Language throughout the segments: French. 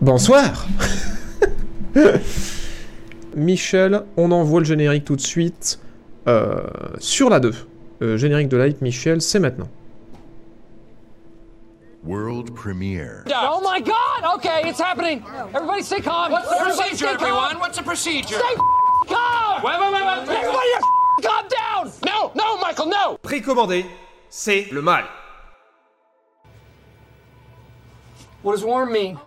Bonsoir. Michel, on envoie le générique tout de suite sur la 2. Générique de live, Michel, c'est maintenant. World premiere. Oh my God! Okay, it's happening. Everybody stay calm. What's the procedure, everyone? What's the procedure? Stay calm. Wait. Everybody, calm down. No, Michael, no. Précommandé, c'est le mal. What does warm mean?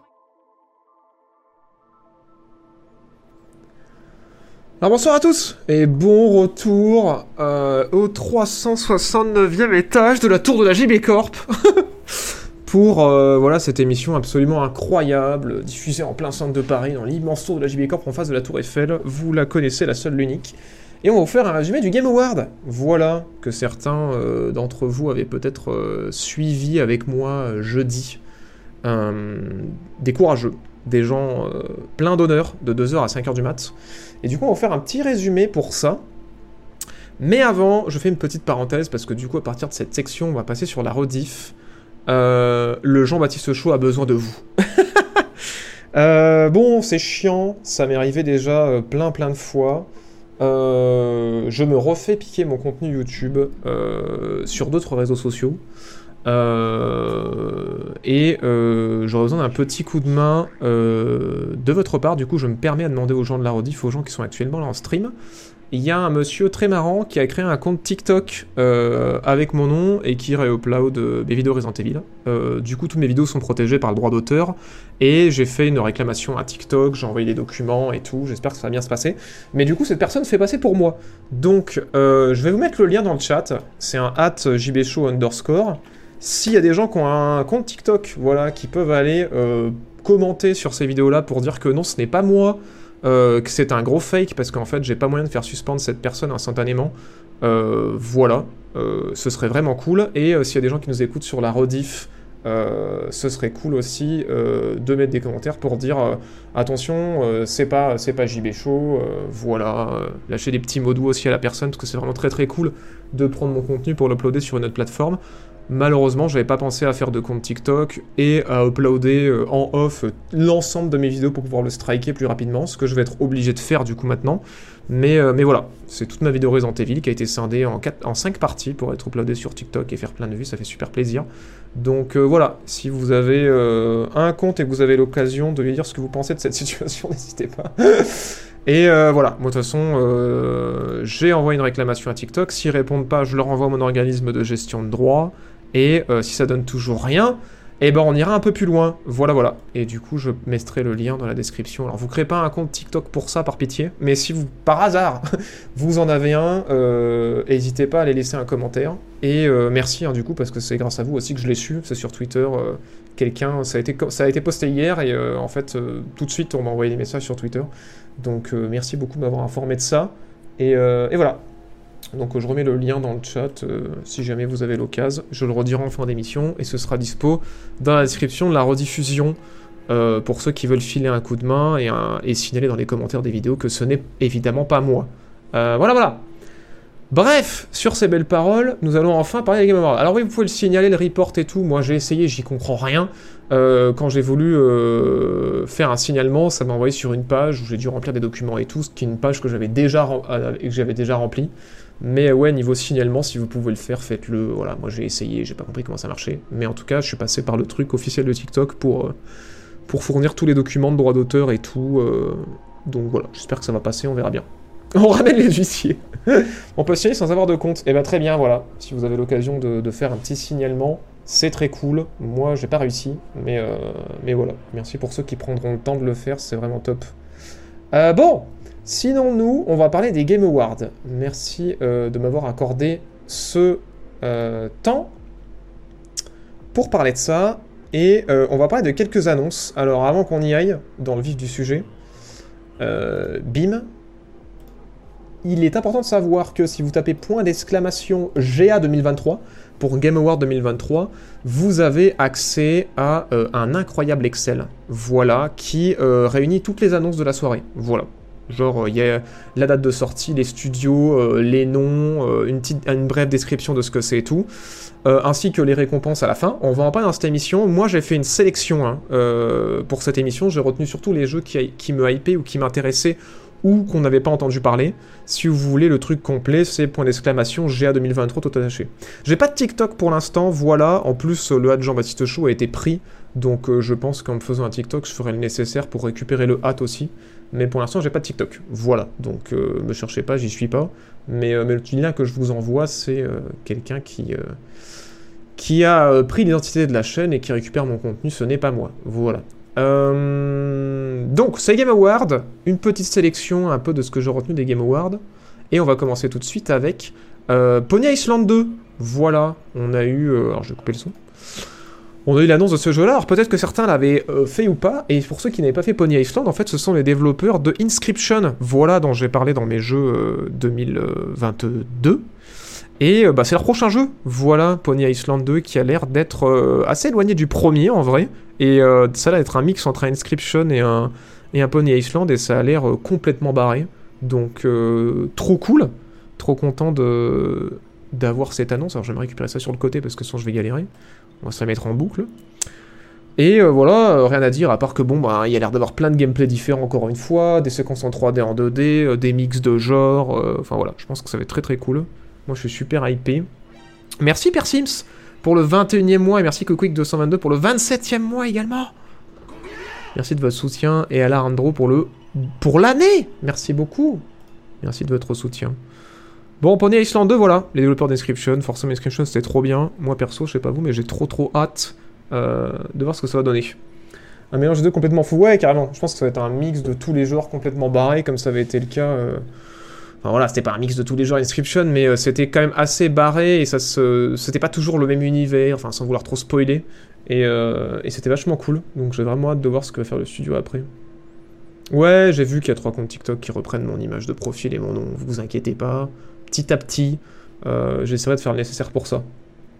Alors bonsoir à tous et bon retour au 369e étage de la tour de la JB Corp pour voilà cette émission absolument incroyable diffusée en plein centre de Paris dans l'immense tour de la JB Corp en face de la tour Eiffel. Vous la connaissez, la seule, l'unique. Et on va vous faire un résumé du Game Award. Voilà, que certains d'entre vous avaient peut-être suivi avec moi jeudi. Des courageux, des gens pleins d'honneur de 2h à 5h du mat'. Et du coup, on va faire un petit résumé pour ça. Mais avant, je fais une petite parenthèse, parce que du coup, à partir de cette section, on va passer sur la rediff. Le Jean-Baptiste Chaud a besoin de vous. Bon, c'est chiant, ça m'est arrivé déjà plein de fois. Je me refais piquer mon contenu YouTube sur d'autres réseaux sociaux. J'aurais besoin d'un petit coup de main de votre part. Du coup, je me permets à demander aux gens de la rediff, aux gens qui sont actuellement là en stream. Il y a un monsieur très marrant qui a créé un compte TikTok avec mon nom et qui réupload mes vidéos Resident Evil. Du coup, toutes mes vidéos sont protégées par le droit d'auteur et j'ai fait une réclamation à TikTok, j'ai envoyé les documents et tout. J'espère que ça va bien se passer. Mais du coup, cette personne fait passer pour moi. Donc, je vais vous mettre le lien dans le chat. C'est un @jbshow_. S'il y a des gens qui ont un compte TikTok, voilà, qui peuvent aller commenter sur ces vidéos-là pour dire que non, ce n'est pas moi, que c'est un gros fake, parce qu'en fait, j'ai pas moyen de faire suspendre cette personne instantanément, voilà, ce serait vraiment cool. Et s'il y a des gens qui nous écoutent sur la rediff, ce serait cool aussi de mettre des commentaires pour dire attention, c'est pas JB Show, voilà, lâcher des petits mots doux aussi à la personne, parce que c'est vraiment très cool de prendre mon contenu pour l'uploader sur une autre plateforme. Malheureusement, j'avais pas pensé à faire de compte TikTok et à uploader en off l'ensemble de mes vidéos pour pouvoir le striker plus rapidement, ce que je vais être obligé de faire du coup maintenant. Mais voilà, c'est toute ma vidéo Resident Evil qui a été scindée en 5 parties pour être uploadée sur TikTok et faire plein de vues, ça fait super plaisir. Donc voilà, si vous avez un compte et que vous avez l'occasion de lui dire ce que vous pensez de cette situation, n'hésitez pas. Et voilà, moi de toute façon, j'ai envoyé une réclamation à TikTok. S'ils répondent pas, je leur envoie mon organisme de gestion de droits. Et si ça donne toujours rien, eh ben on ira un peu plus loin. Voilà. Et du coup, je mettrai le lien dans la description. Alors, vous créez pas un compte TikTok pour ça, par pitié. Mais si vous, par hasard, vous en avez un, n'hésitez pas à aller laisser un commentaire. Et merci, du coup, parce que c'est grâce à vous aussi que je l'ai su. C'est sur Twitter. Quelqu'un, ça a été posté hier. Et en fait, tout de suite, on m'a envoyé des messages sur Twitter. Donc, merci beaucoup de m'avoir informé de ça. Et voilà. Donc je remets le lien dans le chat si jamais vous avez l'occasion. Je le redirai en fin d'émission et ce sera dispo dans la description de la rediffusion pour ceux qui veulent filer un coup de main et signaler dans les commentaires des vidéos que ce n'est évidemment pas moi. Voilà. Bref, sur ces belles paroles, nous allons enfin parler des Game Awards. Alors oui, vous pouvez le signaler, le report et tout. Moi j'ai essayé, j'y comprends rien. Quand j'ai voulu faire un signalement, ça m'a envoyé sur une page où j'ai dû remplir des documents et tout, ce qui est une page que j'avais déjà remplie. Mais ouais, niveau signalement, si vous pouvez le faire, faites-le. Voilà, moi j'ai essayé, j'ai pas compris comment ça marchait. Mais en tout cas, je suis passé par le truc officiel de TikTok pour fournir tous les documents de droit d'auteur et tout. Donc voilà, j'espère que ça va passer, on verra bien. On ramène les huissiers. On peut signer sans avoir de compte. Et bah très bien, voilà. Si vous avez l'occasion de faire un petit signalement, c'est très cool. Moi, j'ai pas réussi, mais voilà. Merci pour ceux qui prendront le temps de le faire, c'est vraiment top. Bon, sinon nous, on va parler des Game Awards. Merci de m'avoir accordé ce temps pour parler de ça. Et on va parler de quelques annonces. Alors avant qu'on y aille, dans le vif du sujet, bim. Il est important de savoir que si vous tapez .GA 2023 pour Game Award 2023, vous avez accès à un incroyable Excel, voilà, qui réunit toutes les annonces de la soirée. Voilà. Genre, il y a la date de sortie, les studios, les noms, une brève description de ce que c'est et tout, ainsi que les récompenses à la fin. On va en parler dans cette émission. Moi, j'ai fait une sélection pour cette émission. J'ai retenu surtout les jeux qui me hypaient ou qui m'intéressaient ou qu'on n'avait pas entendu parler. Si vous voulez le truc complet, c'est .GA 2023 tout attaché. J'ai pas de TikTok pour l'instant, voilà. En plus, le hat Jean-Baptiste Chaud a été pris, donc je pense qu'en me faisant un TikTok, je ferai le nécessaire pour récupérer le hat aussi. Mais pour l'instant, j'ai pas de TikTok. Voilà, donc me cherchez pas, j'y suis pas. Mais le petit lien que je vous envoie, c'est quelqu'un qui a pris l'identité de la chaîne et qui récupère mon contenu, ce n'est pas moi. Voilà. Donc, c'est Game Award, une petite sélection un peu de ce que j'ai retenu des Game Awards. Et on va commencer tout de suite avec Pony Island 2. Voilà, on a eu... alors, je vais couper le son. On a eu l'annonce de ce jeu-là, alors peut-être que certains l'avaient fait ou pas, et pour ceux qui n'avaient pas fait Pony Island, en fait, ce sont les développeurs de Inscription, voilà, dont j'ai parlé dans mes jeux 2022. Et c'est leur prochain jeu, voilà, Pony Island 2, qui a l'air d'être assez éloigné du premier, en vrai, et ça a l'air d'être un mix entre un Inscription et un Pony Island, et ça a l'air complètement barré, donc trop cool, trop content d'avoir cette annonce. Alors je vais me récupérer ça sur le côté, parce que sinon je vais galérer. On va se la mettre en boucle. Et voilà, rien à dire, à part que bon, il y a l'air d'avoir plein de gameplay différents encore une fois, des séquences en 3D, en 2D, des mix de genres, enfin voilà, je pense que ça va être très très cool. Moi je suis super hypé. Merci Persims pour le 21e mois, et merci Coquick222 pour le 27e mois également. Merci de votre soutien, et à Larandro pour l'année. Merci beaucoup. Merci de votre soutien. Bon, Pony Island 2, voilà, les développeurs d'Inscription, forcément Inscription c'était trop bien, moi perso, je sais pas vous, mais j'ai trop hâte de voir ce que ça va donner. Un mélange de deux complètement fou, ouais, carrément, je pense que ça va être un mix de tous les genres complètement barrés, comme ça avait été le cas, enfin voilà, c'était pas un mix de tous les genres Inscription, mais c'était quand même assez barré, et c'était pas toujours le même univers, enfin sans vouloir trop spoiler, et c'était vachement cool, donc j'ai vraiment hâte de voir ce que va faire le studio après. Ouais, j'ai vu qu'il y a 3 comptes TikTok qui reprennent mon image de profil et mon nom, vous inquiétez pas. Petit à petit, j'essaierai de faire le nécessaire pour ça.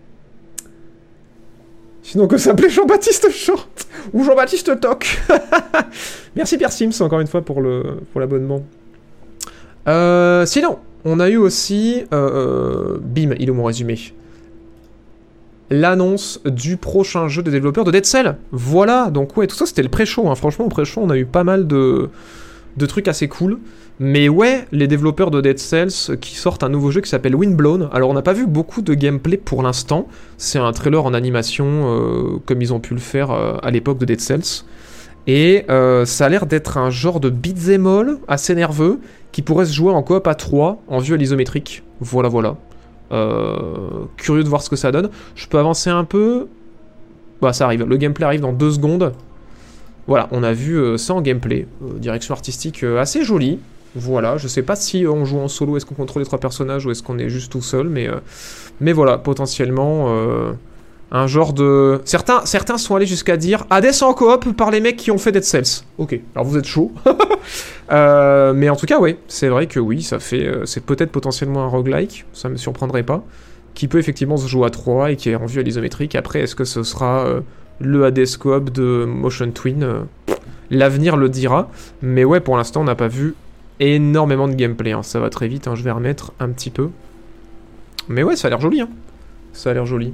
Sinon que s'appelait Jean-Baptiste Short ou Jean-Baptiste Toc. Merci Pierre Sims encore une fois pour l'abonnement. Sinon, on a eu aussi bim, il est mon résumé. L'annonce du prochain jeu des développeurs de Dead Cell. Voilà, donc ouais, tout ça c'était le pré-show. Hein. Franchement, au pré-show, on a eu pas mal de trucs assez cool. Mais ouais, les développeurs de Dead Cells qui sortent un nouveau jeu qui s'appelle Windblown. Alors on n'a pas vu beaucoup de gameplay pour l'instant. C'est un trailer en animation comme ils ont pu le faire à l'époque de Dead Cells. Et ça a l'air d'être un genre de beat'em all assez nerveux qui pourrait se jouer en coop à 3 en vue à l'isométrique. Voilà. Curieux de voir ce que ça donne. Je peux avancer un peu. Bah ça arrive, le gameplay arrive dans 2 secondes. Voilà, on a vu ça en gameplay. Direction artistique assez jolie. Voilà, je sais pas si on joue en solo, est-ce qu'on contrôle les 3 personnages ou est-ce qu'on est juste tout seul, mais voilà, potentiellement un genre de... Certains sont allés jusqu'à dire Hades en coop par les mecs qui ont fait Dead Cells. Ok, alors vous êtes chaud. Mais en tout cas, ouais, c'est vrai que oui, ça fait... c'est peut-être potentiellement un roguelike, ça me surprendrait pas, qui peut effectivement se jouer à 3 et qui est en vue à l'isométrique. Après, est-ce que ce sera le Hades coop de Motion Twin L'avenir le dira. Mais ouais, pour l'instant, on n'a pas vu énormément de gameplay, hein. Ça va très vite, hein. Je vais remettre un petit peu. Mais ouais, ça a l'air joli, hein. Ça a l'air joli.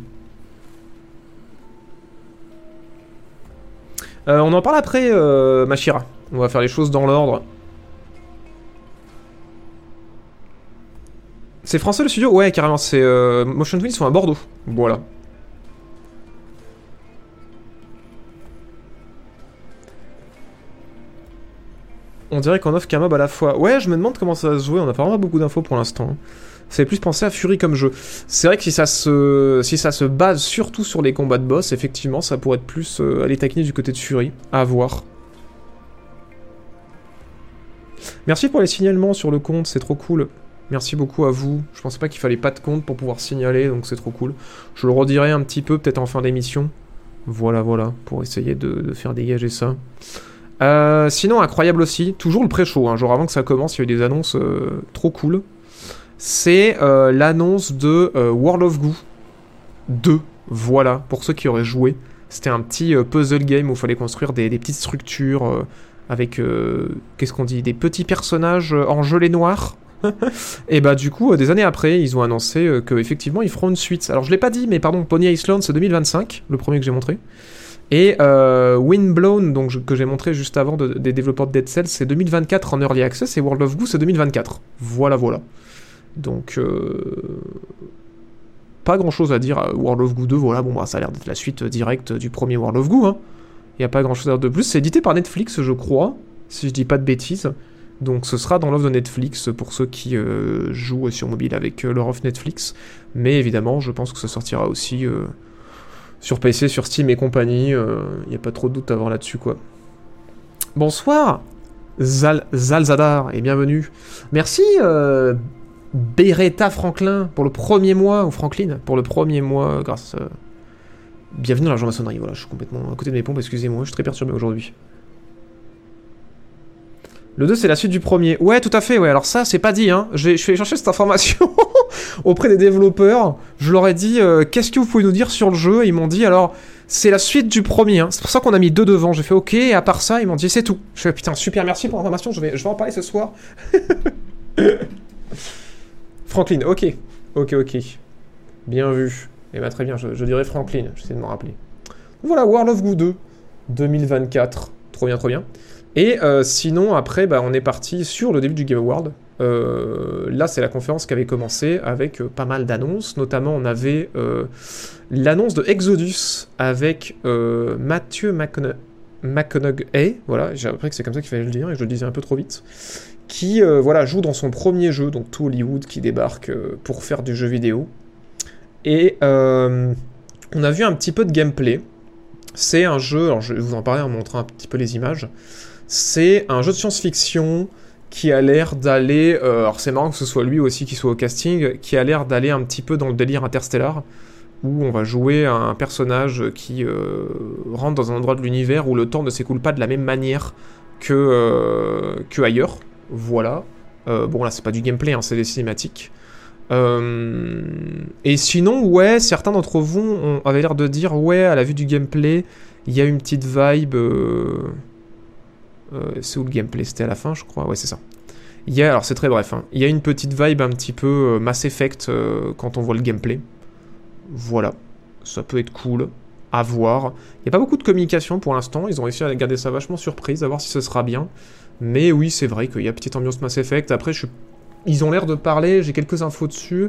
On en parle après, Machira. On va faire les choses dans l'ordre. C'est français le studio? Ouais, carrément, c'est Motion Twin, ils sont à Bordeaux. Voilà. On dirait qu'on offre qu'un mob à la fois. Ouais, je me demande comment ça va se jouer, on a pas vraiment beaucoup d'infos pour l'instant. Ça fait plus penser à Fury comme jeu. C'est vrai que si ça se base surtout sur les combats de boss, effectivement, ça pourrait être plus aller taquiner du côté de Fury. À voir. Merci pour les signalements sur le compte, c'est trop cool. Merci beaucoup à vous. Je pensais pas qu'il fallait pas de compte pour pouvoir signaler, donc c'est trop cool. Je le redirai un petit peu, peut-être en fin d'émission. Voilà, pour essayer de faire dégager ça. Sinon, incroyable aussi, toujours le pré-show, hein, genre avant que ça commence, il y a eu des annonces trop cool. C'est l'annonce de World of Goo 2, voilà, pour ceux qui auraient joué. C'était un petit puzzle game où il fallait construire des petites structures avec, qu'est-ce qu'on dit, des petits personnages en gelée noire. Et bah du coup, des années après, ils ont annoncé qu'effectivement, ils feront une suite. Alors je l'ai pas dit, mais pardon, Pony Island, c'est 2025, le premier que j'ai montré. Et Windblown, donc, que j'ai montré juste avant des développeurs de Dead Cells, c'est 2024 en Early Access, et World of Goo, c'est 2024. Voilà, voilà. Donc, pas grand-chose à dire à World of Goo 2, voilà, bon, bah, ça a l'air d'être la suite directe du premier World of Goo, hein. Il n'y a pas grand-chose à dire de plus. C'est édité par Netflix, je crois, si je dis pas de bêtises. Donc ce sera dans l'offre de Netflix pour ceux qui jouent sur mobile avec leur offre Netflix. Mais évidemment, je pense que ça sortira aussi sur PC, sur Steam et compagnie. Il n'y a pas trop de doute à avoir là-dessus, quoi. Bonsoir, Zalzadar, et bienvenue. Merci, Beretta Franklin, pour le premier mois, ou Franklin, pour le premier mois, grâce... Bienvenue dans la maçonnerie, voilà, je suis complètement à côté de mes pompes, excusez-moi, je suis très perturbé aujourd'hui. Le 2, c'est la suite du premier. Ouais, tout à fait, ouais. Alors ça, c'est pas dit, hein. Je suis allé chercher cette information auprès des développeurs. Je leur ai dit, qu'est-ce que vous pouvez nous dire sur le jeu? Et ils m'ont dit, alors, c'est la suite du premier, hein. C'est pour ça qu'on a mis 2 devant. J'ai fait, ok, et à part ça, ils m'ont dit, c'est tout. Je fais, putain, super, merci pour l'information, je vais en parler ce soir. Franklin, ok. Ok. Bien vu. Eh ben, très bien, je dirais Franklin, j'essaie de m'en rappeler. Voilà, World of Goo 2, 2024. Trop bien. Et sinon, après, bah, on est parti sur le début du Game Award. Là, c'est la conférence qui avait commencé avec pas mal d'annonces. Notamment, on avait l'annonce de Exodus avec Matthew McConaughey. Voilà, j'ai appris que c'est comme ça qu'il fallait le dire et je le disais un peu trop vite. Qui voilà, joue dans son premier jeu, donc tout Hollywood qui débarque pour faire du jeu vidéo. Et on a vu un petit peu de gameplay. C'est un jeu, alors je vais vous en parler en montrant un petit peu les images. C'est un jeu de science-fiction qui a l'air d'aller... alors c'est marrant que ce soit lui aussi qui soit au casting, qui a l'air d'aller un petit peu dans le délire interstellar, où on va jouer un personnage qui rentre dans un endroit de l'univers où le temps ne s'écoule pas de la même manière que ailleurs. Voilà. Bon là c'est pas du gameplay, hein, c'est des cinématiques. Et sinon, ouais, certains d'entre vous avaient l'air de dire, ouais, à la vue du gameplay, il y a une petite vibe... c'est où le gameplay? C'était à la fin, je crois. Ouais, c'est ça. Alors c'est très bref, hein. Il y a une petite vibe un petit peu Mass Effect quand on voit le gameplay. Voilà. Ça peut être cool. À voir. Il n'y a pas beaucoup de communication pour l'instant. Ils ont réussi à garder ça vachement surprise, à voir si ce sera bien. Mais oui, c'est vrai qu'il y a petite ambiance Mass Effect. Après, ils ont l'air de parler, j'ai quelques infos dessus.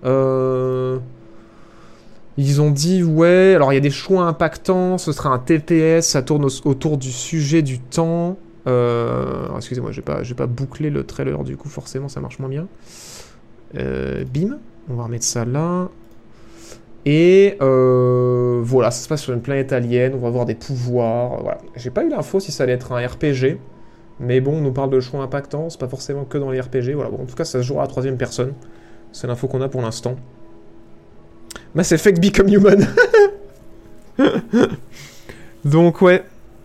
Ils ont dit, ouais, alors il y a des choix impactants, ce sera un TPS, ça tourne autour du sujet du temps. Excusez-moi, j'ai pas bouclé le trailer, du coup, forcément, ça marche moins bien. Bim, on va remettre ça là. Et voilà, ça se passe sur une planète alien, on va avoir des pouvoirs. Voilà. J'ai pas eu l'info si ça allait être un RPG. Mais bon, on nous parle de choix impactants, c'est pas forcément que dans les RPG. Voilà, bon, en tout cas, ça se jouera à la 3ème personne. C'est l'info qu'on a pour l'instant. Mass Effect Become Human. Donc, ouais.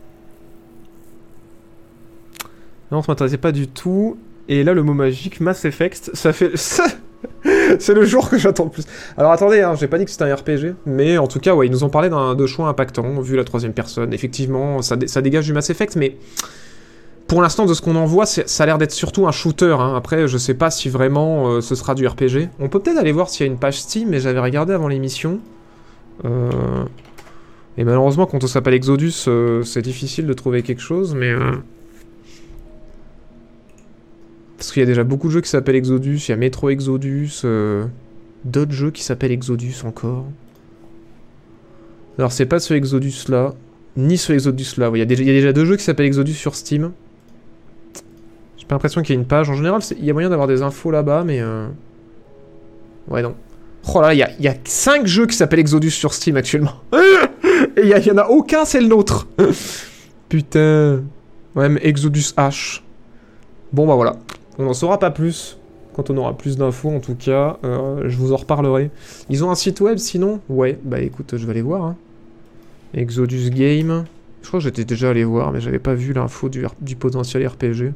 Non, ça m'intéressait pas du tout. Et là, le mot magique, Mass Effect, ça fait... C'est le jour que j'attends le plus. Alors, attendez, hein, j'ai pas dit que c'était un RPG. Mais en tout cas, ouais, ils nous ont parlé de choix impactants, vu la 3ème personne. Effectivement, ça dégage du Mass Effect, mais... Pour l'instant, de ce qu'on en voit, ça a l'air d'être surtout un shooter. Hein. Après, je sais pas si vraiment ce sera du RPG. On peut peut-être aller voir s'il y a une page Steam, mais j'avais regardé avant l'émission. Et malheureusement, quand on s'appelle Exodus, c'est difficile de trouver quelque chose, mais... Parce qu'il y a déjà beaucoup de jeux qui s'appellent Exodus, il y a Metro Exodus, d'autres jeux qui s'appellent Exodus encore. Alors, c'est pas ce Exodus-là, ni ce Exodus-là. Il y a déjà 2 jeux qui s'appellent Exodus sur Steam. J'ai pas l'impression qu'il y ait une page. En général, il y a moyen d'avoir des infos là-bas, mais... Ouais, non. Oh là, il y a 5 jeux qui s'appellent Exodus sur Steam actuellement. Et il y en a aucun, c'est le nôtre. Putain. Ouais, mais Exodus H. Bon, bah voilà. On n'en saura pas plus. Quand on aura plus d'infos, en tout cas. Je vous en reparlerai. Ils ont un site web, sinon? Ouais, bah écoute, je vais aller voir. Hein. Exodus Game. Je crois que j'étais déjà allé voir, mais j'avais pas vu l'info du potentiel RPG.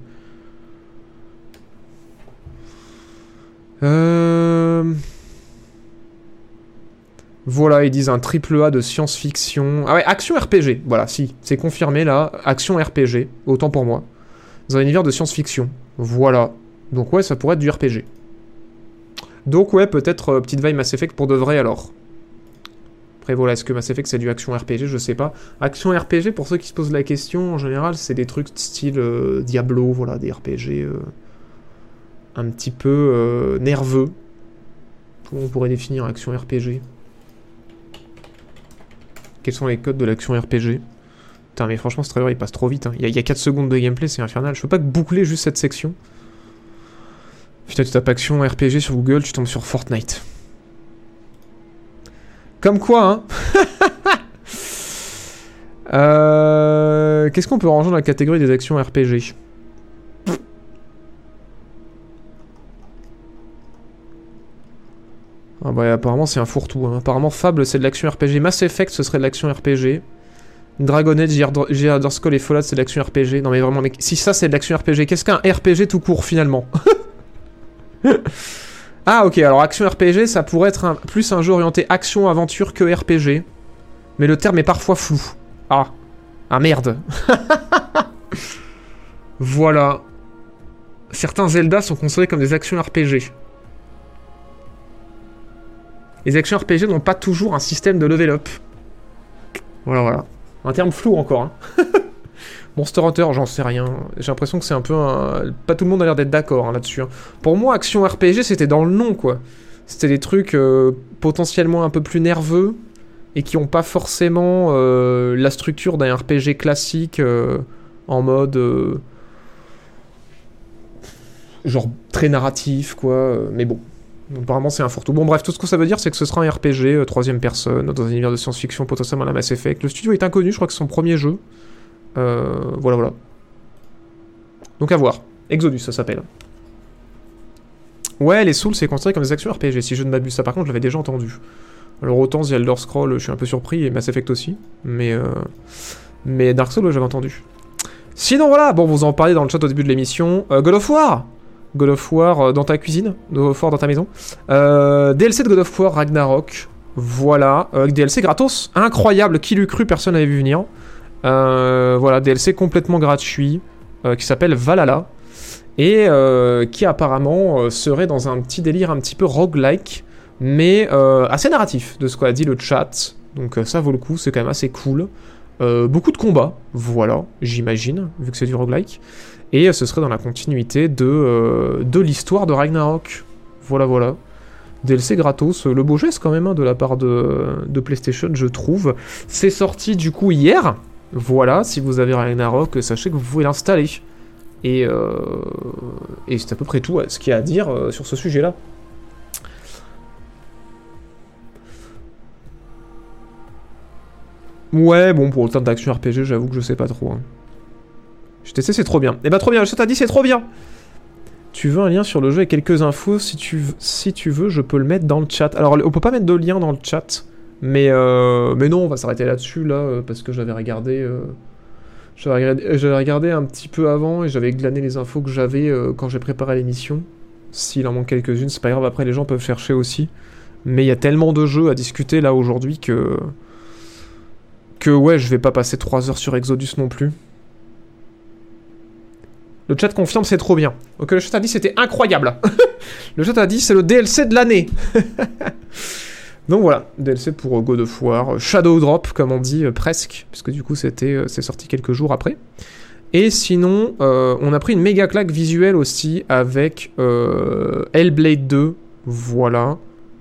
Voilà, ils disent un triple A de science-fiction. Ah ouais, action RPG. Voilà, si, c'est confirmé là. Action RPG, autant pour moi. Dans un univers de science-fiction. Voilà. Donc ouais, ça pourrait être du RPG. Donc ouais, peut-être petite vibe Mass Effect pour de vrai alors. Après voilà, est-ce que Mass Effect c'est du action RPG? Je sais pas. Action RPG, pour ceux qui se posent la question, en général, c'est des trucs style Diablo, voilà, des RPG un petit peu nerveux. Comment on pourrait définir action RPG? Quels sont les codes de l'action RPG? Putain, mais franchement, ce trailer il passe trop vite. Hein. Il y a 4 secondes de gameplay, c'est infernal. Je peux pas boucler juste cette section. Putain, tu tapes action RPG sur Google, tu tombes sur Fortnite. Comme quoi, hein. Qu'est-ce qu'on peut ranger dans la catégorie des actions RPG? Ah bah apparemment c'est un fourre-tout. Hein. Apparemment Fable c'est de l'action RPG. Mass Effect ce serait de l'action RPG. Dragon Age, The Elder Scrolls et Fallout c'est de l'action RPG. Non mais vraiment mec, si ça c'est de l'action RPG, qu'est-ce qu'un RPG tout court finalement? Ah ok, alors action RPG ça pourrait être plus un jeu orienté action-aventure que RPG. Mais le terme est parfois flou. Ah merde. Voilà. Certains Zelda sont considérés comme des actions RPG. Les actions RPG n'ont pas toujours un système de level up. Voilà. Un terme flou encore. Hein. Monster Hunter, j'en sais rien. J'ai l'impression que c'est un peu un... Pas tout le monde a l'air d'être d'accord hein, là-dessus. Hein. Pour moi, action RPG, c'était dans le nom, quoi. C'était des trucs potentiellement un peu plus nerveux et qui n'ont pas forcément la structure d'un RPG classique en mode... genre très narratif, quoi. Mais bon. Apparemment c'est un fourre-tout. Bon bref, tout ce que ça veut dire c'est que ce sera un RPG, troisième personne, dans un univers de science-fiction potentiellement à la Mass Effect. Le studio est inconnu, je crois que c'est son premier jeu. Voilà. Donc à voir. Exodus ça s'appelle. Ouais, les Souls c'est considéré comme des actions RPG, si je ne m'abuse. Ça par contre je l'avais déjà entendu. Alors autant The Elder Scrolls, je suis un peu surpris, et Mass Effect aussi. Mais Dark Souls j'avais entendu. Sinon voilà, bon vous en parliez dans le chat au début de l'émission. God of War dans ta cuisine, God of War dans ta maison. DLC de God of War Ragnarok, voilà, DLC gratos, incroyable, qui l'eût cru, personne n'avait vu venir. Voilà, DLC complètement gratuit, qui s'appelle Valhalla, et qui apparemment serait dans un petit délire un petit peu roguelike, mais assez narratif, de ce qu'a dit le chat, donc ça vaut le coup, c'est quand même assez cool. Beaucoup de combats, voilà, j'imagine, vu que c'est du roguelike. Et ce serait dans la continuité de l'histoire de Ragnarok. Voilà. DLC gratos, le beau geste quand même hein, de la part de PlayStation, je trouve. C'est sorti du coup hier. Voilà, si vous avez Ragnarok, sachez que vous pouvez l'installer. Et c'est à peu près tout ce qu'il y a à dire sur ce sujet-là. Ouais, bon, pour le terme d'action RPG, j'avoue que je sais pas trop. Hein. J'ai testé, c'est trop bien. Eh bah trop bien, le chat a dit c'est trop bien. Tu veux un lien sur le jeu et quelques infos, si tu veux, je peux le mettre dans le chat. Alors on peut pas mettre de lien dans le chat, mais non, on va s'arrêter là-dessus là, parce que j'avais regardé un petit peu avant et j'avais glané les infos que j'avais quand j'ai préparé l'émission. S'il en manque quelques-unes, c'est pas grave, après les gens peuvent chercher aussi. Mais il y a tellement de jeux à discuter là aujourd'hui que ouais, je vais pas passer 3 heures sur Exodus non plus. Le chat confirme, c'est trop bien. Ok, le chat a dit c'était incroyable. Le chat a dit c'est le DLC de l'année. Donc voilà, DLC pour God of War. Shadow Drop, comme on dit, presque. Puisque du coup, c'est sorti quelques jours après. Et sinon, on a pris une méga claque visuelle aussi avec Hellblade 2. Voilà.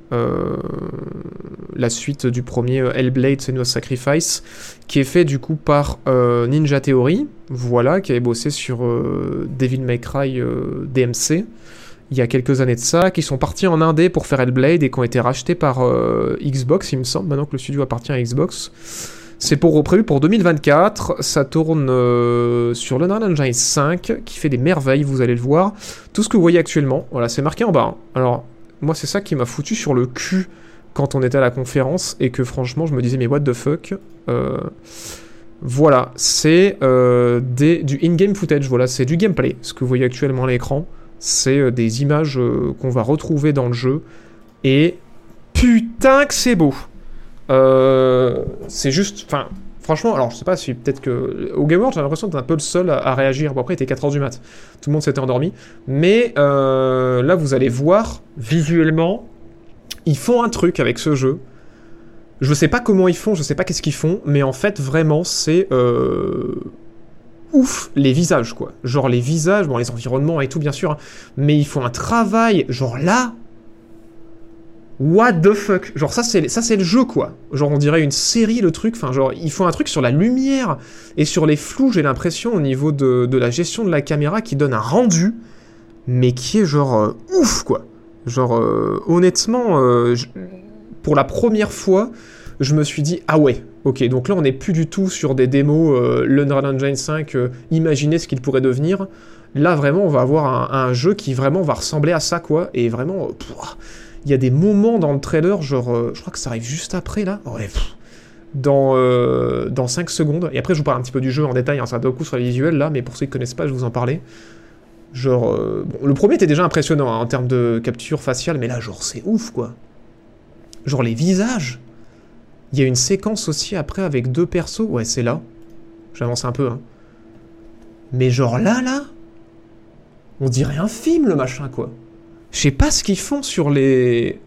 La suite du premier Hellblade Senua's Sacrifice, qui est fait du coup par Ninja Theory, voilà, qui avait bossé sur Devil May Cry DMC il y a quelques années de ça, qui sont partis en indé pour faire Hellblade et qui ont été rachetés par Xbox, il me semble, maintenant que le studio appartient à Xbox. C'est prévu pour 2024, ça tourne sur l'Unreal Engine 5, qui fait des merveilles, vous allez le voir. Tout ce que vous voyez actuellement, voilà, c'est marqué en bas. Hein. Alors, moi c'est ça qui m'a foutu sur le cul quand on était à la conférence, et que franchement je me disais mais what the fuck. Voilà, c'est du in-game footage, voilà, c'est du gameplay, ce que vous voyez actuellement à l'écran. C'est des images qu'on va retrouver dans le jeu, et putain que c'est beau. C'est juste... Enfin, franchement, alors je sais pas si peut-être que... Au Game Awards, j'ai l'impression que t'es un peu le seul à réagir. Bon, après, il était 4h du mat. Tout le monde s'était endormi. Mais là, vous allez voir, visuellement, ils font un truc avec ce jeu. Je sais pas comment ils font, je sais pas qu'est-ce qu'ils font, mais en fait, vraiment, c'est... ouf, les visages, quoi. Genre les visages, bon, les environnements et tout, bien sûr, hein, mais ils font un travail, genre là... What the fuck? Genre ça c'est le jeu, quoi. Genre on dirait une série, le truc, enfin genre ils font un truc sur la lumière et sur les flous, j'ai l'impression, au niveau de la gestion de la caméra, qui donne un rendu, mais qui est genre ouf, quoi. Genre honnêtement, pour la première fois, je me suis dit, ah ouais, ok, donc là on n'est plus du tout sur des démos l'Unreal Engine 5, imaginez ce qu'il pourrait devenir. Là vraiment on va avoir un jeu qui vraiment va ressembler à ça, quoi, et vraiment... il y a des moments dans le trailer, genre, je crois que ça arrive juste après, là, ouais, dans 5 secondes, et après je vous parle un petit peu du jeu en détail, hein, ça va beaucoup sur les visuels, là, mais pour ceux qui connaissent pas, je vais vous en parler. Genre, bon, le premier était déjà impressionnant, hein, en termes de capture faciale, mais là, genre, c'est ouf, quoi. Genre, les visages. Il y a une séquence aussi après avec 2 persos, ouais, c'est là. J'avance un peu, hein. Mais genre là, on dirait un film, le machin, quoi. Je sais pas ce qu'ils font sur les...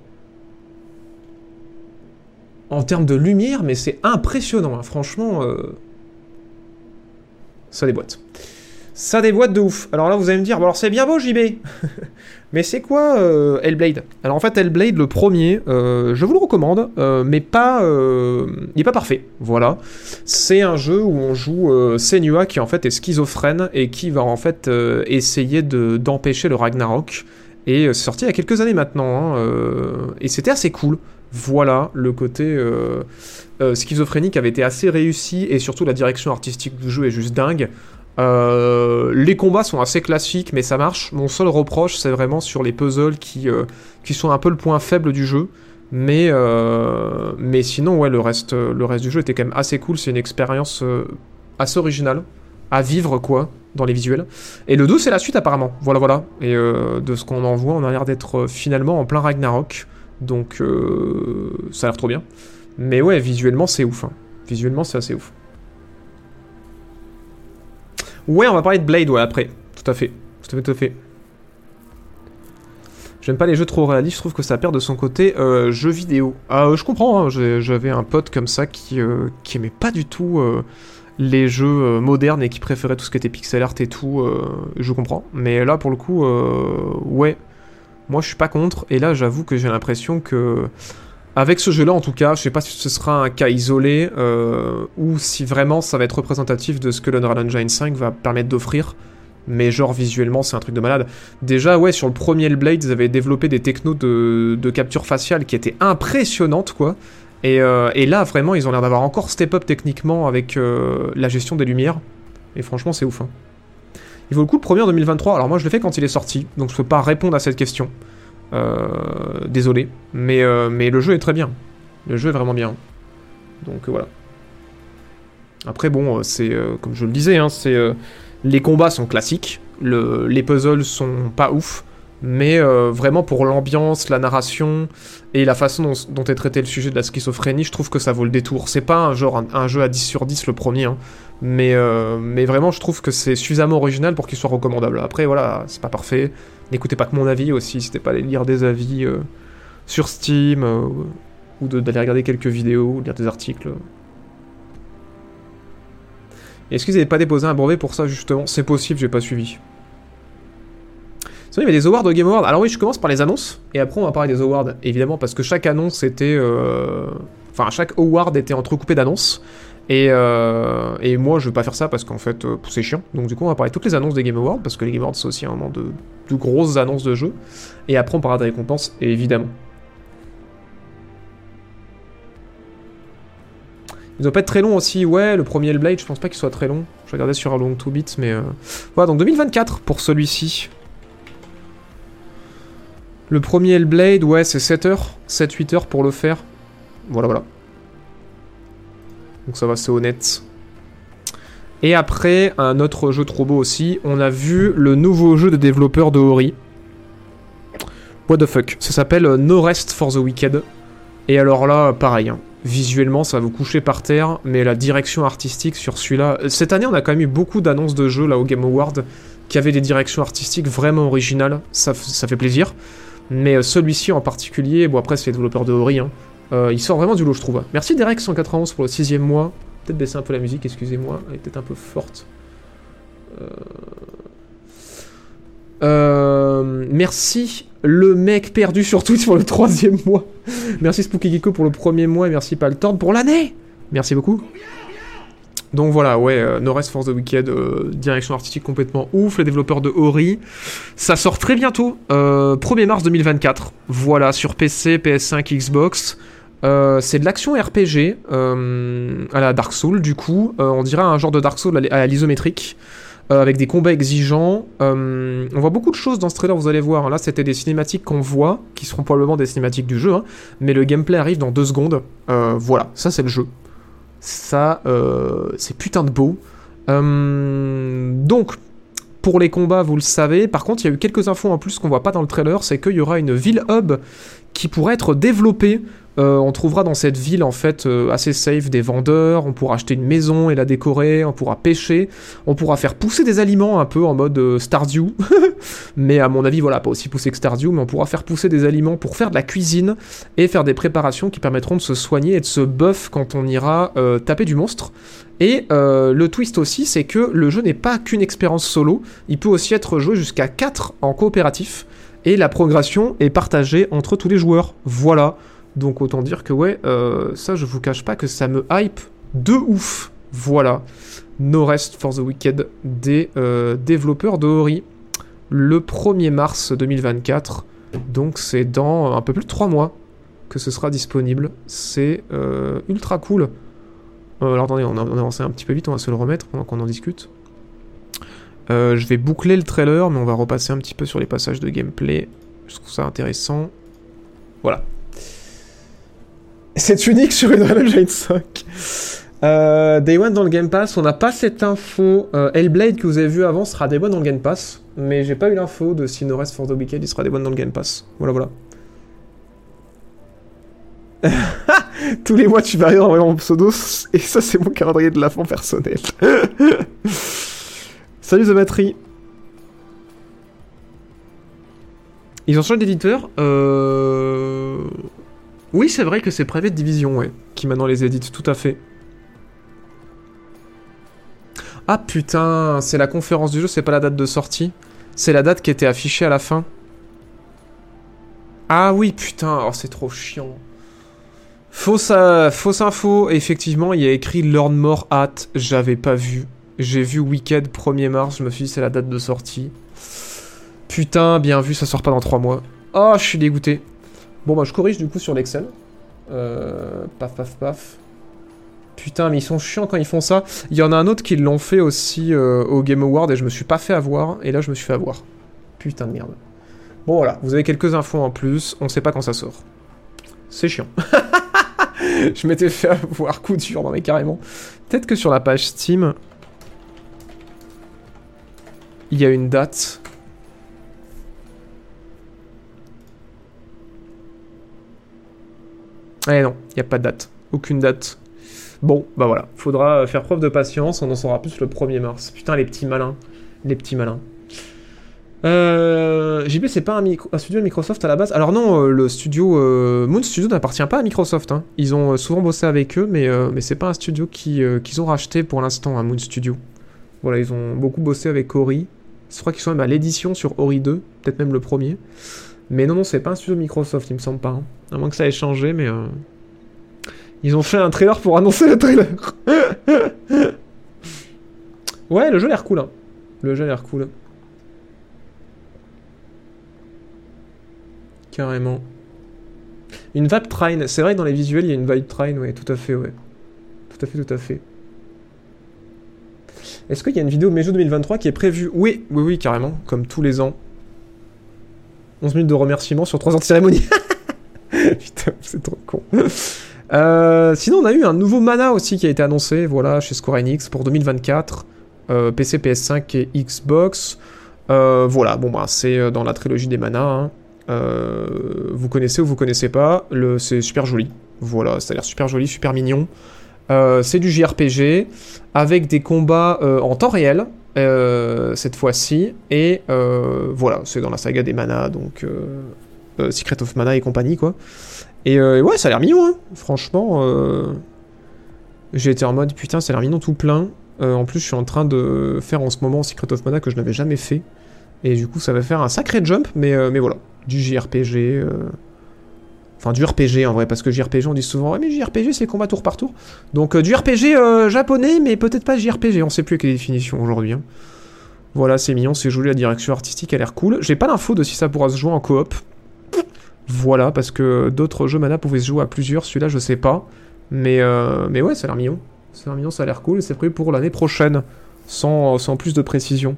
En termes de lumière, mais c'est impressionnant, hein. Franchement, ça déboîte. Ça déboîte de ouf. Alors là, vous allez me dire, bon alors c'est bien beau, JB. Mais c'est quoi Hellblade? Alors en fait, Hellblade, le premier, je vous le recommande, mais pas... il est pas parfait, voilà. C'est un jeu où on joue Senua, qui en fait est schizophrène, et qui va en fait essayer d'empêcher le Ragnarok. Et c'est sorti il y a quelques années maintenant, hein, et c'était assez cool. Voilà, le côté schizophrénique avait été assez réussi, et surtout la direction artistique du jeu est juste dingue. Les combats sont assez classiques, mais ça marche. Mon seul reproche, c'est vraiment sur les puzzles qui sont un peu le point faible du jeu. Mais sinon, ouais, le reste du jeu était quand même assez cool. C'est une expérience assez originale à vivre, quoi, dans les visuels. Et le 2, c'est la suite, apparemment. Voilà. Et de ce qu'on en voit, on a l'air d'être finalement en plein Ragnarok. Donc, ça a l'air trop bien. Mais ouais, visuellement, c'est ouf. Hein. Visuellement, c'est assez ouf. Ouais, on va parler de Blade, ouais, après. Tout à fait. J'aime pas les jeux trop réalistes, je trouve que ça perd de son côté jeu vidéo. Je comprends, hein, j'avais un pote comme ça qui aimait pas du tout les jeux modernes et qui préférait tout ce qui était pixel art et tout, je comprends. Mais là, pour le coup, ouais, moi je suis pas contre, et là j'avoue que j'ai l'impression que... Avec ce jeu-là, en tout cas, je sais pas si ce sera un cas isolé, ou si vraiment ça va être représentatif de ce que l'Unreal Engine 5 va permettre d'offrir, mais genre visuellement, c'est un truc de malade. Déjà, ouais, sur le premier Hellblade, ils avaient développé des technos de capture faciale qui étaient impressionnantes, quoi, et là, vraiment, ils ont l'air d'avoir encore step up techniquement avec la gestion des lumières, et franchement, c'est ouf, hein. Il vaut le coup le premier en 2023, alors moi je l'ai fait quand il est sorti, donc je peux pas répondre à cette question. Désolé, mais le jeu est très bien. Le jeu est vraiment bien. Donc voilà. Après bon, c'est comme je le disais, hein, les combats sont classiques, les puzzles sont pas ouf, mais vraiment pour l'ambiance, la narration et la façon dont est traité le sujet de la schizophrénie, je trouve que ça vaut le détour. C'est pas un jeu à 10 sur 10 le premier, hein, mais vraiment je trouve que c'est suffisamment original pour qu'il soit recommandable. Après voilà, c'est pas parfait. N'écoutez pas que mon avis aussi, n'hésitez pas à aller lire des avis sur Steam, ou d'aller regarder quelques vidéos, ou lire des articles. Est-ce qu'ils n'avaient pas déposé un brevet pour ça, justement? C'est possible, j'ai pas suivi. Sinon, il y avait des awards de Game Awards. Alors oui, je commence par les annonces, et après on va parler des awards, évidemment, parce que chaque annonce était... Enfin, chaque award était entrecoupé d'annonces. Et moi je vais pas faire ça parce qu'en fait c'est chiant, donc du coup on va parler de toutes les annonces des Game Awards, parce que les Game Awards c'est aussi un moment de grosses annonces de jeux, et après on parlera des récompenses, évidemment. Ils doivent pas être très longs aussi, ouais, le premier Hellblade je pense pas qu'il soit très long, je regardais sur How Long to Beat, mais voilà, donc 2024 pour celui-ci. Le premier Hellblade, ouais, c'est 7 heures, 7-8 heures pour le faire, voilà. Donc ça va, c'est honnête. Et après, un autre jeu trop beau aussi, on a vu le nouveau jeu des développeurs de Ori. What the fuck, ça s'appelle No Rest for the Wicked. Et alors là, pareil, hein. Visuellement, ça va vous coucher par terre, mais la direction artistique sur celui-là... Cette année, on a quand même eu beaucoup d'annonces de jeux, là, au Game Award, qui avaient des directions artistiques vraiment originales. Ça fait plaisir. Mais celui-ci en particulier, bon après, c'est les développeurs de Ori, hein. Il sort vraiment du lot, je trouve. Merci Derek191 pour le 6e mois. Peut-être baisser un peu la musique, excusez-moi. Elle est peut-être un peu forte. Merci le mec perdu sur Twitch pour le 3e mois. Merci Spooky Gecko pour le 1er mois et merci Paltord pour l'année. Merci beaucoup. Donc voilà, ouais, No Rest for the Wicked, direction artistique complètement ouf, les développeurs de Ori. Ça sort très bientôt, 1er mars 2024. Voilà, sur PC, PS5, Xbox. C'est de l'action RPG à la Dark Souls, du coup. On dirait un genre de Dark Souls à l'isométrique. Avec des combats exigeants. On voit beaucoup de choses dans ce trailer, vous allez voir. Là, c'était des cinématiques qu'on voit, qui seront probablement des cinématiques du jeu, hein, mais le gameplay arrive dans 2 secondes. Voilà, ça c'est le jeu. Ça, c'est putain de beau. Donc, pour les combats, vous le savez. Par contre, il y a eu quelques infos en plus qu'on voit pas dans le trailer, c'est qu'il y aura une ville hub qui pourrait être développée. On trouvera dans cette ville en fait assez safe des vendeurs, on pourra acheter une maison et la décorer, on pourra pêcher, on pourra faire pousser des aliments un peu en mode Stardew, mais à mon avis voilà, pas aussi poussé que Stardew, mais on pourra faire pousser des aliments pour faire de la cuisine et faire des préparations qui permettront de se soigner et de se buff quand on ira taper du monstre. Et le twist aussi, c'est que le jeu n'est pas qu'une expérience solo, il peut aussi être joué jusqu'à 4 en coopératif, et la progression est partagée entre tous les joueurs, voilà. Donc autant dire que ouais, ça je vous cache pas que ça me hype de ouf. Voilà, No Rest for the Wicked des développeurs de Ori. Le 1er mars 2024, donc c'est dans un peu plus de 3 mois que ce sera disponible. C'est ultra cool. Alors attendez, on a avancé un petit peu vite, on va se le remettre pendant qu'on en discute. Je vais boucler le trailer, mais on va repasser un petit peu sur les passages de gameplay. Je trouve ça intéressant. Voilà. C'est unique sur une Unreal Engine 5. Day One dans le Game Pass, on n'a pas cette info. Hellblade que vous avez vu avant sera Day One dans le Game Pass, mais j'ai pas eu l'info de si No Rest for the Wicked il sera Day One dans le Game Pass. Voilà, voilà. Tous les mois tu vas rire en voyant mon pseudo, et ça c'est mon calendrier de l'avant personnel. Salut The Battery. Ils ont changé d'éditeur. Oui, c'est vrai que c'est Private Division, ouais, qui maintenant les édite, tout à fait. Ah putain, c'est la conférence du jeu, c'est pas la date de sortie. C'est la date qui était affichée à la fin. Ah oui, putain, oh, c'est trop chiant. Fausse info, effectivement, il y a écrit Learn More at, j'avais pas vu. J'ai vu Wicked 1er mars, je me suis dit c'est la date de sortie. Putain, bien vu, ça sort pas dans 3 mois. Oh, je suis dégoûté. Bon bah je corrige du coup sur l'Excel. Paf paf paf. Putain mais ils sont chiants quand ils font ça. Il y en a un autre qui l'ont fait aussi au Game Award et je me suis pas fait avoir. Et là je me suis fait avoir. Putain de merde. Bon voilà, vous avez quelques infos en plus. On sait pas quand ça sort. C'est chiant. Je m'étais fait avoir coup dur, non mais carrément. Peut-être que sur la page Steam, il y a une date. Eh non, il n'y a pas de date. Aucune date. Bon, bah voilà. Faudra faire preuve de patience. On en saura plus le 1er mars. Putain, les petits malins. Les petits malins. JB, c'est pas un studio de Microsoft à la base. Alors non, le studio... Moon Studio n'appartient pas à Microsoft. Hein. Ils ont souvent bossé avec eux, mais c'est pas un studio qu'ils ont racheté pour l'instant, à Moon Studio. Voilà, ils ont beaucoup bossé avec Ori. Je crois qu'ils sont même à l'édition sur Ori 2. Peut-être même le premier. Mais non, c'est pas un studio de Microsoft, il me semble pas. Hein. À moins que ça ait changé, mais... Ils ont fait un trailer pour annoncer le trailer. Ouais, le jeu a l'air cool. Hein. Le jeu a l'air cool. Carrément. Une vibe train. C'est vrai que dans les visuels, il y a une vibe train, ouais, tout à fait, ouais. Tout à fait, tout à fait. Est-ce qu'il y a une vidéo Mejo 2023 qui est prévue? Oui, oui, oui, carrément, comme tous les ans. 11 minutes de remerciements sur 3 ans de cérémonie. Putain, c'est trop con. Sinon, on a eu un nouveau Mana aussi qui a été annoncé, voilà, chez Square Enix pour 2024. PC, PS5 et Xbox. Voilà, bon bah c'est dans la trilogie des Mana. Hein. Vous connaissez ou vous connaissez pas, c'est super joli. Voilà, ça a l'air super joli, super mignon. C'est du JRPG, avec des combats en temps réel, cette fois-ci, et voilà, c'est dans la saga des Mana, donc Secret of Mana et compagnie, quoi. Et ouais, ça a l'air mignon, hein. Franchement, j'ai été en mode, putain, ça a l'air mignon tout plein. En plus, je suis en train de faire en ce moment Secret of Mana que je n'avais jamais fait, et du coup, ça va faire un sacré jump, mais voilà, du JRPG... Enfin, du RPG en vrai, parce que JRPG, on dit souvent, ouais, mais JRPG, c'est combat tour par tour. Donc, du RPG japonais, mais peut-être pas JRPG, on sait plus quelle est la définition aujourd'hui. Hein. Voilà, c'est mignon, c'est joli, la direction artistique a l'air cool. J'ai pas d'infos de si ça pourra se jouer en coop. Voilà, parce que d'autres jeux Mana pouvaient se jouer à plusieurs, celui-là, je sais pas. Mais ouais, ça a l'air mignon. Ça a l'air mignon, ça a l'air cool, c'est prévu pour l'année prochaine, sans plus de précision.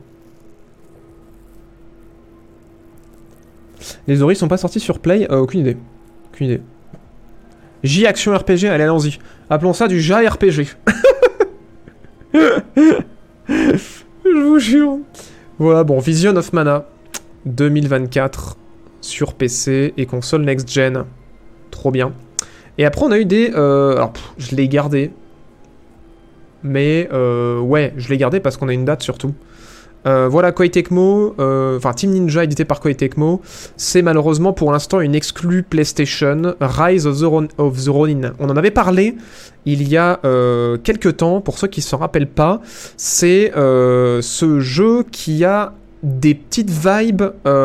Les Ori sont pas sortis sur Play, aucune idée. Aucune idée. J-Action RPG, allez, allons-y. Appelons ça du JRPG. Je vous jure. Voilà, bon, Vision of Mana 2024 sur PC et console next-gen. Trop bien. Et après, on a eu des... alors, je l'ai gardé. Mais, ouais, je l'ai gardé parce qu'on a une date surtout. Voilà, Koei Tecmo, enfin Team Ninja édité par Koei Tecmo, c'est malheureusement pour l'instant une exclue PlayStation, Rise of the Ronin. On en avait parlé il y a quelques temps, pour ceux qui ne s'en rappellent pas, c'est ce jeu qui a des petites vibes...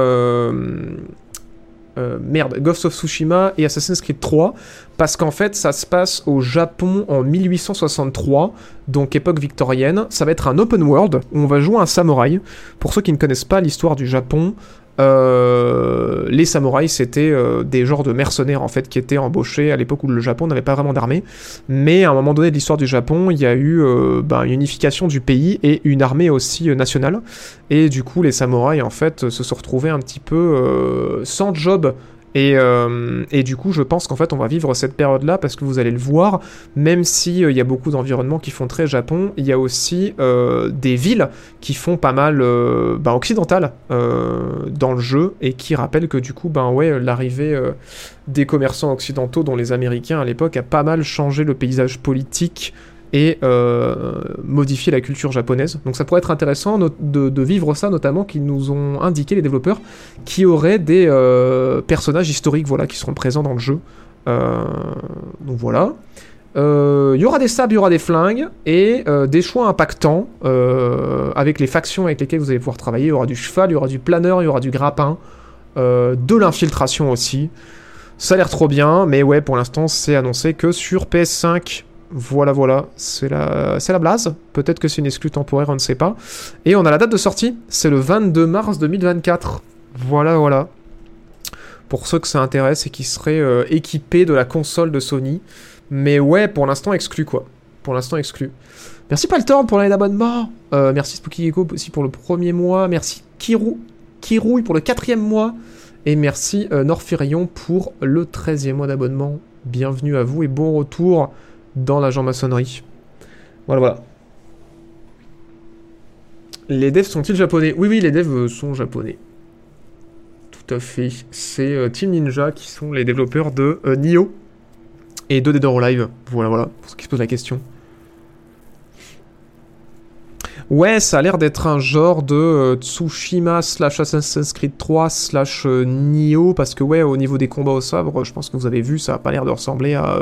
Ghost of Tsushima et Assassin's Creed 3, parce qu'en fait ça se passe au Japon en 1863, donc époque victorienne. Ça va être un open world où on va jouer un samouraï. Pour ceux qui ne connaissent pas l'histoire du Japon, les samouraïs c'était des genres de mercenaires en fait qui étaient embauchés à l'époque où le Japon n'avait pas vraiment d'armée, mais à un moment donné de l'histoire du Japon il y a eu une unification du pays et une armée aussi nationale, et du coup les samouraïs en fait se sont retrouvés un petit peu sans job. Et du coup, je pense qu'en fait, on va vivre cette période-là parce que vous allez le voir, même si il y a beaucoup d'environnements qui font très Japon, il y a aussi des villes qui font pas mal occidentales dans le jeu et qui rappellent que du coup, l'arrivée des commerçants occidentaux, dont les Américains à l'époque, a pas mal changé le paysage politique et modifier la culture japonaise. Donc ça pourrait être intéressant de vivre ça, notamment qu'ils nous ont indiqué, les développeurs, qui auraient des personnages historiques qui seront présents dans le jeu. Donc voilà. Il y aura des sabres, il y aura des flingues, et des choix impactants, avec les factions avec lesquelles vous allez pouvoir travailler. Il y aura du cheval, il y aura du planeur, il y aura du grappin, de l'infiltration aussi. Ça a l'air trop bien, mais ouais, pour l'instant, c'est annoncé que sur PS5... Voilà, c'est la blase. Peut-être que c'est une exclue temporaire, on ne sait pas. Et on a la date de sortie, c'est le 22 mars 2024. Voilà. Pour ceux que ça intéresse et qui seraient équipés de la console de Sony. Mais ouais, pour l'instant exclu, quoi. Pour l'instant exclu. Merci Paltorn pour l'année d'abonnement. Merci Spooky Gecko aussi pour le premier mois. Merci Kirouille pour le 4e mois. Et merci Norfirion pour le 13e mois d'abonnement. Bienvenue à vous et bon retour dans l'agent maçonnerie. Voilà. Les devs sont-ils japonais ? Oui, les devs sont japonais. Tout à fait. C'est Team Ninja qui sont les développeurs de Nioh et de Dead or Alive. Voilà, pour ceux qui se posent la question. Ouais, ça a l'air d'être un genre de Tsushima / Assassin's Creed 3 / Nioh, parce que ouais, au niveau des combats au sabre, je pense que vous avez vu, ça a pas l'air de ressembler à...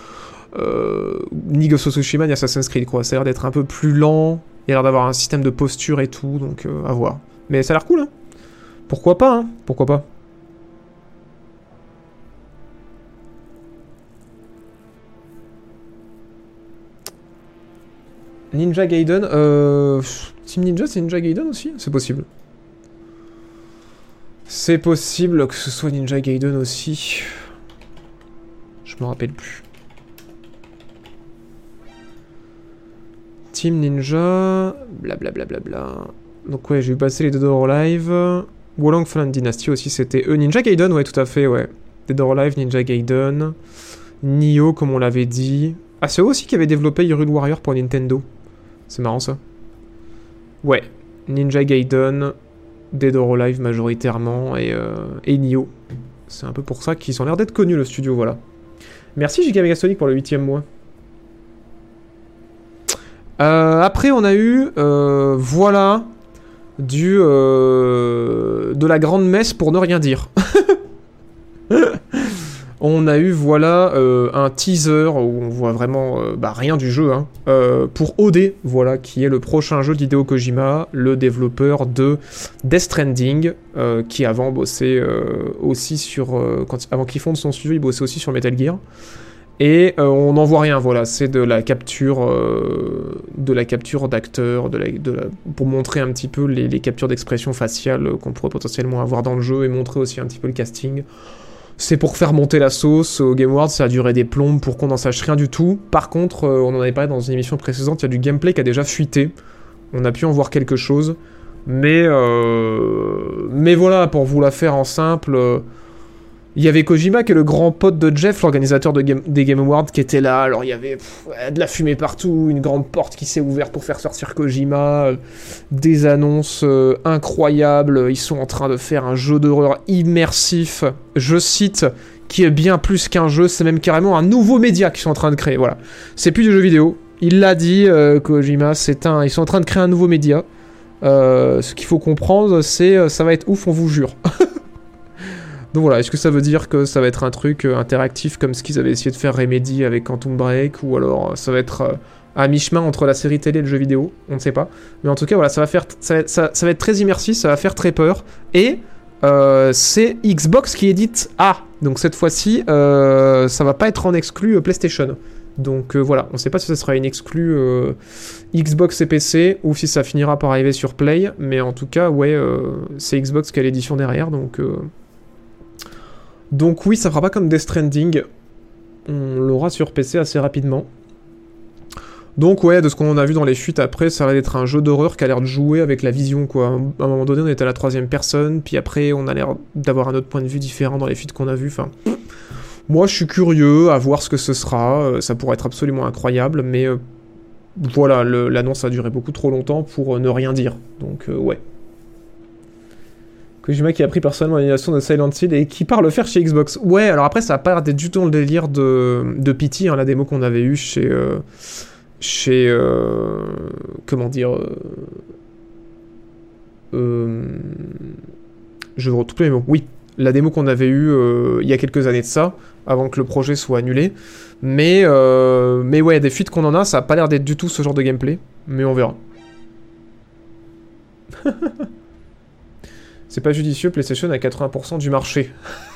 ni Ghost of Tsushima ni Assassin's Creed, quoi. Ça a l'air d'être un peu plus lent, il a l'air d'avoir un système de posture et tout, donc à voir. Mais ça a l'air cool, hein. Pourquoi pas. Ninja Gaiden, Team Ninja, c'est Ninja Gaiden aussi ? C'est possible. C'est possible que ce soit Ninja Gaiden aussi. Je me rappelle plus. Team Ninja, blablabla. Donc ouais, j'ai vu passer les Dead or Alive. Wolong Fallen Dynasty aussi, c'était eux. Ninja Gaiden, ouais, tout à fait, ouais. Dead or Alive, Ninja Gaiden. Nioh, comme on l'avait dit. Ah, c'est eux aussi qui avaient développé Hyrule Warrior pour Nintendo. C'est marrant, ça. Ouais, Ninja Gaiden, Dead or Alive majoritairement, et Nioh. C'est un peu pour ça qu'ils ont l'air d'être connus, le studio, voilà. Merci Giga Megasonic pour le 8e mois. Après, on a eu, voilà, de la grande messe pour ne rien dire. On a eu, voilà, un teaser où on voit vraiment rien du jeu, hein, pour OD, voilà, qui est le prochain jeu d'Hideo Kojima, le développeur de Death Stranding, qui avant bossait aussi sur... avant qu'il fonde son studio, il bossait aussi sur Metal Gear. Et on n'en voit rien, voilà, c'est de la capture d'acteurs, pour montrer un petit peu les captures d'expression faciale qu'on pourrait potentiellement avoir dans le jeu et montrer aussi un petit peu le casting. C'est pour faire monter la sauce au Game Awards, ça a duré des plombes pour qu'on n'en sache rien du tout. Par contre, on en avait parlé dans une émission précédente, il y a du gameplay qui a déjà fuité. On a pu en voir quelque chose. Mais voilà, pour vous la faire en simple... il y avait Kojima qui est le grand pote de Jeff, l'organisateur des Game Awards, qui était là. Alors il y avait de la fumée partout, une grande porte qui s'est ouverte pour faire sortir Kojima, des annonces incroyables. Ils sont en train de faire un jeu d'horreur immersif, je cite, qui est bien plus qu'un jeu, c'est même carrément un nouveau média qu'ils sont en train de créer. Voilà, c'est plus du jeu vidéo. Il l'a dit, Kojima, ils sont en train de créer un nouveau média. Ce qu'il faut comprendre, c'est ça va être ouf, on vous jure. Donc voilà, est-ce que ça veut dire que ça va être un truc interactif comme ce qu'ils avaient essayé de faire Remedy avec Quantum Break, ou alors ça va être à mi-chemin entre la série télé et le jeu vidéo, on ne sait pas. Mais en tout cas, voilà, ça va être très immersif, ça va faire très peur, et c'est Xbox qui édite A. Donc cette fois-ci, ça va pas être en exclu PlayStation. Donc voilà, on ne sait pas si ça sera une exclu Xbox et PC, ou si ça finira par arriver sur Play, mais en tout cas, ouais, c'est Xbox qui a l'édition derrière, donc oui, ça fera pas comme Death Stranding. On l'aura sur PC assez rapidement. Donc ouais, de ce qu'on a vu dans les fuites après, ça va être un jeu d'horreur qui a l'air de jouer avec la vision, quoi. À un moment donné, on était à la 3e personne, puis après, on a l'air d'avoir un autre point de vue différent dans les fuites qu'on a vues. Enfin, moi, je suis curieux à voir ce que ce sera. Ça pourrait être absolument incroyable, mais voilà, l'annonce a duré beaucoup trop longtemps pour ne rien dire. Donc ouais. Kojima qui a pris personnellement l'animation de Silent Hill et qui part le faire chez Xbox. Ouais, alors après, ça a pas l'air d'être du tout dans le délire de Pity, hein, la démo qu'on avait eue chez comment dire... je retrouve plus les mots. Oui, la démo qu'on avait eue il y a quelques années de ça, avant que le projet soit annulé. Mais ouais, des fuites qu'on en a, ça a pas l'air d'être du tout ce genre de gameplay. Mais on verra. C'est pas judicieux, PlayStation a 80% du marché.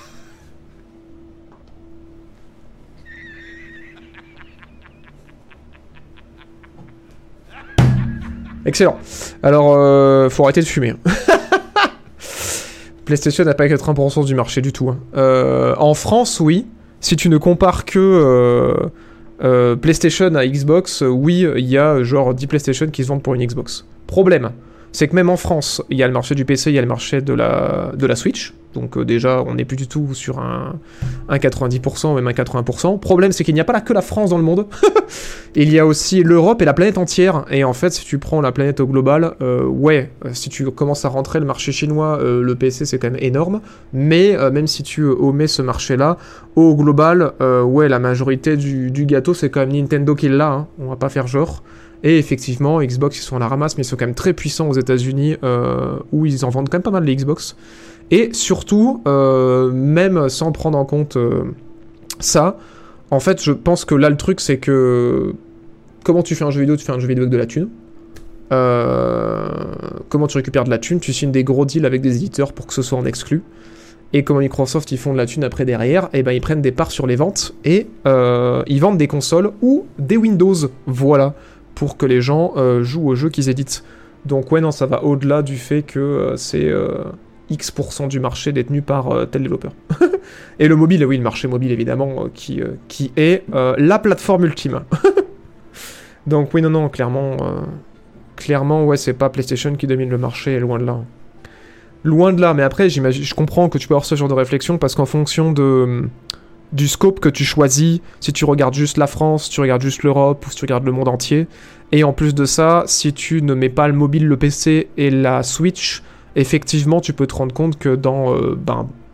Excellent. Alors, faut arrêter de fumer. PlayStation n'a pas 80% du marché du tout. Hein. En France, oui. Si tu ne compares que PlayStation à Xbox, oui, il y a genre 10 PlayStation qui se vendent pour une Xbox. Problème. C'est que même en France, il y a le marché du PC, il y a le marché de la Switch. Donc déjà, on n'est plus du tout sur un 90%, même un 80%. Problème, c'est qu'il n'y a pas que la France dans le monde. Il y a aussi l'Europe et la planète entière. Et en fait, si tu prends la planète au global, ouais, si tu commences à rentrer le marché chinois, le PC, c'est quand même énorme. Mais même si tu omets ce marché-là, au global, ouais, la majorité du gâteau, c'est quand même Nintendo qui l'a. Hein. On va pas faire genre. Et effectivement, Xbox, ils sont à la ramasse, mais ils sont quand même très puissants aux États-Unis, où ils en vendent quand même pas mal les Xbox. Et surtout, même sans prendre en compte ça, en fait, je pense que là, le truc, c'est que... Comment tu fais un jeu vidéo? Tu fais un jeu vidéo avec de la thune. Comment tu récupères de la thune? Tu signes des gros deals avec des éditeurs pour que ce soit en exclu. Et comment Microsoft, ils font de la thune après derrière, et ben ils prennent des parts sur les ventes, et ils vendent des consoles ou des Windows, voilà, pour que les gens jouent aux jeux qu'ils éditent. Donc ouais, non, ça va au-delà du fait que c'est X% du marché détenu par tel développeur. Et le mobile, oui, le marché mobile, évidemment, qui est la plateforme ultime. Donc oui, non, clairement, ouais, c'est pas PlayStation qui domine le marché, loin de là. Loin de là, mais après, je comprends que tu peux avoir ce genre de réflexion, parce qu'en fonction du scope que tu choisis, si tu regardes juste la France, si tu regardes juste l'Europe, ou si tu regardes le monde entier, et en plus de ça, si tu ne mets pas le mobile, le PC et la Switch, effectivement, tu peux te rendre compte que dans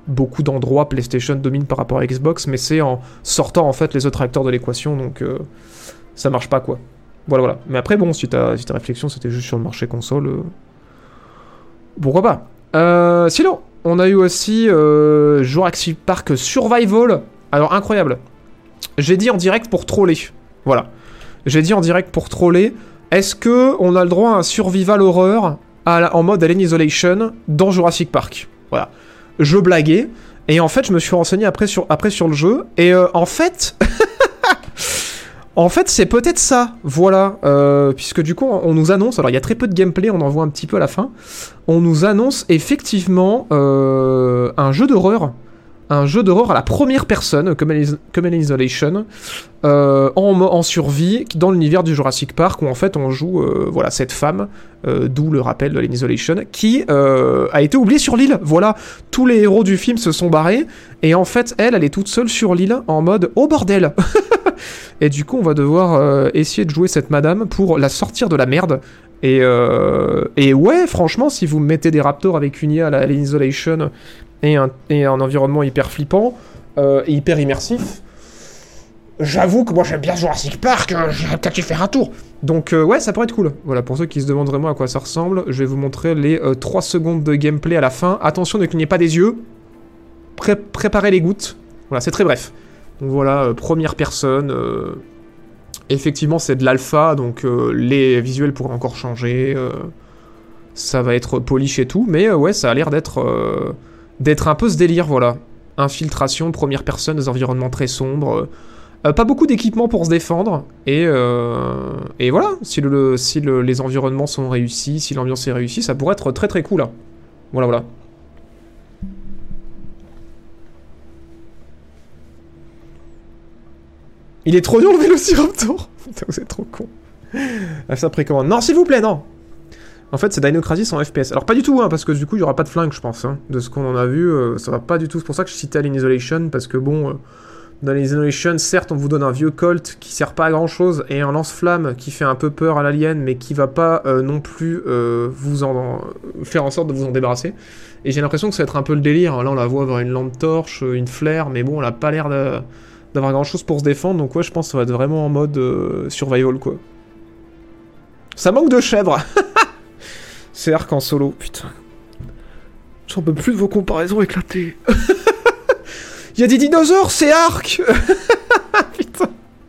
beaucoup d'endroits PlayStation domine par rapport à Xbox, mais c'est en sortant en fait les autres acteurs de l'équation, donc ça marche pas quoi. Voilà. Mais après bon, si ta réflexion c'était juste sur le marché console, pourquoi pas. Sinon, on a eu aussi Jurassic Park Survival. Alors incroyable. J'ai dit en direct pour troller. Voilà. J'ai dit en direct pour troller. Est-ce que on a le droit à un survival horreur en mode Alien Isolation dans Jurassic Park? Voilà. Je blaguais. Et en fait, je me suis renseigné après sur le jeu. Et en fait... en fait, c'est peut-être ça. Voilà. Puisque du coup, on nous annonce... Alors, il y a très peu de gameplay, on en voit un petit peu à la fin. On nous annonce effectivement un jeu d'horreur. Un jeu d'horreur à la première personne, comme Alien Isolation, en survie, dans l'univers du Jurassic Park, où en fait on joue voilà, cette femme, d'où le rappel de Alien Isolation, qui a été oubliée sur l'île. Voilà, tous les héros du film se sont barrés, et en fait elle est toute seule sur l'île, en mode « Oh bordel !» Et du coup on va devoir essayer de jouer cette madame pour la sortir de la merde. Et ouais, franchement, si vous mettez des raptors avec une IA à la Alien Isolation et un environnement hyper flippant et hyper immersif, j'avoue que moi j'aime bien Jurassic Park, j'irais peut-être y faire un tour. Donc ouais, ça pourrait être cool. Voilà, pour ceux qui se demandent vraiment à quoi ça ressemble, je vais vous montrer les 3 secondes de gameplay à la fin. Attention, ne clignez pas des yeux. Préparez les gouttes. Voilà, c'est très bref. Donc voilà, première personne... Effectivement, c'est de l'alpha, donc les visuels pourraient encore changer. Ça va être polish et tout, mais ouais, ça a l'air d'être un peu ce délire, voilà. Infiltration, première personne, des environnements très sombres. Pas beaucoup d'équipements pour se défendre. Et voilà, si les environnements sont réussis, si l'ambiance est réussie, ça pourrait être très très cool. Hein. Voilà. Il est trop dur le Vélociraptor. Putain, vous êtes trop con. Ça précommande. Non, s'il vous plaît, non. En fait, c'est Dino Crisis en FPS. Alors, pas du tout, hein, parce que du coup, il n'y aura pas de flingue, je pense. Hein. De ce qu'on en a vu, ça va pas du tout. C'est pour ça que je citais Alien Isolation, parce que bon, dans Alien Isolation, certes, on vous donne un vieux Colt qui sert pas à grand chose, et un lance-flamme qui fait un peu peur à l'alien, mais qui va pas non plus faire en sorte de vous en débarrasser. Et j'ai l'impression que ça va être un peu le délire. Là, on la voit avoir une lampe torche, une flaire, mais bon, elle a pas l'air d'avoir grand chose pour se défendre, donc ouais, je pense que ça va être vraiment en mode survival, quoi. Ça manque de chèvre. C'est Ark en solo, putain. J'en peux plus de vos comparaisons éclatées. Il y a des dinosaures, c'est Ark. Putain.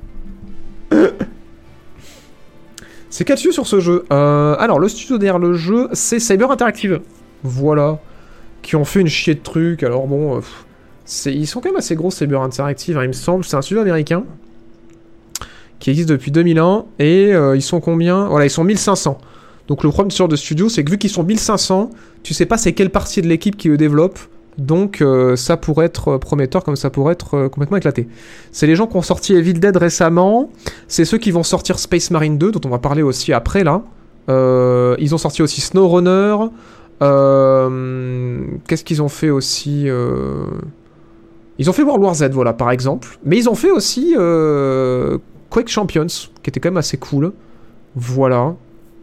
C'est 4 yeux sur ce jeu. Alors, le studio derrière le jeu, c'est Cyber Interactive. Voilà. Qui ont fait une chier de trucs, alors bon... ils sont quand même assez gros, Cyber Interactive, hein, il me semble. C'est un studio américain qui existe depuis 2001 et ils sont combien? Voilà, ils sont 1500. Donc le problème de ce genre de studio, c'est que vu qu'ils sont 1500, tu sais pas c'est quelle partie de l'équipe qui le développe. Donc ça pourrait être prometteur comme ça pourrait être complètement éclaté. C'est les gens qui ont sorti Evil Dead récemment. C'est ceux qui vont sortir Space Marine 2, dont on va parler aussi après là. Ils ont sorti aussi SnowRunner. Qu'est-ce qu'ils ont fait aussi Ils ont fait World War Z, voilà, par exemple. Mais ils ont fait aussi Quake Champions, qui était quand même assez cool. Voilà.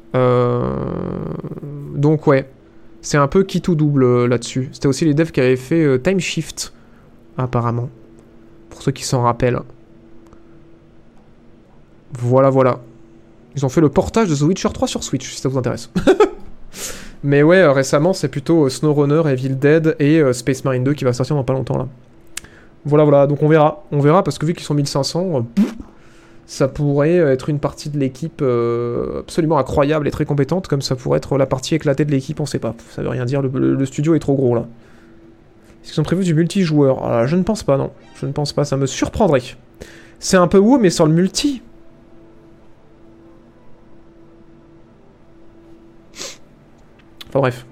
Donc, ouais. C'est un peu qui tout double là-dessus. C'était aussi les devs qui avaient fait Time Shift, apparemment. Pour ceux qui s'en rappellent. Voilà. Ils ont fait le portage de The Witcher 3 sur Switch, si ça vous intéresse. Mais ouais, récemment, c'est plutôt SnowRunner, Evil Dead et Space Marine 2 qui va sortir dans pas longtemps, là. Voilà, donc on verra. On verra, parce que vu qu'ils sont 1500, ça pourrait être une partie de l'équipe absolument incroyable et très compétente, comme ça pourrait être la partie éclatée de l'équipe, on sait pas. Ça veut rien dire, le studio est trop gros, là. Est-ce qu'ils ont prévu du multijoueur? Alors, je ne pense pas, non. Je ne pense pas, ça me surprendrait. C'est un peu WoW, mais sur le multi. Enfin bref.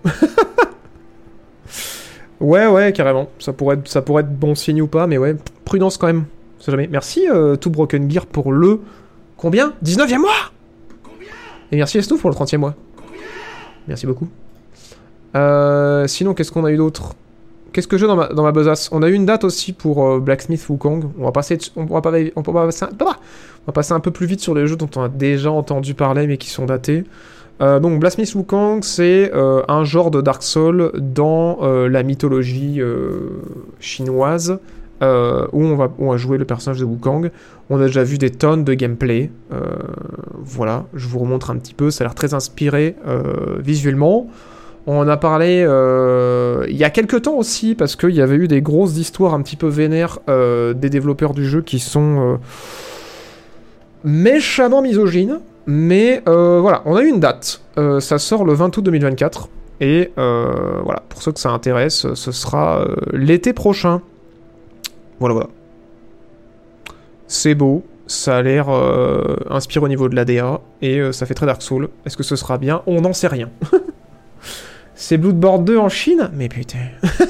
Ouais, carrément. Ça pourrait être bon signe ou pas, mais ouais, prudence quand même. On sait jamais. Merci Tout Broken Gear pour le... Combien? 19e mois. Et merci Estouff pour le 30e mois. Merci beaucoup. Sinon, qu'est-ce qu'on a eu d'autre? Qu'est-ce que j'ai dans ma besace? On a eu une date aussi pour Blacksmith Wukong. On va passer un peu plus vite sur les jeux dont on a déjà entendu parler, mais qui sont datés. Donc Blasphemous Wukong, c'est un genre de Dark Souls dans la mythologie chinoise, où on va jouer le personnage de Wukong. On a déjà vu des tonnes de gameplay. Voilà, je vous remontre un petit peu, ça a l'air très inspiré visuellement. On en a parlé il y a quelques temps aussi, parce qu'il y avait eu des grosses histoires un petit peu vénères des développeurs du jeu qui sont méchamment misogynes. Mais voilà, on a eu une date. Ça sort le 20 août 2024. Et voilà, pour ceux que ça intéresse, ce sera l'été prochain. Voilà. C'est beau, ça a l'air inspiré au niveau de l'ADA, et ça fait très Dark Souls. Est-ce que ce sera bien? On n'en sait rien. C'est Bloodborne 2 en Chine? Mais putain.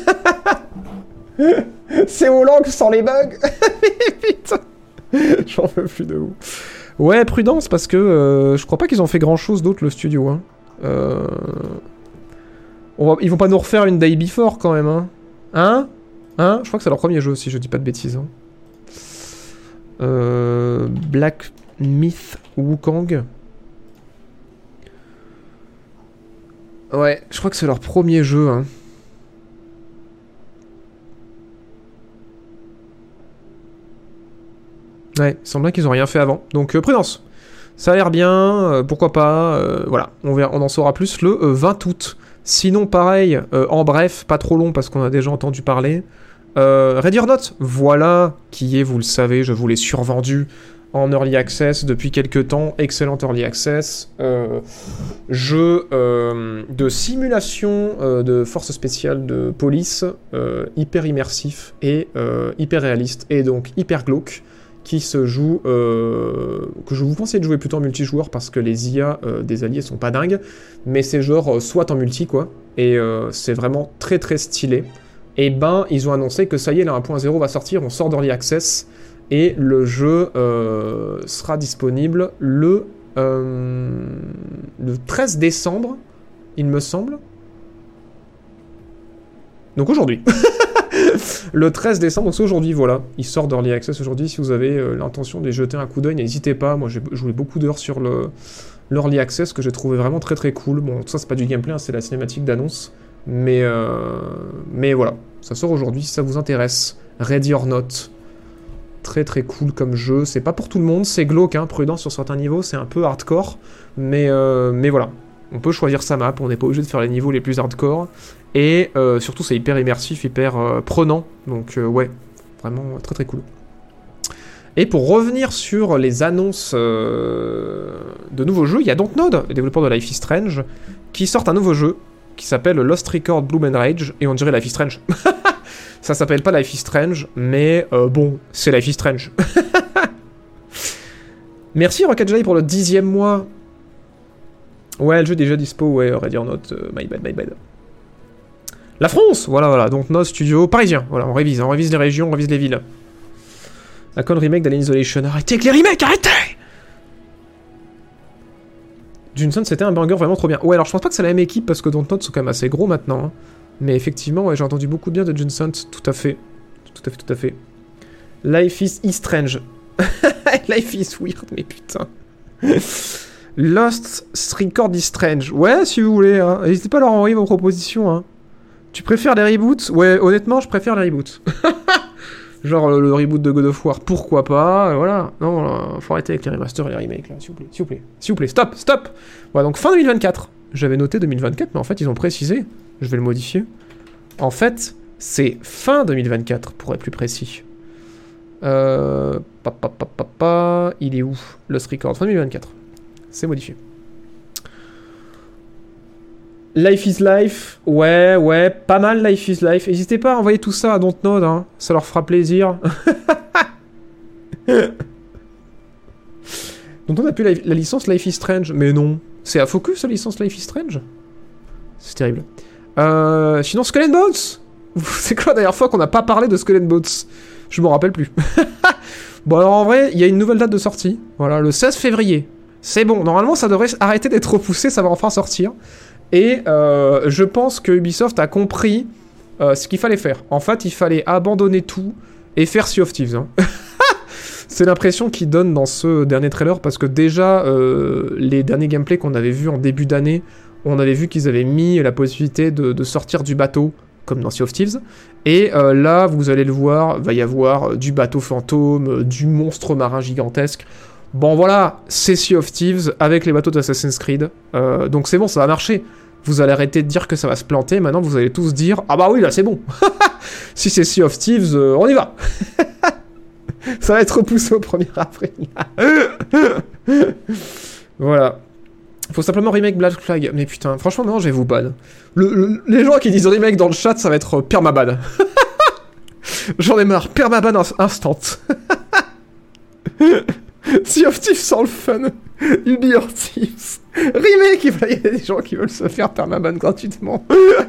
C'est Hollande sans les bugs. Putain. J'en veux plus de vous. Ouais, prudence, parce que je crois pas qu'ils ont fait grand-chose d'autre, le studio. Hein. Ils vont pas nous refaire une Day Before, quand même. Hein? Je crois que c'est leur premier jeu, si je dis pas de bêtises. Hein. Black Myth Wukong. Ouais, je crois que c'est leur premier jeu. Hein. Ouais, il semble bien qu'ils ont rien fait avant. Donc prudence. Ça a l'air bien, pourquoi pas. Voilà, on en saura plus le 20 août. Sinon, pareil, en bref, pas trop long parce qu'on a déjà entendu parler. Ready or Not, voilà qui est, vous le savez, je vous l'ai survendu en Early Access depuis quelques temps. Excellent Early Access. Jeu de simulation de force spéciale de police, hyper immersif et hyper réaliste, et donc hyper glauque, qui se joue, que je vous conseille de jouer plutôt en multijoueur parce que les IA des alliés sont pas dingues, mais c'est genre soit en multi quoi, et c'est vraiment très très stylé. Et ben ils ont annoncé que ça y est, la 1.0 va sortir, on sort d'Early Access, et le jeu sera disponible le 13 décembre, il me semble. Donc aujourd'hui. Le 13 décembre, donc c'est aujourd'hui, voilà. Il sort d'Early Access aujourd'hui. Si vous avez l'intention de jeter un coup d'œil, n'hésitez pas. Moi, j'ai joué beaucoup d'heures sur l'Early Access, que j'ai trouvé vraiment très très cool. Bon, tout ça, c'est pas du gameplay, hein, c'est la cinématique d'annonce. Mais voilà, ça sort aujourd'hui si ça vous intéresse. Ready or Not. Très très cool comme jeu. C'est pas pour tout le monde, c'est glauque, hein, prudent sur certains niveaux, c'est un peu hardcore. Mais voilà. On peut choisir sa map, on n'est pas obligé de faire les niveaux les plus hardcore. Et surtout, c'est hyper immersif, hyper prenant. Donc ouais, vraiment très très cool. Et pour revenir sur les annonces de nouveaux jeux, il y a Dontnod, les développeurs de Life is Strange, qui sortent un nouveau jeu qui s'appelle Lost Record Bloom and Rage. Et on dirait Life is Strange. Ça s'appelle pas Life is Strange, mais bon, c'est Life is Strange. Merci Rocket Jay pour le 10e mois. Ouais, le jeu est déjà dispo, ouais, Ready or Not, my bad. La France, voilà, donc nos studios parisiens, voilà, on révise les régions, on révise les villes. Un con remake d'Alien Isolation, arrêtez avec les remakes, arrêtez! Junson, c'était un banger vraiment trop bien. Ouais, alors je pense pas que c'est la même équipe, parce que Dontnod sont quand même assez gros maintenant, hein. Mais effectivement, ouais, j'ai entendu beaucoup de bien de Junson, tout à fait. Life is strange. Life is weird, mais putain. Lost Record is Strange. Ouais, si vous voulez, hein. N'hésitez pas à leur envoyer vos propositions, hein. Tu préfères les reboots? Ouais, honnêtement, je préfère les reboots. Genre le reboot de God of War, pourquoi pas, voilà. Non, faut arrêter avec les remasters et les remakes, là, s'il vous plaît, stop. Voilà, donc fin 2024. J'avais noté 2024, mais en fait, ils ont précisé. Je vais le modifier. En fait, c'est fin 2024, pour être plus précis. Il est où? Lost Record, fin 2024. C'est modifié. Life is Life, ouais, pas mal Life is Life. N'hésitez pas à envoyer tout ça à Dontnod, hein, ça leur fera plaisir. Dontnod a plus la licence Life is Strange, mais non. C'est à Focus la licence Life is Strange? C'est terrible. Sinon, Skull and Bones. C'est quoi la dernière fois qu'on n'a pas parlé de Skull and Bones? Je m'en rappelle plus. Bon, alors en vrai, il y a une nouvelle date de sortie. Voilà, le 16 février. C'est bon, normalement ça devrait arrêter d'être repoussé, ça va enfin sortir. Et je pense que Ubisoft a compris ce qu'il fallait faire. En fait, il fallait abandonner tout et faire Sea of Thieves. Hein. C'est l'impression qu'ils donnent dans ce dernier trailer, parce que déjà, les derniers gameplays qu'on avait vus en début d'année, on avait vu qu'ils avaient mis la possibilité de sortir du bateau, comme dans Sea of Thieves, et là, vous allez le voir, va y avoir du bateau fantôme, du monstre marin gigantesque. Bon voilà, c'est Sea of Thieves avec les bateaux d'Assassin's Creed, donc c'est bon, ça va marcher. Vous allez arrêter de dire que ça va se planter, maintenant vous allez tous dire « Ah bah oui, là c'est bon. Si c'est Sea of Thieves, on y va. » Ça va être repoussé au 1er avril. Voilà. Faut simplement remake Black Flag. Mais putain, franchement, non, je vais vous ban. Les gens qui disent remake dans le chat, ça va être permaban. J'en ai marre. Permaban instant. Sea of Thieves sans le fun. Ubi or Thieves. Remake, il y a des gens qui veulent se faire permaban gratuitement.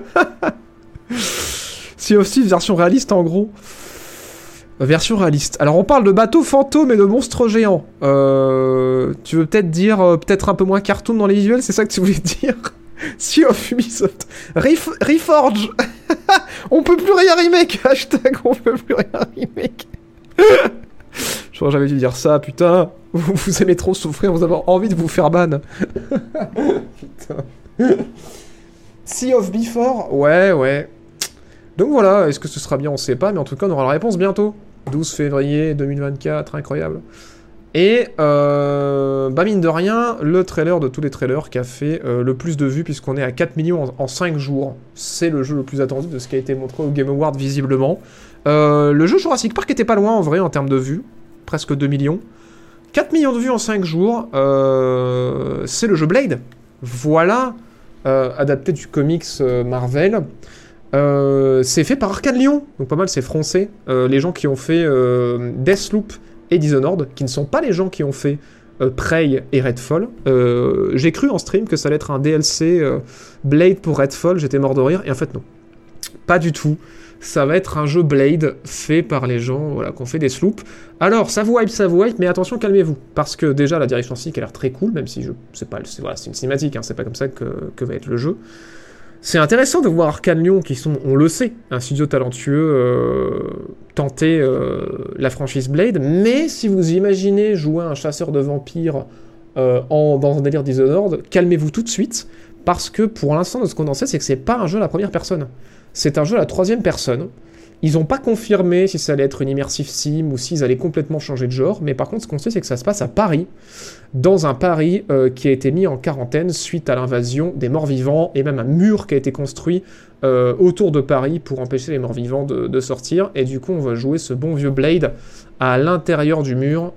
Sea of Thieves version réaliste, en gros. Version réaliste. Alors on parle de bateaux fantômes et de monstres géants. Tu veux peut-être dire peut-être un peu moins cartoon dans les visuels, c'est ça que tu voulais dire? Sea of Ubisoft. Reforge. On peut plus rien remake. Hashtag on peut plus rien remake. J'aurais jamais dû dire ça, putain. Vous aimez trop souffrir, vous avez envie de vous faire ban. Putain. Sea of Before. Ouais. Donc voilà, est-ce que ce sera bien, on sait pas, mais en tout cas on aura la réponse bientôt. 12 février 2024, incroyable. Et mine de rien, le trailer de tous les trailers qui a fait le plus de vues, puisqu'on est à 4 millions en 5 jours. C'est le jeu le plus attendu de ce qui a été montré au Game Awards visiblement. Le jeu Jurassic Park était pas loin en vrai en termes de vues, presque 2 millions. 4 millions de vues en 5 jours, c'est le jeu Blade. Voilà, adapté du comics Marvel. C'est fait par Arkane Lyon, donc pas mal, c'est français. Les gens qui ont fait Deathloop et Dishonored, qui ne sont pas les gens qui ont fait Prey et Redfall. J'ai cru en stream que ça allait être un DLC Blade pour Redfall, j'étais mort de rire, et en fait non. Pas du tout. Ça va être un jeu Blade fait par les gens qui ont fait Deathloop. Alors, ça vous hype, mais attention, calmez-vous. Parce que déjà, la direction artistique a l'air très cool, même si c'est une cinématique, hein, c'est pas comme ça que va être le jeu. C'est intéressant de voir Arkane Lyon, qui sont, on le sait, un studio talentueux, tenter la franchise Blade, mais si vous imaginez jouer un chasseur de vampires dans un délire Dishonored, calmez-vous tout de suite, parce que pour l'instant, de ce qu'on en sait, c'est que c'est pas un jeu à la première personne. C'est un jeu à la troisième personne. Ils n'ont pas confirmé si ça allait être une immersive sim ou s'ils allaient complètement changer de genre, mais par contre, ce qu'on sait, c'est que ça se passe à Paris, dans un Paris qui a été mis en quarantaine suite à l'invasion des morts-vivants, et même un mur qui a été construit autour de Paris pour empêcher les morts-vivants de sortir, et du coup, on va jouer ce bon vieux Blade à l'intérieur du mur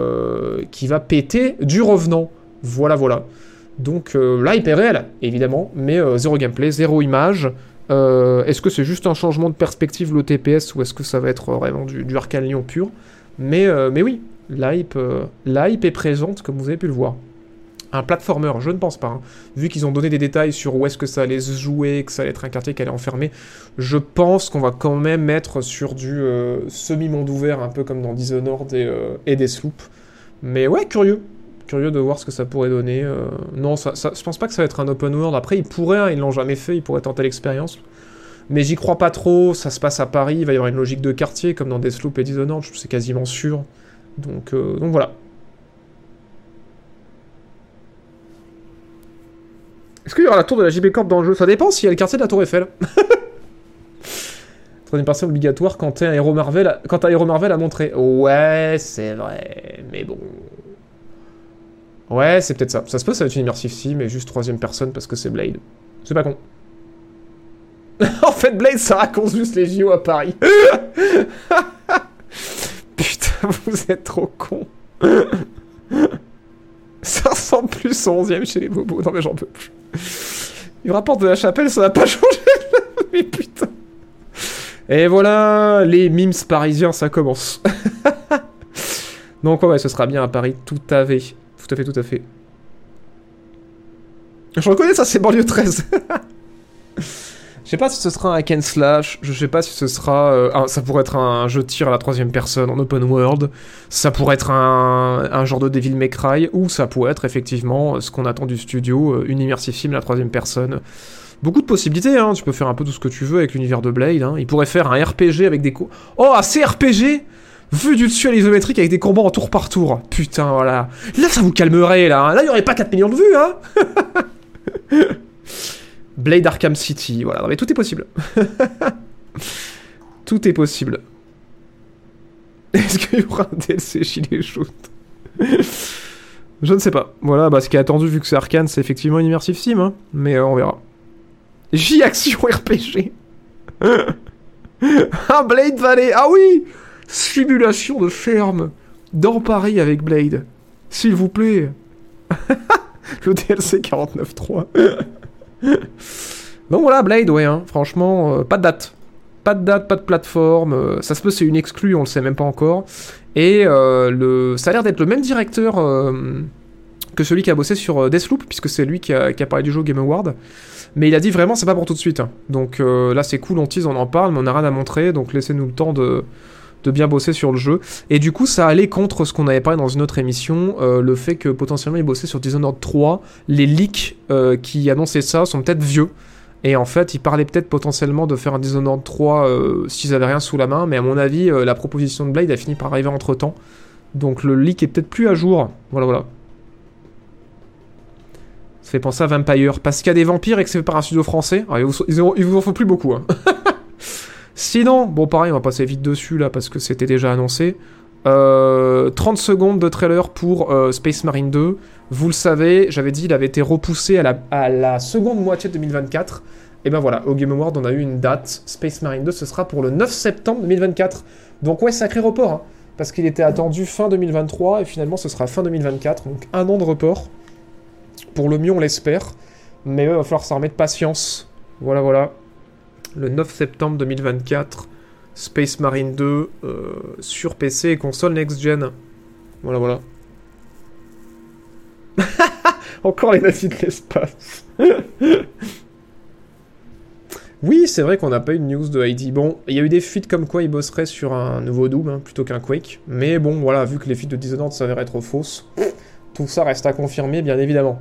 qui va péter du revenant. Voilà. Donc, l'hype est réel, évidemment, mais zéro gameplay, zéro image. Est-ce que c'est juste un changement de perspective, le TPS, ou est-ce que ça va être vraiment du Arkane Lyon pur? Mais oui, l'hype est présente, comme vous avez pu le voir. Un platformer, je ne pense pas. Hein. Vu qu'ils ont donné des détails sur où est-ce que ça allait se jouer, que ça allait être un quartier qui allait enfermer, je pense qu'on va quand même être sur du semi-monde ouvert, un peu comme dans Dishonored et Deathloop. Mais ouais, curieux de voir ce que ça pourrait donner. Non, je pense pas que ça va être un open world. Après, ils pourraient, hein, ils l'ont jamais fait, ils pourraient tenter l'expérience. Mais j'y crois pas trop, ça se passe à Paris, il va y avoir une logique de quartier, comme dans Deathloop et Dishonored, c'est quasiment sûr. Donc voilà. Est-ce qu'il y aura la tour de la JB Corp dans le jeu? Ça dépend s'il y a le quartier de la Tour Eiffel. Troisième personne obligatoire quand un héros Marvel a montré. Ouais, c'est vrai, mais bon... Ouais, c'est peut-être ça. Ça se peut, ça va être une immersive sim, mais juste troisième personne parce que c'est Blade. C'est pas con. En fait, Blade, ça raconte juste les JO à Paris. Putain, vous êtes trop cons. Ça ressemble plus au 11ème chez les bobos. Non mais j'en peux plus. Le rapport de la chapelle, ça n'a pas changé. Mais putain. Et voilà, les memes parisiens, ça commence. Donc ouais, ce sera bien à Paris, tout à fait. Tout à fait. Je reconnais ça, c'est banlieue 13. Je sais pas si ce sera un hack and slash, je sais pas si ce sera... ça pourrait être un jeu de tir à la troisième personne en open world, ça pourrait être un genre de Devil May Cry, ou ça pourrait être effectivement ce qu'on attend du studio, une immersive film à la troisième personne. Beaucoup de possibilités, hein, tu peux faire un peu tout ce que tu veux avec l'univers de Blade, hein. Il pourrait faire un RPG avec des... Oh, un CRPG! Vu du dessus à l'isométrique avec des combats en tour par tour. Putain, voilà. Là, ça vous calmerait, là. Là, il y aurait pas 4 millions de vues, hein. Blade Arkham City, voilà. Non, mais tout est possible. Tout est possible. Est-ce qu'il y aura un DLC Gilet jaune? Je ne sais pas. Voilà, bah, ce qui est attendu, vu que c'est Arkane, c'est effectivement une immersive sim, hein. Mais on verra. J-Action RPG. Un Blade Valley. Ah oui! Simulation de ferme. Dans Paris avec Blade. S'il vous plaît. Le DLC 49.3. Donc voilà, Blade, ouais, hein. Franchement, pas de date. Pas de date, pas de plateforme. Ça se peut, c'est une exclue, on le sait même pas encore. Et ça a l'air d'être le même directeur que celui qui a bossé sur Deathloop, puisque c'est lui qui a parlé du jeu au Game Award. Mais il a dit vraiment, c'est pas pour tout de suite. Hein. Donc là, c'est cool, on tease, on en parle, mais on n'a rien à montrer, donc laissez-nous le temps de bien bosser sur le jeu. Et du coup, ça allait contre ce qu'on avait parlé dans une autre émission, le fait que potentiellement il bossait sur Dishonored 3. Les leaks qui annonçaient ça sont peut-être vieux. Et en fait, ils parlaient peut-être potentiellement de faire un Dishonored 3 s'ils avaient rien sous la main. Mais à mon avis, la proposition de Blade a fini par arriver entre-temps. Donc le leak est peut-être plus à jour. Voilà. Ça fait penser à Vampire. Parce qu'il y a des vampires et que c'est fait par un studio français. Alors, il vous en faut plus beaucoup. Hein. Sinon, bon pareil, on va passer vite dessus là parce que c'était déjà annoncé. 30 secondes de trailer pour Space Marine 2. Vous le savez, j'avais dit, il avait été repoussé à la seconde moitié de 2024. Et ben voilà, au Game Award, on a eu une date. Space Marine 2, ce sera pour le 9 septembre 2024. Donc ouais, sacré report, hein, parce qu'il était attendu fin 2023 et finalement ce sera fin 2024. Donc 1 an de report. Pour le mieux, on l'espère. Mais il va falloir s'en remettre patience. Voilà. Le 9 septembre 2024, Space Marine 2 sur PC et console next-gen. Voilà. Encore les nazis de l'espace. Oui, c'est vrai qu'on n'a pas eu de news de Heidi. Bon, il y a eu des fuites comme quoi il bosserait sur un nouveau Doom hein, plutôt qu'un Quake. Mais bon, voilà, vu que les fuites de Dishonored s'avèrent être fausses, tout ça reste à confirmer, bien évidemment.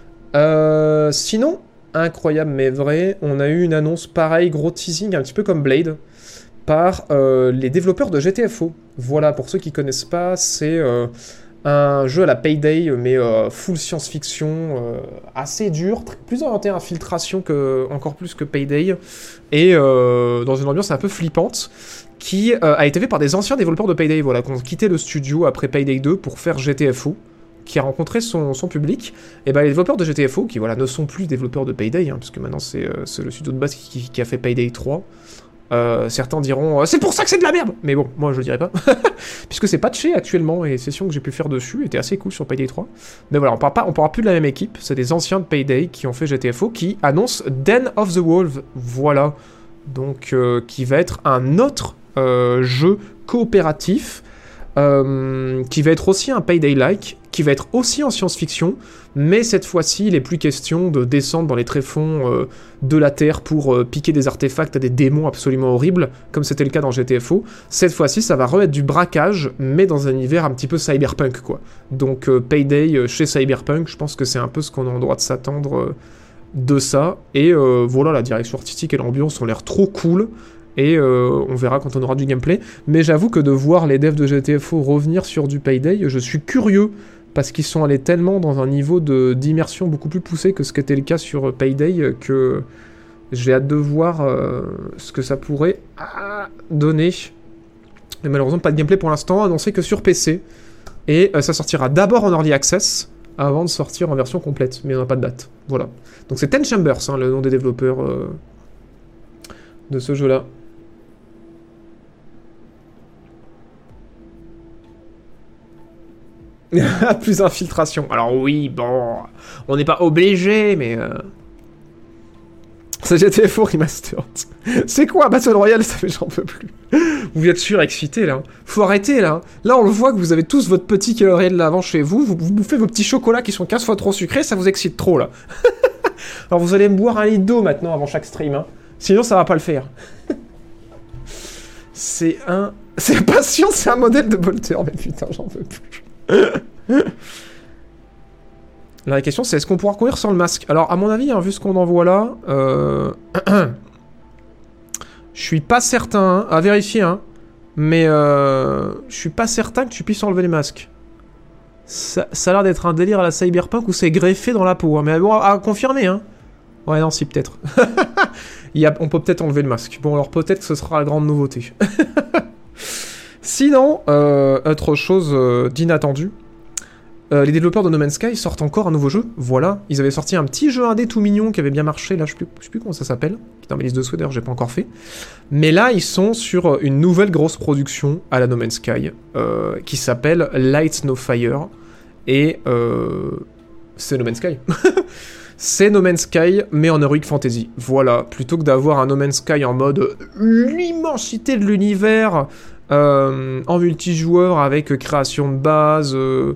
Sinon, incroyable mais vrai, on a eu une annonce pareil, gros teasing, un petit peu comme Blade, par les développeurs de GTFO. Voilà, pour ceux qui connaissent pas, c'est un jeu à la Payday, mais full science-fiction, assez dur, plus orienté à infiltration encore plus que Payday, et dans une ambiance un peu flippante, qui a été fait par des anciens développeurs de Payday, voilà, qui ont quitté le studio après Payday 2 pour faire GTFO, qui a rencontré son public. Et ben les développeurs de GTFO, qui voilà, ne sont plus développeurs de Payday, hein, parce que maintenant c'est le studio de base qui a fait Payday 3. Certains diront c'est pour ça que c'est de la merde, mais bon, moi je le dirais pas, puisque c'est patché actuellement et les sessions que j'ai pu faire dessus étaient assez cool sur Payday 3. Mais voilà, on parle plus de la même équipe, c'est des anciens de Payday qui ont fait GTFO qui annoncent Den of the Wolf, voilà, donc qui va être un autre jeu coopératif, qui va être aussi un Payday-like, qui va être aussi en science-fiction, mais cette fois-ci, il n'est plus question de descendre dans les tréfonds de la Terre pour piquer des artefacts à des démons absolument horribles, comme c'était le cas dans GTFO. Cette fois-ci, ça va re-être du braquage, mais dans un univers un petit peu cyberpunk, quoi. Donc Payday chez Cyberpunk, je pense que c'est un peu ce qu'on a en droit de s'attendre de ça. Et voilà, la direction artistique et l'ambiance ont l'air trop cool. Et on verra quand on aura du gameplay. Mais j'avoue que de voir les devs de GTFO revenir sur du Payday, je suis curieux, parce qu'ils sont allés tellement dans un niveau d'immersion beaucoup plus poussé que ce qu'était le cas sur Payday, que j'ai hâte de voir ce que ça pourrait donner. Mais malheureusement, pas de gameplay pour l'instant, annoncé que sur PC. Et ça sortira d'abord en Early Access, avant de sortir en version complète. Mais on n'a pas de date. Voilà. Donc c'est Ten Chambers, hein, le nom des développeurs de ce jeu-là. Plus infiltration. Alors oui, bon, on n'est pas obligé, mais c'est GTFO Remastered. C'est quoi Battle Royale? Ça fait j'en peux plus. Vous êtes surexcité là. Faut arrêter là. Là on le voit que vous avez tous votre petit calorier de l'avant chez vous. Vous bouffez vos petits chocolats qui sont 15 fois trop sucrés, ça vous excite trop là. Alors vous allez me boire un litre d'eau maintenant avant chaque stream, hein. Sinon ça va pas le faire. C'est patient, c'est un modèle de Bolter, mais putain j'en peux plus. La question c'est est-ce qu'on pourra courir sans le masque? Alors à mon avis, hein, vu ce qu'on en voit là, je suis pas certain, hein, à vérifier, hein, mais je suis pas certain que tu puisses enlever les masques. Ça a l'air d'être un délire à la Cyberpunk où c'est greffé dans la peau, hein. Mais bon, à confirmer, hein. Ouais, non, si, peut-être. On peut peut-être enlever le masque. Bon, alors peut-être que ce sera la grande nouveauté. Sinon, autre chose d'inattendu. Les développeurs de No Man's Sky sortent encore un nouveau jeu. Voilà, ils avaient sorti un petit jeu indé tout mignon qui avait bien marché. Là, je sais plus comment ça s'appelle. Qui est dans ma liste de souhaits, d'ailleurs, j'ai pas encore fait. Mais là, ils sont sur une nouvelle grosse production à la No Man's Sky qui s'appelle Light No Fire. Et c'est No Man's Sky. C'est No Man's Sky, mais en Heroic Fantasy. Voilà, plutôt que d'avoir un No Man's Sky en mode l'immensité de l'univers, en multijoueur avec création de base,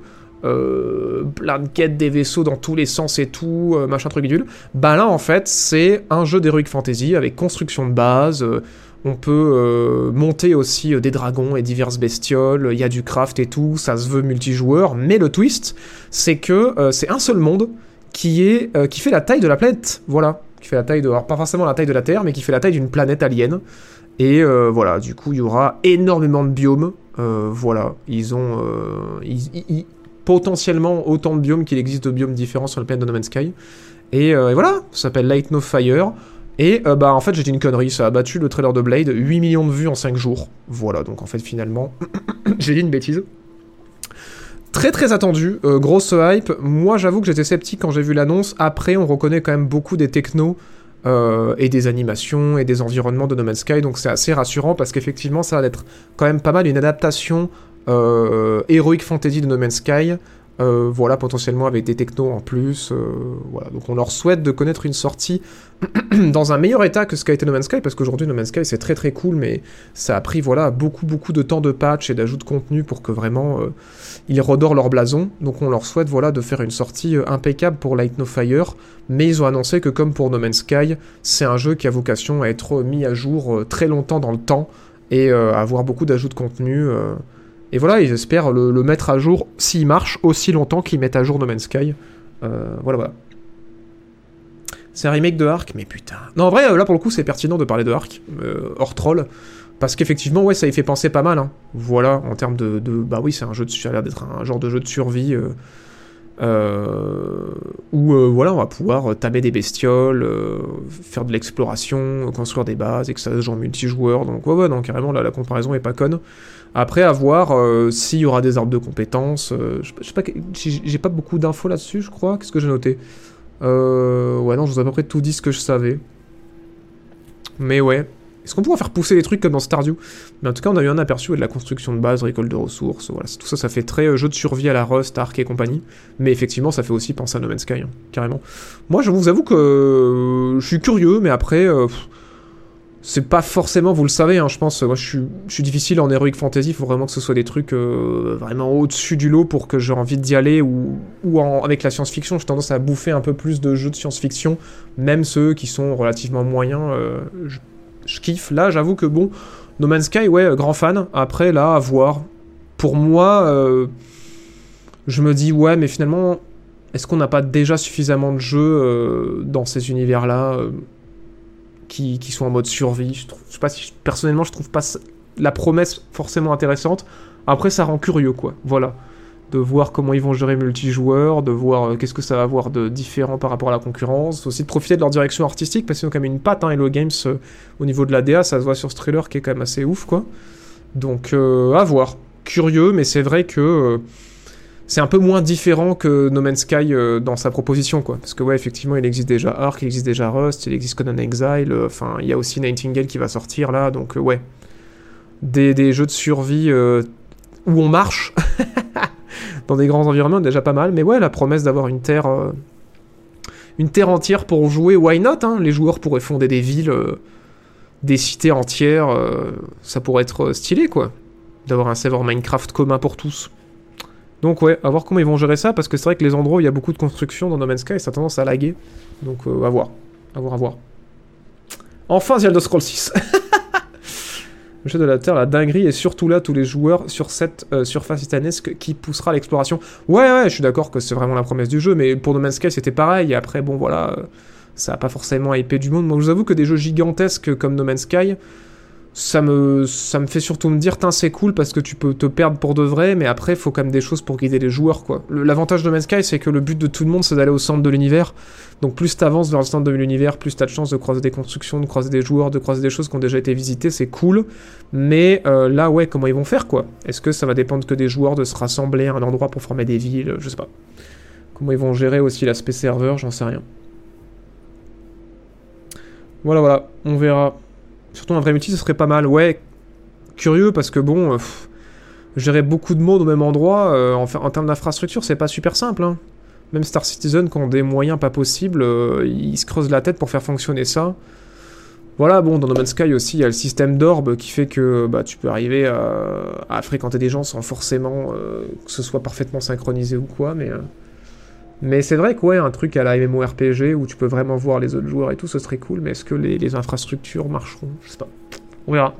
plein de quêtes des vaisseaux dans tous les sens et tout, machin truc bidule. Bah là, en fait, c'est un jeu d'Heroic Fantasy avec construction de base. On peut monter aussi des dragons et diverses bestioles, il y a du craft et tout, ça se veut multijoueur, mais le twist, c'est que c'est un seul monde qui fait la taille de la planète, voilà, qui fait la taille de, alors pas forcément la taille de la Terre, mais qui fait la taille d'une planète alien, et voilà, du coup il y aura énormément de biomes, voilà, ils ont potentiellement autant de biomes qu'il existe de biomes différents sur la planète de No Man's Sky, et voilà, ça s'appelle Light No Fire. Et bah en fait j'ai dit une connerie, ça a battu le trailer de Blade, 8 millions de vues en 5 jours. Voilà, donc en fait finalement, j'ai dit une bêtise. Très très attendu, grosse hype. Moi j'avoue que j'étais sceptique quand j'ai vu l'annonce. Après on reconnaît quand même beaucoup des technos et des animations et des environnements de No Man's Sky. Donc c'est assez rassurant parce qu'effectivement ça va être quand même pas mal une adaptation Heroic Fantasy de No Man's Sky. Voilà, potentiellement avec des technos en plus, voilà, donc on leur souhaite de connaître une sortie dans un meilleur état que ce qu'a été No Man's Sky, parce qu'aujourd'hui No Man's Sky c'est très très cool, mais ça a pris voilà beaucoup de temps de patch et d'ajout de contenu pour que vraiment ils redorent leur blason, donc on leur souhaite voilà de faire une sortie impeccable pour Light No Fire, mais ils ont annoncé que comme pour No Man's Sky, c'est un jeu qui a vocation à être mis à jour très longtemps dans le temps, et avoir beaucoup d'ajouts de contenu, et voilà, ils espèrent le mettre à jour, s'il marche, aussi longtemps qu'ils mettent à jour No Man's Sky. Voilà. C'est un remake de Ark, mais putain... Non, en vrai, là, pour le coup, c'est pertinent de parler de Ark, hors troll, parce qu'effectivement, ouais, ça y fait penser pas mal, hein. Voilà, en termes de... Bah oui, c'est un jeu ça a l'air d'être un genre de jeu de survie, où, voilà, on va pouvoir tamer des bestioles, faire de l'exploration, construire des bases, et que ça se joue en multijoueur, donc ouais, non, carrément, là, la comparaison est pas conne. Après, à voir s'il y aura des arbres de compétences. Je sais pas, j'ai pas beaucoup d'infos là-dessus, je crois. Qu'est-ce que j'ai noté ouais, non, je vous ai à peu près tout dit ce que je savais. Mais ouais. Est-ce qu'on pourra faire pousser des trucs comme dans Stardew ? Mais en tout cas, on a eu un aperçu de la construction de base, récolte de ressources. Voilà, tout ça, ça fait très jeu de survie à la Rust, Ark et compagnie. Mais effectivement, ça fait aussi penser à No Man's Sky, hein, carrément. Moi, je vous avoue que je suis curieux, mais après... c'est pas forcément, vous le savez, hein, je pense, moi je suis difficile en Heroic Fantasy, il faut vraiment que ce soit des trucs vraiment au-dessus du lot pour que j'ai envie d'y aller, ou avec la science-fiction, j'ai tendance à bouffer un peu plus de jeux de science-fiction, même ceux qui sont relativement moyens, je kiffe. Là, j'avoue que bon, No Man's Sky, ouais, grand fan, après là, à voir. Pour moi, je me dis, ouais, mais finalement, est-ce qu'on n'a pas déjà suffisamment de jeux dans ces univers-là qui sont en mode survie. Je sais pas si personnellement je trouve pas la promesse forcément intéressante. Après ça rend curieux quoi, voilà. De voir comment ils vont gérer multijoueur, de voir qu'est-ce que ça va avoir de différent par rapport à la concurrence, aussi de profiter de leur direction artistique parce qu'ils ont quand même une patte, hein, Hello Games au niveau de la DA, ça se voit sur ce trailer qui est quand même assez ouf quoi. Donc à voir. Curieux, mais c'est vrai que c'est un peu moins différent que No Man's Sky dans sa proposition, quoi. Parce que, ouais, effectivement, il existe déjà Ark, il existe déjà Rust, il existe Conan Exile, enfin, il y a aussi Nightingale qui va sortir, là, donc, ouais. Des jeux de survie où on marche, dans des grands environnements, déjà pas mal, mais ouais, la promesse d'avoir une terre entière pour jouer, why not, hein. Les joueurs pourraient fonder des villes, des cités entières, ça pourrait être stylé, quoi. D'avoir un serveur Minecraft commun pour tous. Donc ouais, à voir comment ils vont gérer ça, parce que c'est vrai que les endroits où il y a beaucoup de construction dans No Man's Sky, ça a tendance à laguer. Donc à voir. Enfin, The Elder Scrolls 6. Le jeu de la Terre, la dinguerie, et surtout là, tous les joueurs sur cette surface titanesque qui poussera l'exploration. Ouais, je suis d'accord que c'est vraiment la promesse du jeu, mais pour No Man's Sky, c'était pareil. Et après, bon, voilà, ça a pas forcément hypé du monde. Moi, je vous avoue que des jeux gigantesques comme No Man's Sky, ça me fait surtout me dire, c'est cool parce que tu peux te perdre pour de vrai, mais après, il faut quand même des choses pour guider les joueurs, quoi. L'avantage de No Man's Sky, c'est que le but de tout le monde, c'est d'aller au centre de l'univers. Donc plus t'avances vers le centre de l'univers, plus t'as de chances de croiser des constructions, de croiser des joueurs, de croiser des choses qui ont déjà été visitées, c'est cool. Mais là, ouais, comment ils vont faire, quoi? Est-ce que ça va dépendre que des joueurs de se rassembler à un endroit pour former des villes? Je sais pas. Comment ils vont gérer aussi l'aspect serveur, j'en sais rien. Voilà, on verra. Surtout un vrai multi, ce serait pas mal. Ouais, curieux parce que bon, gérer beaucoup de monde au même endroit, en termes d'infrastructure, c'est pas super simple. Hein. Même Star Citizen, qui ont des moyens pas possibles, ils se creusent la tête pour faire fonctionner ça. Voilà, bon, dans No Man's Sky aussi, il y a le système d'orbe qui fait que tu peux arriver à fréquenter des gens sans forcément que ce soit parfaitement synchronisé ou quoi, mais c'est vrai que ouais, un truc à la MMORPG où tu peux vraiment voir les autres joueurs et tout, ce serait cool, mais est-ce que les infrastructures marcheront? Je sais pas. On verra.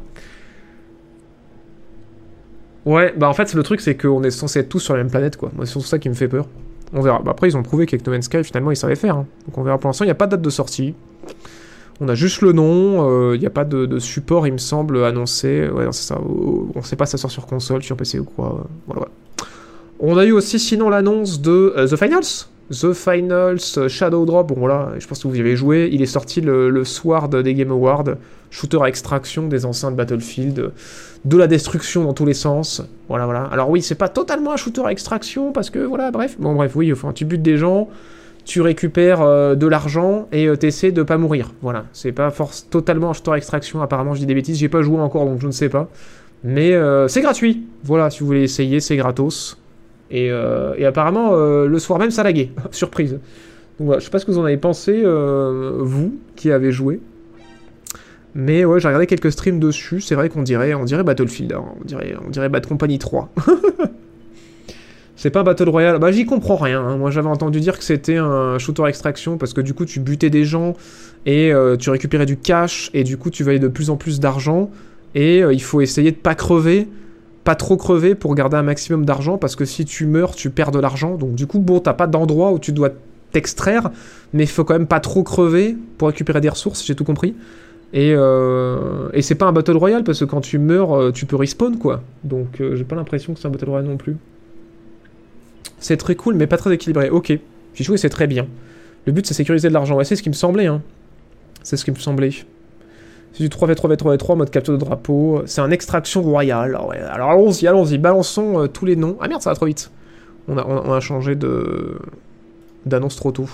Ouais, en fait, le truc, c'est qu'on est censé être tous sur la même planète, quoi. Moi, c'est surtout ça qui me fait peur. On verra. Après, ils ont prouvé qu'avec No Man's Sky, finalement, ils savaient faire. Hein. Donc on verra. Pour l'instant, il n'y a pas de date de sortie. On a juste le nom. Il n'y a pas de support, il me semble, annoncé. Ouais, non, c'est ça. On sait pas si ça sort sur console, sur PC ou quoi. Voilà. On a eu aussi sinon l'annonce de The Finals. The Finals Shadow Drop, bon voilà, je pense que vous y avez joué. Il est sorti le soir des Game Awards. Shooter à extraction des anciens de Battlefield. De la destruction dans tous les sens. Voilà. Alors oui, c'est pas totalement un shooter à extraction parce que voilà, bref. Bon bref, oui, enfin, tu butes des gens, tu récupères de l'argent et t'essaies de pas mourir. Voilà, c'est pas totalement un shooter à extraction. Apparemment, je dis des bêtises, j'ai pas joué encore donc je ne sais pas. Mais c'est gratuit. Voilà, si vous voulez essayer, c'est gratos. Et apparemment, le soir même, ça laguait. Surprise. Donc voilà, je sais pas ce que vous en avez pensé, vous, qui avez joué. Mais ouais, j'ai regardé quelques streams dessus. C'est vrai qu'on dirait Battlefield. Hein. On dirait Bad Company 3. C'est pas un Battle Royale. J'y comprends rien. Hein. Moi, j'avais entendu dire que c'était un shooter extraction parce que du coup, tu butais des gens et tu récupérais du cash et du coup, tu valais de plus en plus d'argent. Et il faut essayer de pas crever. Pas trop crever pour garder un maximum d'argent parce que si tu meurs, tu perds de l'argent. Donc du coup, bon, t'as pas d'endroit où tu dois t'extraire, mais il faut quand même pas trop crever pour récupérer des ressources, j'ai tout compris. Et c'est pas un Battle Royale parce que quand tu meurs, tu peux respawn, quoi. Donc j'ai pas l'impression que c'est un Battle Royale non plus. C'est très cool, mais pas très équilibré. Ok, j'ai joué, c'est très bien. Le but, c'est sécuriser de l'argent. Ouais, c'est ce qui me semblait, hein. C'est ce qui me semblait. C'est du 3v3v3v3, mode capture de drapeau. C'est un extraction royale. Alors allons-y, balançons tous les noms. Ah merde, ça va trop vite. On a changé d'annonce trop tôt.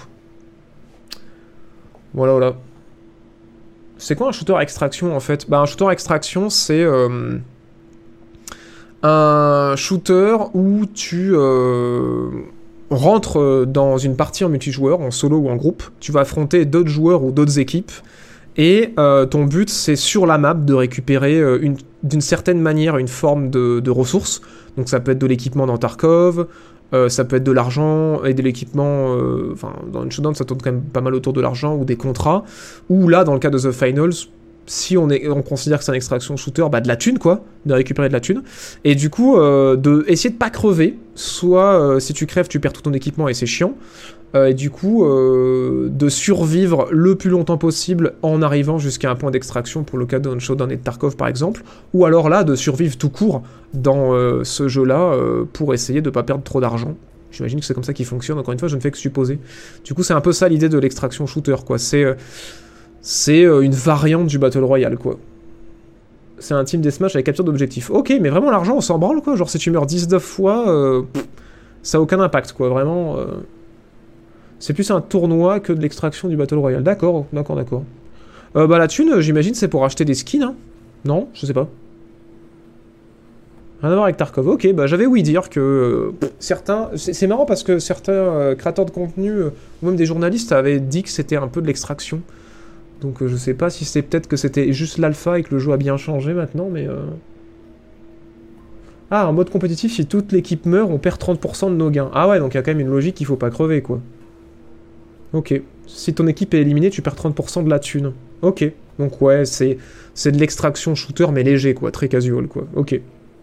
Voilà. C'est quoi un shooter à extraction en fait? Un shooter à extraction, c'est un shooter où tu rentres dans une partie en multijoueur, en solo ou en groupe. Tu vas affronter d'autres joueurs ou d'autres équipes. Et ton but, c'est sur la map de récupérer d'une certaine manière une forme de ressources. Donc ça peut être de l'équipement dans Tarkov, ça peut être de l'argent et de l'équipement... dans une showdown, ça tourne quand même pas mal autour de l'argent ou des contrats. Ou là, dans le cas de The Finals, si on considère que c'est un extraction shooter, de la thune, quoi, de récupérer de la thune. Et du coup, essayer de pas crever. Soit, si tu crèves, tu perds tout ton équipement et c'est chiant. Et du coup, de survivre le plus longtemps possible en arrivant jusqu'à un point d'extraction pour le cas d'un showdown et de Tarkov par exemple, ou alors là de survivre tout court dans ce jeu-là pour essayer de pas perdre trop d'argent. J'imagine que c'est comme ça qu'il fonctionne. Encore une fois, je ne fais que supposer. Du coup, c'est un peu ça l'idée de l'extraction shooter, quoi. C'est une variante du Battle Royale, quoi. C'est un team deathmatch avec capture d'objectifs. Ok, mais vraiment l'argent, on s'en branle, quoi. Genre si tu meurs 19 fois, ça a aucun impact, quoi. Vraiment... C'est plus un tournoi que de l'extraction du Battle Royale. D'accord. La thune, j'imagine, c'est pour acheter des skins, hein. Non, je sais pas. Rien à voir avec Tarkov. Ok, j'avais ouï dire que certains... C'est marrant parce que certains créateurs de contenu, ou même des journalistes, avaient dit que c'était un peu de l'extraction. Donc je sais pas si c'est peut-être que c'était juste l'alpha et que le jeu a bien changé maintenant, mais... Ah, en mode compétitif, si toute l'équipe meurt, on perd 30% de nos gains. Ah ouais, donc il y a quand même une logique qu'il faut pas crever, quoi. Ok. Si ton équipe est éliminée, tu perds 30% de la thune. Ok. Donc ouais, c'est de l'extraction shooter, mais léger, quoi. Très casual, quoi. Ok.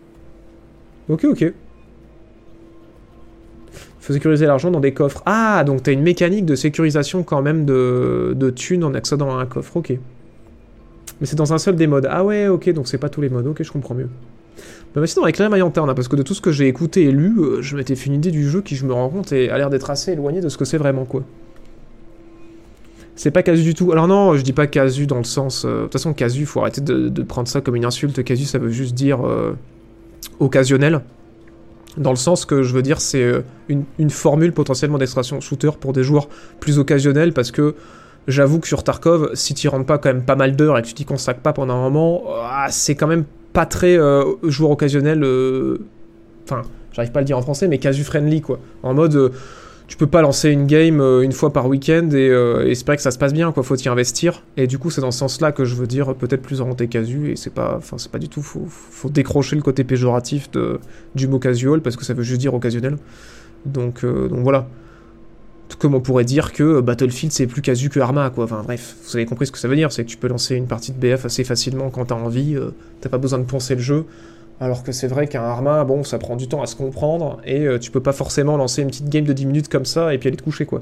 Faut sécuriser l'argent dans des coffres. Ah, donc t'as une mécanique de sécurisation quand même de thunes en accédant à un coffre. Ok. Mais c'est dans un seul des modes. Ah ouais, ok, donc c'est pas tous les modes. Ok, je comprends mieux. Bah sinon, avec Claire Lanterne, hein, parce que de tout ce que j'ai écouté et lu, je m'étais fait une idée du jeu qui, je me rends compte, a l'air d'être assez éloigné de ce que c'est vraiment, quoi. C'est pas casu du tout. Alors non, je dis pas casu dans le sens... de toute façon, casu, faut arrêter de prendre ça comme une insulte. Casu, ça veut juste dire occasionnel. Dans le sens que je veux dire, c'est une formule potentiellement d'extraction shooter pour des joueurs plus occasionnels, parce que j'avoue que sur Tarkov, si tu rentres pas quand même pas mal d'heures et que tu t'y consacres pas pendant un moment, c'est quand même pas très joueur occasionnel... Enfin, j'arrive pas à le dire en français, mais casu friendly, quoi. En mode... tu peux pas lancer une game une fois par week-end et espérer que ça se passe bien, quoi. Faut t'y investir. Et du coup, c'est dans ce sens-là que je veux dire peut-être plus orienté casu. Et c'est pas du tout. Faut décrocher le côté péjoratif du mot casual parce que ça veut juste dire occasionnel. Donc voilà. Tout comme on pourrait dire que Battlefield c'est plus casu que Arma, quoi. Enfin bref, vous avez compris ce que ça veut dire. C'est que tu peux lancer une partie de BF assez facilement quand t'as envie. T'as pas besoin de poncer le jeu. Alors que c'est vrai qu'un Arma, bon, ça prend du temps à se comprendre, et tu peux pas forcément lancer une petite game de 10 minutes comme ça, et puis aller te coucher, quoi.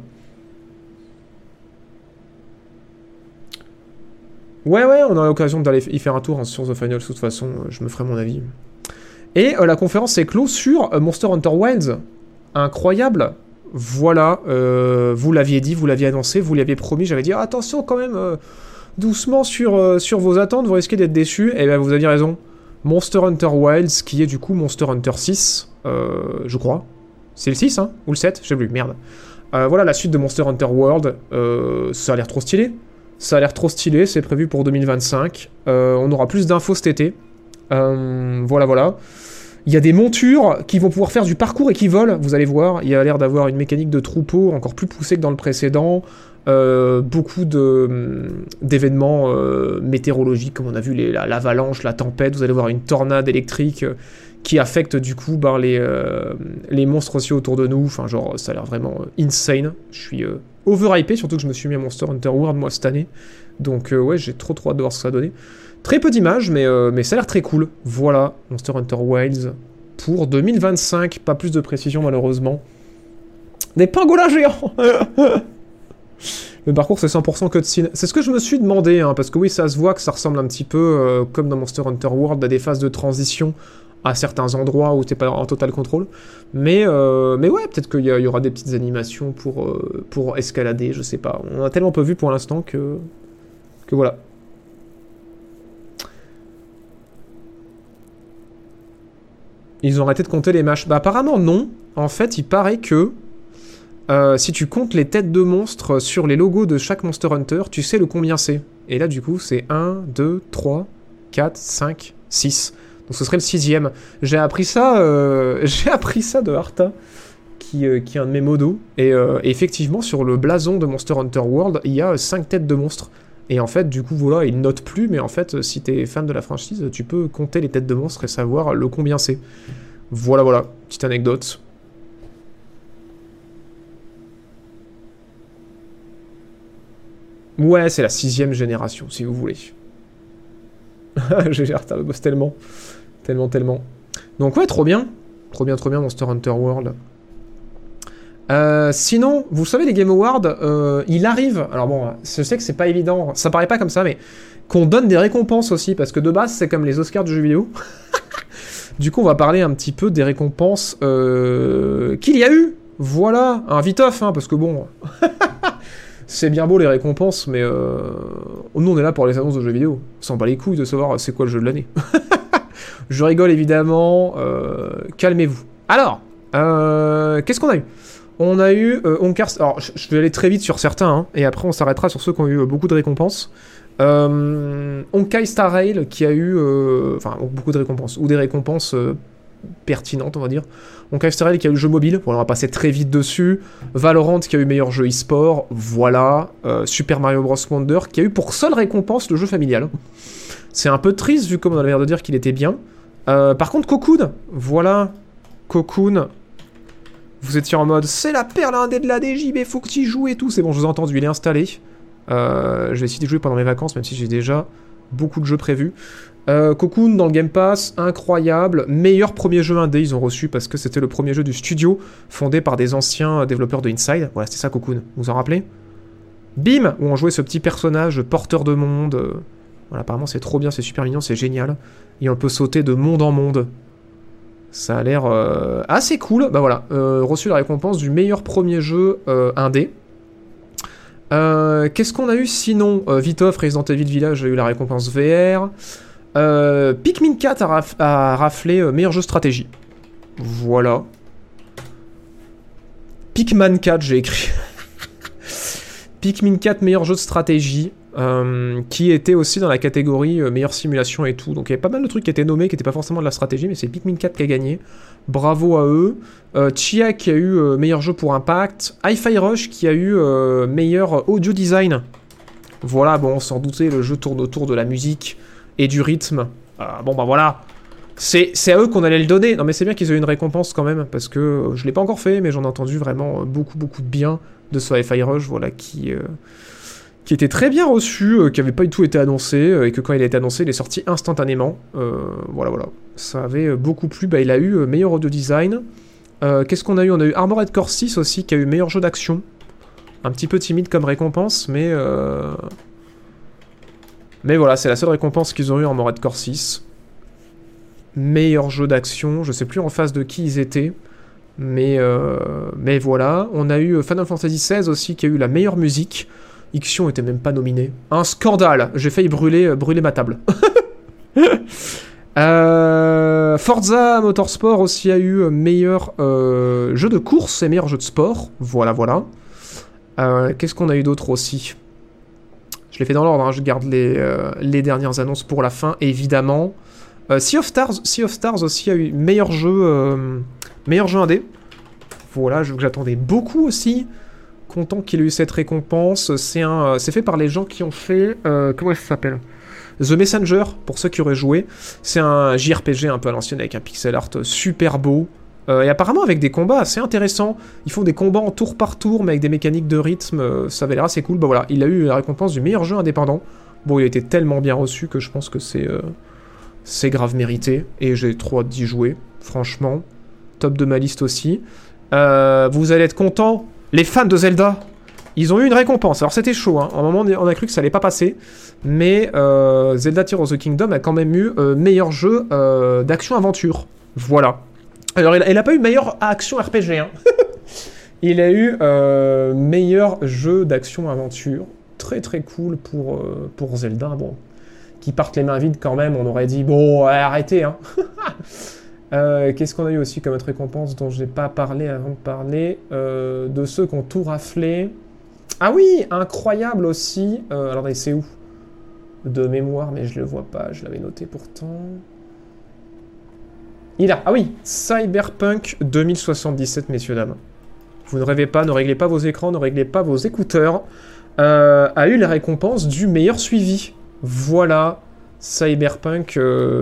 Ouais, on a l'occasion d'aller y faire un tour sur The Finals, de toute façon, je me ferai mon avis. Et la conférence s'est close sur Monster Hunter Wilds. Incroyable. Voilà, vous l'aviez dit, vous l'aviez annoncé, vous l'aviez promis, j'avais dit, attention quand même, doucement sur vos attentes, vous risquez d'être déçus, et bien vous aviez raison. Monster Hunter Wilds, qui est du coup Monster Hunter 6, je crois. C'est le 6, hein? Ou le 7? Je sais plus, merde. Voilà la suite de Monster Hunter World. Ça a l'air trop stylé. C'est prévu pour 2025. On aura plus d'infos cet été. Voilà. Il y a des montures qui vont pouvoir faire du parcours et qui volent, vous allez voir. Il y a l'air d'avoir une mécanique de troupeau encore plus poussée que dans le précédent. Beaucoup d'événements météorologiques, comme on a vu l'avalanche, la tempête. Vous allez voir une tornade électrique qui affecte du coup les monstres aussi autour de nous. Enfin, genre, ça a l'air vraiment insane. Je suis overhypé, surtout que je me suis mis à Monster Hunter World moi cette année. Donc ouais, j'ai trop hâte de voir ce que ça va donner. Très peu d'images, mais ça a l'air très cool. Voilà, Monster Hunter Wilds pour 2025. Pas plus de précision malheureusement. Des pangolins géants. Le parcours c'est 100% cutscene. C'est ce que je me suis demandé, hein, parce que oui, ça se voit que ça ressemble un petit peu, comme dans Monster Hunter World, à des phases de transition à certains endroits où t'es pas en total contrôle. Mais ouais, peut-être qu'il y aura des petites animations pour escalader, je sais pas. On a tellement peu vu pour l'instant que voilà. Ils ont arrêté de compter les matchs. Bah apparemment non. En fait, il paraît que si tu comptes les têtes de monstres sur les logos de chaque Monster Hunter, tu sais le combien c'est. Et là, du coup, c'est 1, 2, 3, 4, 5, 6. Donc ce serait le 6ème. J'ai appris ça de Arta, qui est un de mes modos. Et effectivement, sur le blason de Monster Hunter World, il y a 5 têtes de monstres. Et en fait, du coup, voilà, ils notent plus, mais en fait, si t'es fan de la franchise, tu peux compter les têtes de monstres et savoir le combien c'est. Voilà, petite anecdote. Ouais, c'est la 6ème génération, si vous voulez. J'ai retard le boss tellement. Donc ouais, trop bien, Monster Hunter World. Sinon, vous savez, les Game Awards, il arrive, alors bon, je sais que c'est pas évident, ça paraît pas comme ça, mais qu'on donne des récompenses aussi, parce que de base, c'est comme les Oscars du jeu vidéo. Du coup, on va parler un petit peu des récompenses qu'il y a eu. Voilà, un vite-off, hein, parce que bon... C'est bien beau les récompenses, mais nous on est là pour les annonces de jeux vidéo. On s'en bat les couilles de savoir c'est quoi le jeu de l'année. Je rigole évidemment, calmez-vous. Alors, qu'est-ce qu'on a eu? On a eu Honkai... Alors, je vais aller très vite sur certains, hein, et après on s'arrêtera sur ceux qui ont eu beaucoup de récompenses. Honkai Star Rail qui a eu... Enfin, beaucoup de récompenses, ou des récompenses... pertinente, on va dire. Honkai Star Rail qui a eu le jeu mobile, on va passer très vite dessus. Valorant qui a eu meilleur jeu e-sport, voilà. Super Mario Bros Wonder qui a eu pour seule récompense le jeu familial. C'est un peu triste vu comme on avait l'air de dire qu'il était bien. Par contre Cocoon, voilà. Cocoon, vous étiez en mode c'est la perle indé de la DJ, mais faut que tu y joues et tout. C'est bon, je vous ai entendu, il est installé. Je vais essayer de jouer pendant mes vacances, même si j'ai déjà beaucoup de jeux prévus. Cocoon dans le Game Pass, incroyable, meilleur premier jeu indé ils ont reçu parce que c'était le premier jeu du studio fondé par des anciens développeurs de Inside. Voilà, c'était ça Cocoon, vous vous en rappelez? Bim, où on jouait ce petit personnage porteur de monde, Voilà, apparemment c'est trop bien, c'est super mignon, c'est génial. Et on peut sauter de monde en monde. Ça a l'air assez cool. Bah voilà, reçu la récompense du meilleur premier jeu indé. Qu'est-ce qu'on a eu sinon Vitoff, Resident Evil Village a eu la récompense VR. Pikmin 4 a raflé meilleur jeu stratégie. Voilà. Pikmin 4, j'ai écrit. Pikmin 4, meilleur jeu de stratégie. Qui était aussi dans la catégorie meilleure simulation et tout. Donc il y avait pas mal de trucs qui étaient nommés, qui n'étaient pas forcément de la stratégie, mais c'est Pikmin 4 qui a gagné. Bravo à eux. Chia qui a eu meilleur jeu pour Impact. Hi-Fi Rush qui a eu meilleur audio design. Voilà, bon, sans douter, le jeu tourne autour de la musique et du rythme. Bon, bah voilà. C'est à eux qu'on allait le donner. Non, mais c'est bien qu'ils aient eu une récompense quand même, parce que je l'ai pas encore fait, mais j'en ai entendu vraiment beaucoup de bien de ce Hi-Fi Rush, voilà, qui était très bien reçu, qui avait pas du tout été annoncé, et que quand il a été annoncé, il est sorti instantanément. Voilà. Ça avait beaucoup plu. Bah, il a eu meilleur audio design. Qu'est-ce qu'on a eu? On a eu Armored Core 6 aussi, qui a eu meilleur jeu d'action. Un petit peu timide comme récompense, mais voilà, c'est la seule récompense qu'ils ont eu en Armored Core 6. Meilleur jeu d'action, je sais plus en face de qui ils étaient, mais voilà. On a eu Final Fantasy XVI aussi, qui a eu la meilleure musique. Ixion était même pas nominé. Un scandale. J'ai failli brûler ma table. Forza Motorsport aussi a eu meilleur jeu de course et meilleur jeu de sport. Voilà. Qu'est-ce qu'on a eu d'autre aussi? Je l'ai fait dans l'ordre, hein. Je garde les dernières annonces pour la fin, évidemment. Sea of Stars aussi a eu meilleur jeu indé. Voilà, jeu que j'attendais beaucoup aussi. Content qu'il ait eu cette récompense. C'est fait par les gens qui ont fait... comment ça s'appelle? The Messenger, pour ceux qui auraient joué. C'est un JRPG un peu à l'ancienne avec un pixel art super beau. Et apparemment avec des combats assez intéressants. Ils font des combats en tour par tour, mais avec des mécaniques de rythme. Ça avait l'air assez cool. Bah voilà, il a eu la récompense du meilleur jeu indépendant. Bon, il a été tellement bien reçu que je pense que c'est grave mérité. Et j'ai trop hâte d'y jouer, franchement. Top de ma liste aussi. Vous allez être contents. Les fans de Zelda, ils ont eu une récompense. Alors c'était chaud, hein. À un moment on a cru que ça allait pas passer, mais Zelda Tears of the Kingdom a quand même eu meilleur jeu d'action-aventure. Voilà. Alors il a pas eu meilleur action RPG, hein. Il a eu meilleur jeu d'action-aventure. Très très cool pour Zelda. Bon, qui partent les mains vides quand même, on aurait dit bon, arrêtez, hein. Qu'est-ce qu'on a eu aussi comme autre récompense dont j'ai pas parlé avant de parler de ceux qui ont tout raflé. Ah oui, incroyable aussi. Alors c'est où? De mémoire, mais je le vois pas, je l'avais noté pourtant. Ah oui, Cyberpunk 2077, messieurs dames. Vous ne rêvez pas, ne réglez pas vos écrans, ne réglez pas vos écouteurs. A eu la récompense du meilleur suivi. Voilà, Cyberpunk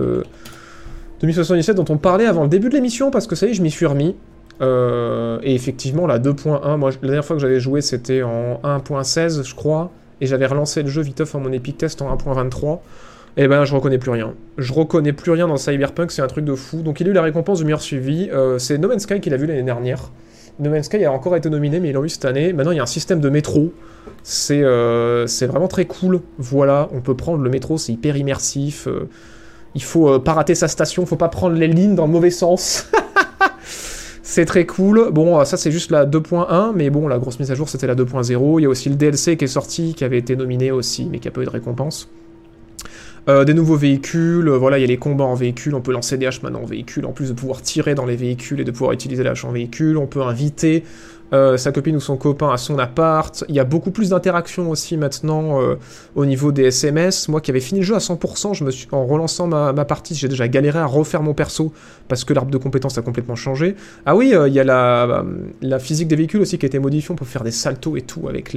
2077 dont on parlait avant le début de l'émission, parce que ça y est, je m'y suis remis. Et effectivement, la 2.1, moi, la dernière fois que j'avais joué, c'était en 1.16, je crois, et j'avais relancé le jeu viteuf en mon Epic Test en 1.23. Et ben, je reconnais plus rien. Je reconnais plus rien dans Cyberpunk, c'est un truc de fou. Donc il a eu la récompense du meilleur suivi. C'est No Man's Sky qui l'a vu l'année dernière. No Man's Sky a encore été nominé, mais ils l'ont eu cette année. Maintenant, il y a un système de métro. C'est vraiment très cool. Voilà, on peut prendre le métro, c'est hyper immersif. Il faut pas rater sa station, faut pas prendre les lignes dans le mauvais sens. C'est très cool. Bon, ça c'est juste la 2.1, mais bon, la grosse mise à jour c'était la 2.0. Il y a aussi le DLC qui est sorti, qui avait été nominé aussi, mais qui a pas eu de récompense. Des nouveaux véhicules, voilà, il y a les combats en véhicule, on peut lancer des haches maintenant en véhicule, en plus de pouvoir tirer dans les véhicules et de pouvoir utiliser les haches en véhicule, on peut inviter sa copine ou son copain à son appart, il y a beaucoup plus d'interactions aussi maintenant au niveau des SMS. Moi qui avais fini le jeu à 100%, en relançant ma partie, j'ai déjà galéré à refaire mon perso, parce que l'arbre de compétences a complètement changé. Ah oui, il y a la physique des véhicules aussi qui a été modifiée, on peut faire des saltos et tout avec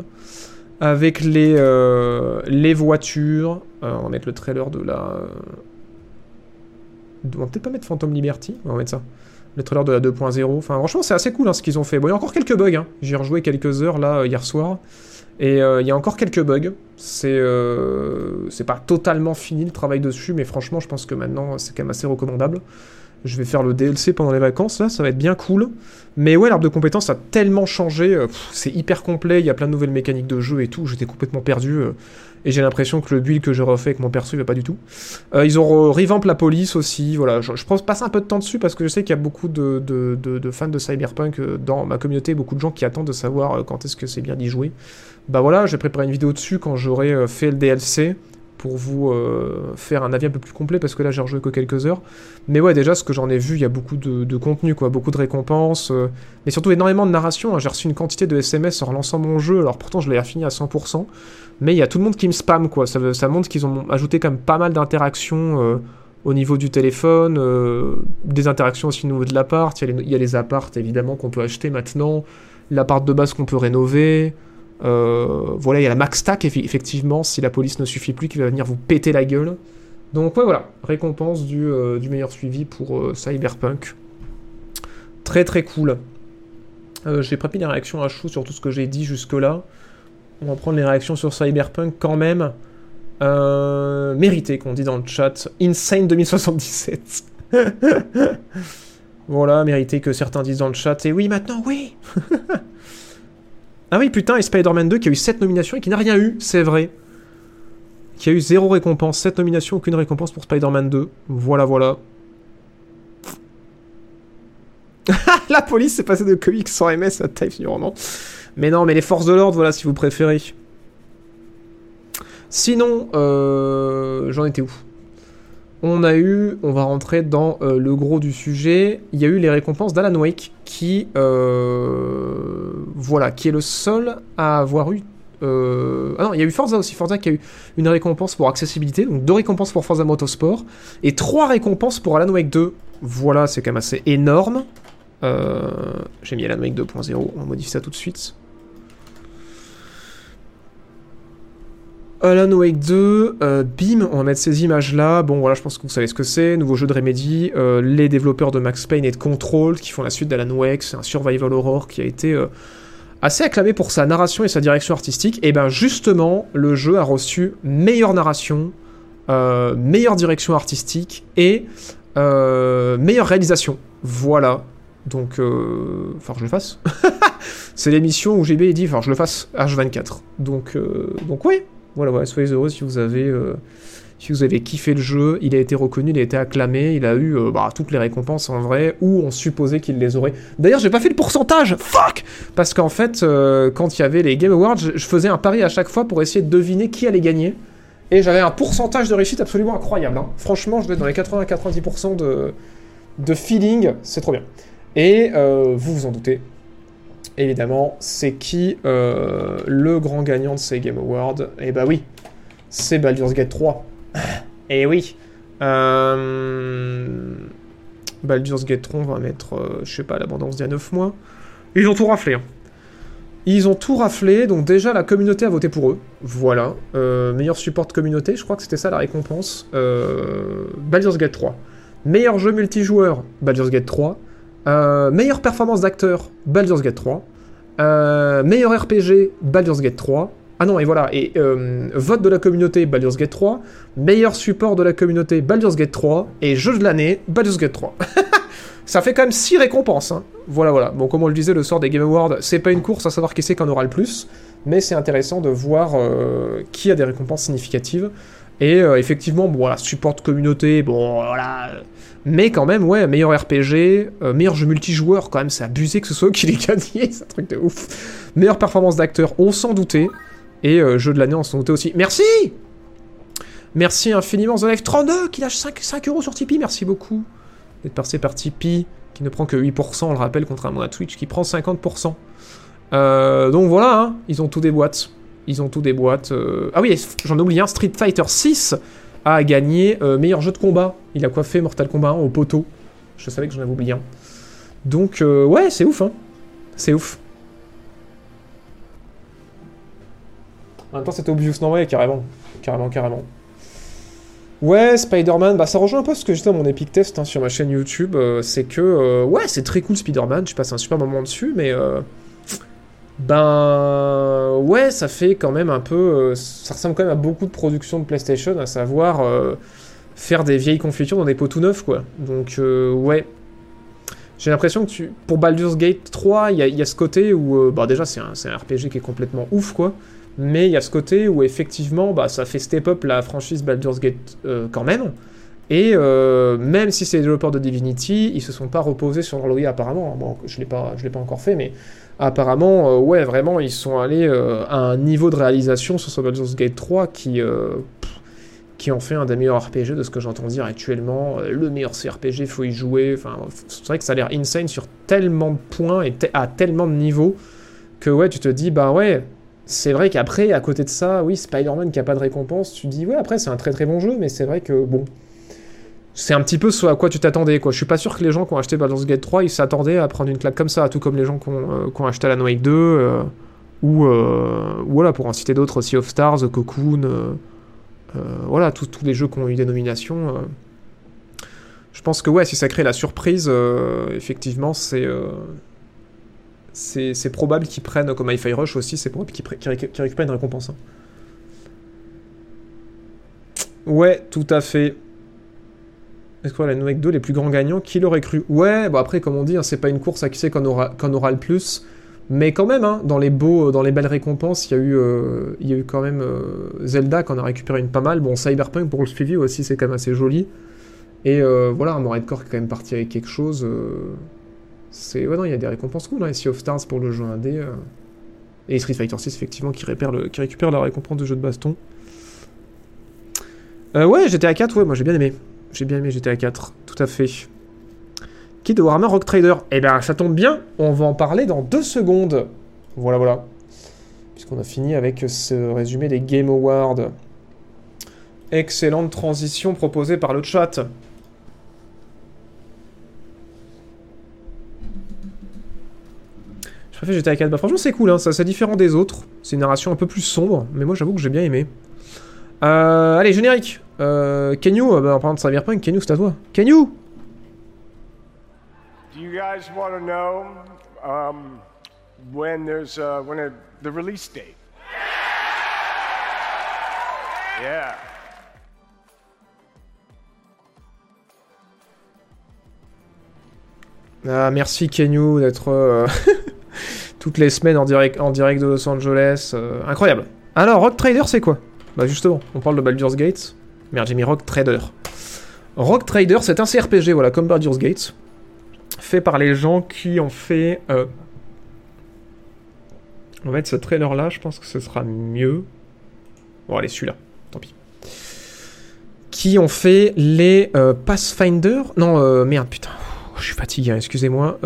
les voitures. On va mettre le trailer de la... On va peut-être pas mettre Phantom Liberty, on va mettre ça. Le trailer de la 2.0. Enfin, franchement, c'est assez cool hein, ce qu'ils ont fait. Bon, il y a encore quelques bugs. Hein. J'ai rejoué quelques heures là hier soir. Et il y a encore quelques bugs. C'est pas totalement fini le travail dessus, mais franchement, je pense que maintenant, c'est quand même assez recommandable. Je vais faire le DLC pendant les vacances, là, ça va être bien cool. Mais ouais, l'arbre de compétences a tellement changé, c'est hyper complet, il y a plein de nouvelles mécaniques de jeu et tout, j'étais complètement perdu. Et j'ai l'impression que le build que j'ai refait avec mon perso, il va pas du tout. Ils ont revamp la police aussi, voilà. Je passe un peu de temps dessus parce que je sais qu'il y a beaucoup de fans de Cyberpunk dans ma communauté, beaucoup de gens qui attendent de savoir quand est-ce que c'est bien d'y jouer. Bah voilà, j'ai préparé une vidéo dessus quand j'aurai fait le DLC pour vous faire un avis un peu plus complet parce que là j'ai rejoué que quelques heures. Mais ouais, déjà ce que j'en ai vu, il y a beaucoup de contenu, quoi, beaucoup de récompenses, mais surtout énormément de narration. Hein. J'ai reçu une quantité de SMS en relançant mon jeu, alors pourtant je l'ai fini à 100%, mais il y a tout le monde qui me spamme, quoi. Ça montre qu'ils ont ajouté quand même pas mal d'interactions au niveau du téléphone, des interactions aussi au niveau de l'appart. Il y a les apparts évidemment qu'on peut acheter maintenant, l'appart de base qu'on peut rénover. Voilà, il y a la max stack, effectivement, si la police ne suffit plus, qui va venir vous péter la gueule. Donc ouais, voilà, récompense du meilleur suivi pour Cyberpunk. Très très cool. J'ai préparé des réactions à chaud sur tout ce que j'ai dit jusque-là. On va prendre les réactions sur Cyberpunk quand même. Mérité, qu'on dit dans le chat. Insane 2077. Voilà, mérité que certains disent dans le chat. Et oui, maintenant, oui. Ah oui, putain, et Spider-Man 2 qui a eu 7 nominations et qui n'a rien eu, c'est vrai. Qui a eu 0 récompense, 7 nominations, aucune récompense pour Spider-Man 2. Voilà, voilà. La police s'est passée de comics sans MS à Type New Roman. Mais non, mais les forces de l'ordre, voilà, si vous préférez. Sinon, j'en étais où ? On va rentrer dans le gros du sujet. Il y a eu les récompenses d'Alan Wake qui, voilà, qui est le seul à avoir eu. Ah non, il y a eu Forza aussi. Forza qui a eu une récompense pour accessibilité, donc 2 récompenses pour Forza Motorsport et 3 récompenses pour Alan Wake 2. Voilà, c'est quand même assez énorme. J'ai mis Alan Wake 2.0, on modifie ça tout de suite. Alan Wake 2, bim, on va mettre ces images-là. Bon, voilà, je pense que vous savez ce que c'est. Nouveau jeu de Remedy, les développeurs de Max Payne et de Control qui font la suite d'Alan Wake. C'est un survival horror qui a été assez acclamé pour sa narration et sa direction artistique. Et ben justement, le jeu a reçu meilleure narration, meilleure direction artistique et meilleure réalisation. Voilà. Donc, enfin, je le fasse. C'est l'émission où GB dit, enfin, je le fasse H24. Donc oui. Voilà, soyez heureux si vous avez kiffé le jeu, il a été reconnu, il a été acclamé, il a eu toutes les récompenses en vrai, ou on supposait qu'il les aurait. D'ailleurs, j'ai pas fait le pourcentage, fuck. Parce qu'en fait, quand il y avait les Game Awards, je faisais un pari à chaque fois pour essayer de deviner qui allait gagner, et j'avais un pourcentage de réussite absolument incroyable. Hein. Franchement, je dois être dans les 80-90% de feeling, c'est trop bien. Et vous vous en doutez. Évidemment, c'est qui le grand gagnant de ces Game Awards ? Eh bah oui, c'est Baldur's Gate 3. Eh oui. Baldur's Gate 3, on va mettre, je sais pas, l'abondance d'il y a 9 mois. Ils ont tout raflé. Hein. Ils ont tout raflé, donc déjà la communauté a voté pour eux. Voilà. Meilleur support de communauté, je crois que c'était ça la récompense. Baldur's Gate 3. Meilleur jeu multijoueur, Baldur's Gate 3. Meilleure performance d'acteur, Baldur's Gate 3. Meilleur RPG, Baldur's Gate 3. Ah non, et voilà, et vote de la communauté, Baldur's Gate 3. Meilleur support de la communauté, Baldur's Gate 3. Et jeu de l'année, Baldur's Gate 3. Ça fait quand même 6 récompenses. Hein. Voilà, voilà. Bon, comme on le disait, le sort des Game Awards, c'est pas une course à savoir qui c'est qu'en aura le plus. Mais c'est intéressant de voir qui a des récompenses significatives. Et effectivement, bon, voilà, support de communauté, bon, voilà. Mais quand même, ouais, meilleur RPG, meilleur jeu multijoueur, quand même, c'est abusé que ce soit eux qui l'ait gagné, c'est un truc de ouf. Meilleure performance d'acteur, on s'en doutait. Et jeu de l'année, on s'en doutait aussi. Merci! Merci infiniment, The Life 32, qui lâche 5 € sur Tipeee, merci beaucoup d'être passé par Tipeee, qui ne prend que 8%, on le rappelle, contrairement à Twitch, qui prend 50%. Donc voilà, hein, ils ont tout des boîtes. Ils ont tout des boîtes. Ah oui, j'en ai oublié un, Street Fighter 6 a gagné meilleur jeu de combat. Il a coiffé Mortal Kombat 1 au poteau. Je savais que j'en avais oublié un. Donc, ouais, c'est ouf, hein. C'est ouf. En même temps, c'était obvious. Non, ouais, carrément. Carrément. Ouais, Spider-Man, bah ça rejoint un peu ce que j'étais dans mon Epic Test hein, sur ma chaîne YouTube. C'est que, ouais, c'est très cool Spider-Man. Je passe un super moment dessus, mais... Ben ouais, ça fait quand même un peu... ça ressemble quand même à beaucoup de productions de PlayStation, à savoir faire des vieilles confitures dans des pots tout neufs, quoi. Donc, ouais. J'ai l'impression que pour Baldur's Gate 3, il y a ce côté où... déjà, c'est un RPG qui est complètement ouf, quoi. Mais il y a ce côté où, effectivement, ça fait step up la franchise Baldur's Gate quand même. Et même si c'est les développeurs de Divinity, ils se sont pas reposés sur leur laurier, apparemment. Bon, je l'ai pas encore fait, mais... Apparemment, ouais, vraiment, ils sont allés à un niveau de réalisation sur ce Baldur's Gate 3 qui en fait un des meilleurs RPG de ce que j'entends dire actuellement. Le meilleur CRPG, faut y jouer. Enfin, c'est vrai que ça a l'air insane sur tellement de points et à tellement de niveaux que ouais, tu te dis, ouais, c'est vrai qu'après, à côté de ça, oui, Spider-Man qui a pas de récompense, tu te dis, ouais, après, c'est un très très bon jeu, mais c'est vrai que, bon... C'est un petit peu ce à quoi tu t'attendais, quoi. Je suis pas sûr que les gens qui ont acheté Baldur's Gate 3, ils s'attendaient à prendre une claque comme ça, tout comme les gens qui ont acheté Alan Wake 2, ou voilà, pour en citer d'autres, Sea of Stars, Cocoon, voilà, tous les jeux qui ont eu des nominations. Je pense que ouais, si ça crée la surprise, effectivement, c'est probable qu'ils prennent, comme Hi-Fi Rush aussi, c'est probable qu'ils récupèrent une récompense. Hein. Ouais, tout à fait. Est-ce que la Alan Wake 2, les plus grands gagnants, qui l'aurait cru? Ouais, après, comme on dit, hein, c'est pas une course à qui c'est qu'on aura le plus, mais quand même, hein, dans les belles récompenses, il y a eu quand même Zelda qu'on a récupéré une pas mal. Bon, Cyberpunk pour le suivi aussi, c'est quand même assez joli. Et voilà, Armored Core qui est quand même parti avec quelque chose. Ouais, non, il y a des récompenses cool, hein, Sea of Stars pour le jeu indé. Et Street Fighter 6, effectivement, qui récupère la récompense de jeu de baston. Ouais, GTA 4, ouais, moi j'ai bien aimé. J'ai bien aimé GTA 4, tout à fait. Qui de Warhammer Rogue Trader? Eh ben, ça tombe bien, on va en parler dans 2 secondes. Voilà. Puisqu'on a fini avec ce résumé des Game Awards. Excellente transition proposée par le chat. J'ai pas fait GTA 4. Franchement, c'est cool, hein, c'est différent des autres. C'est une narration un peu plus sombre, mais moi, j'avoue que j'ai bien aimé. Allez, générique. Kenyu, en parlant de Cyberpunk, Kenyu, c'est à toi. Kenyu! Do you guys want to know when the release date? Yeah. Ah, merci Kenyu d'être toutes les semaines en direct de Los Angeles. Incroyable. Alors, Rogue Trader, c'est quoi? Bah justement, on parle de Baldur's Gate. Merde, j'ai mis Rogue Trader. Rogue Trader, c'est un CRPG, voilà, comme Baldur's Gate, fait par les gens qui ont fait... On va mettre ce trailer-là, je pense que ce sera mieux. Bon, allez, celui-là, tant pis. Qui ont fait les Pathfinder... Non, merde, putain, je suis fatigué, excusez-moi.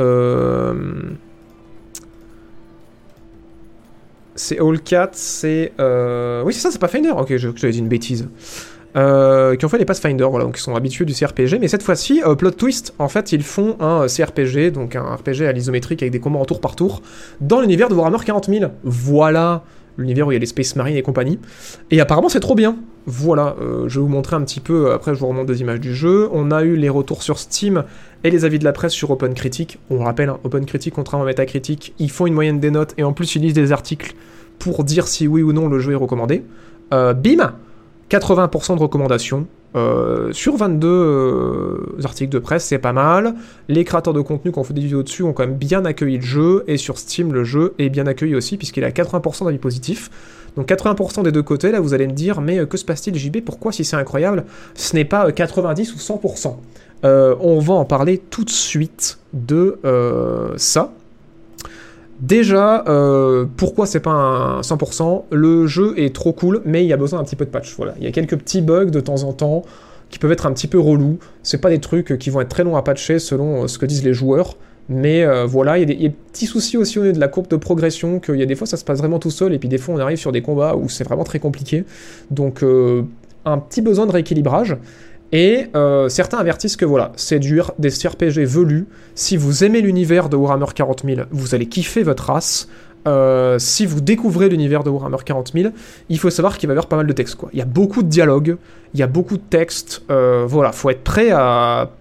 C'est Allcat, c'est... Oui, c'est ça, c'est Pathfinder. Ok, j'avais dit une bêtise. Qui ont fait les Pathfinder, voilà, donc ils sont habitués du CRPG, mais cette fois-ci, plot twist, en fait, ils font un CRPG, donc un RPG à l'isométrique avec des combats en tour par tour, dans l'univers de Warhammer 40 000. Voilà, l'univers où il y a les Space Marines et compagnie. Et apparemment, c'est trop bien. Voilà, je vais vous montrer un petit peu, après je vous remonte des images du jeu. On a eu les retours sur Steam et les avis de la presse sur OpenCritic. On le rappelle, hein, OpenCritic contrairement à Metacritic, ils font une moyenne des notes et en plus ils lisent des articles pour dire si oui ou non le jeu est recommandé. Bim, 80% de recommandations sur 22 articles de presse, c'est pas mal. Les créateurs de contenu qui ont fait des vidéos dessus ont quand même bien accueilli le jeu, et sur Steam, le jeu est bien accueilli aussi, puisqu'il a 80% d'avis positifs. Donc 80% des deux côtés, là vous allez me dire, mais que se passe-t-il JB? Pourquoi si c'est incroyable, ce n'est pas 90 ou 100%? On va en parler tout de suite de ça. Déjà, pourquoi c'est pas un 100%? Le jeu est trop cool, mais il y a besoin d'un petit peu de patch. Voilà, il y a quelques petits bugs de temps en temps qui peuvent être un petit peu relous. C'est pas des trucs qui vont être très longs à patcher selon ce que disent les joueurs. Mais voilà, il y a des petits soucis aussi au niveau de la courbe de progression, qu'il y a des fois ça se passe vraiment tout seul, et puis des fois on arrive sur des combats où c'est vraiment très compliqué. Donc un petit besoin de rééquilibrage. Et certains avertissent que voilà, c'est dur, des CRPG velus. Si vous aimez l'univers de Warhammer 40 000, vous allez kiffer votre race. Si vous découvrez l'univers de Warhammer 40 000, il faut savoir qu'il va y avoir pas mal de textes, quoi. Il y a beaucoup de dialogues, il y a beaucoup de textes. Voilà, faut être prêt à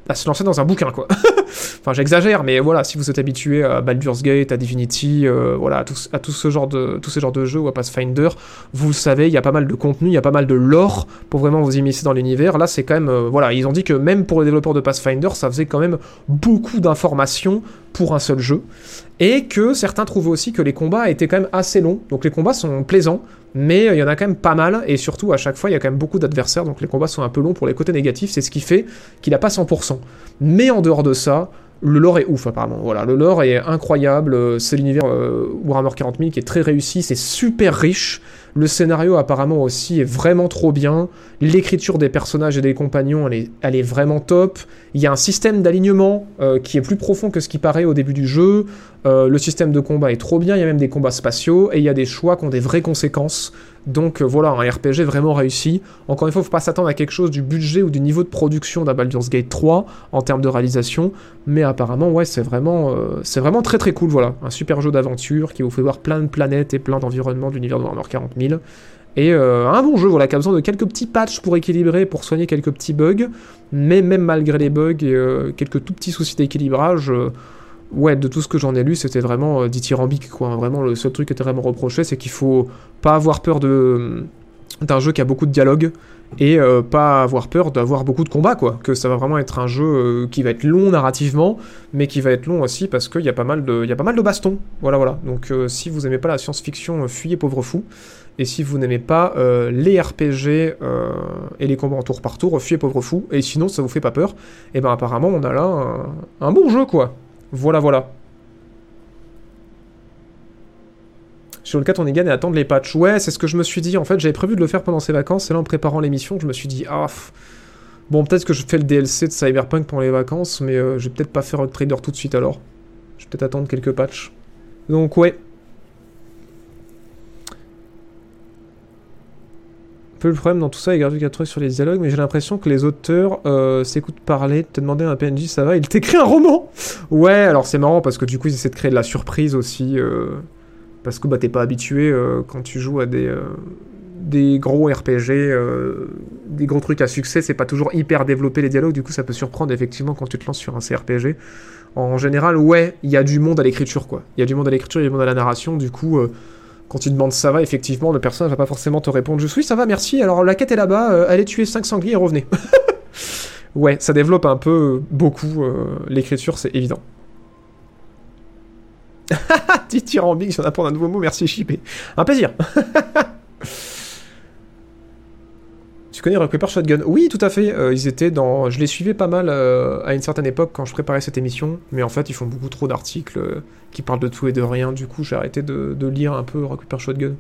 à se lancer dans un bouquin, quoi. Enfin, j'exagère, mais voilà, si vous êtes habitué à Baldur's Gate, à Divinity, voilà, à tous ces genres de jeux, ou à Pathfinder, vous le savez, il y a pas mal de contenu, il y a pas mal de lore pour vraiment vous immiscer dans l'univers. Là, c'est quand même, voilà, ils ont dit que même pour les développeurs de Pathfinder, ça faisait quand même beaucoup d'informations pour un seul jeu, et que certains trouvaient aussi que les combats étaient quand même assez longs, donc les combats sont plaisants, mais il y en a quand même pas mal, et surtout à chaque fois il y a quand même beaucoup d'adversaires, donc les combats sont un peu longs pour les côtés négatifs, c'est ce qui fait qu'il a pas 100%. Mais en dehors de ça, le lore est ouf apparemment, voilà, le lore est incroyable, c'est l'univers Warhammer 40 000 qui est très réussi, c'est super riche, le scénario apparemment aussi est vraiment trop bien, l'écriture des personnages et des compagnons elle est vraiment top, il y a un système d'alignement qui est plus profond que ce qui paraît au début du jeu, le système de combat est trop bien, il y a même des combats spatiaux, et il y a des choix qui ont des vraies conséquences, donc voilà, un RPG vraiment réussi. Encore une fois, il ne faut pas s'attendre à quelque chose du budget ou du niveau de production d'un Baldur's Gate 3 en termes de réalisation, mais apparemment, ouais, c'est vraiment très très cool, voilà. Un super jeu d'aventure qui vous fait voir plein de planètes et plein d'environnements de l'univers de Warhammer 40 000. Et un bon jeu, voilà, qui a besoin de quelques petits patchs pour équilibrer, pour soigner quelques petits bugs, mais même malgré les bugs et quelques tout petits soucis d'équilibrage, ouais, de tout ce que j'en ai lu, c'était vraiment dithyrambique, quoi. Vraiment, le seul truc qui était vraiment reproché, c'est qu'il faut pas avoir peur d'un jeu qui a beaucoup de dialogue, et pas avoir peur d'avoir beaucoup de combats, quoi. Que ça va vraiment être un jeu qui va être long narrativement, mais qui va être long aussi parce qu'il y a pas mal de bastons. Voilà. Donc si vous aimez pas la science-fiction, fuyez pauvre fou. Et si vous n'aimez pas les RPG et les combats en tour par tour, fuyez pauvre fou. Et sinon, ça vous fait pas peur. Et ben apparemment, on a là un bon jeu, quoi. Voilà. Sur le 4, on est gagné à attendre les patchs. Ouais, c'est ce que je me suis dit. En fait, j'avais prévu de le faire pendant ces vacances. Et là, en préparant l'émission, je me suis dit, bon, peut-être que je fais le DLC de Cyberpunk pendant les vacances, mais je vais peut-être pas faire Trader tout de suite alors. Je vais peut-être attendre quelques patchs. Donc, ouais. Un peu le problème dans tout ça, il y a Gardu qui a trouvé sur les dialogues, mais j'ai l'impression que les auteurs s'écoutent parler, te demander à un PNJ, ça va, il t'écrit un roman. Ouais, alors c'est marrant parce que du coup ils essaient de créer de la surprise aussi, parce que bah t'es pas habitué quand tu joues à des gros RPG, des gros trucs à succès, c'est pas toujours hyper développé les dialogues, du coup ça peut surprendre effectivement quand tu te lances sur un CRPG. En général, ouais, il y a du monde à l'écriture, quoi. Il y a du monde à l'écriture, il y a du monde à la narration, du coup... Quand tu demandes ça va, effectivement, le personnage va pas forcément te répondre juste oui, ça va, merci. Alors la quête est là-bas, allez tuer 5 sangliers et revenez. Ouais, ça développe un peu, beaucoup, l'écriture, c'est évident. Dithyrambique, je viens d'apprendre un nouveau mot, merci Chippé. Un plaisir. Tu connais Recruiter Shotgun? Oui, tout à fait. Ils étaient dans... Je les suivais pas mal à une certaine époque quand je préparais cette émission, mais en fait, ils font beaucoup trop d'articles qui parlent de tout et de rien. Du coup, j'ai arrêté de lire un peu Recruiter Shotgun.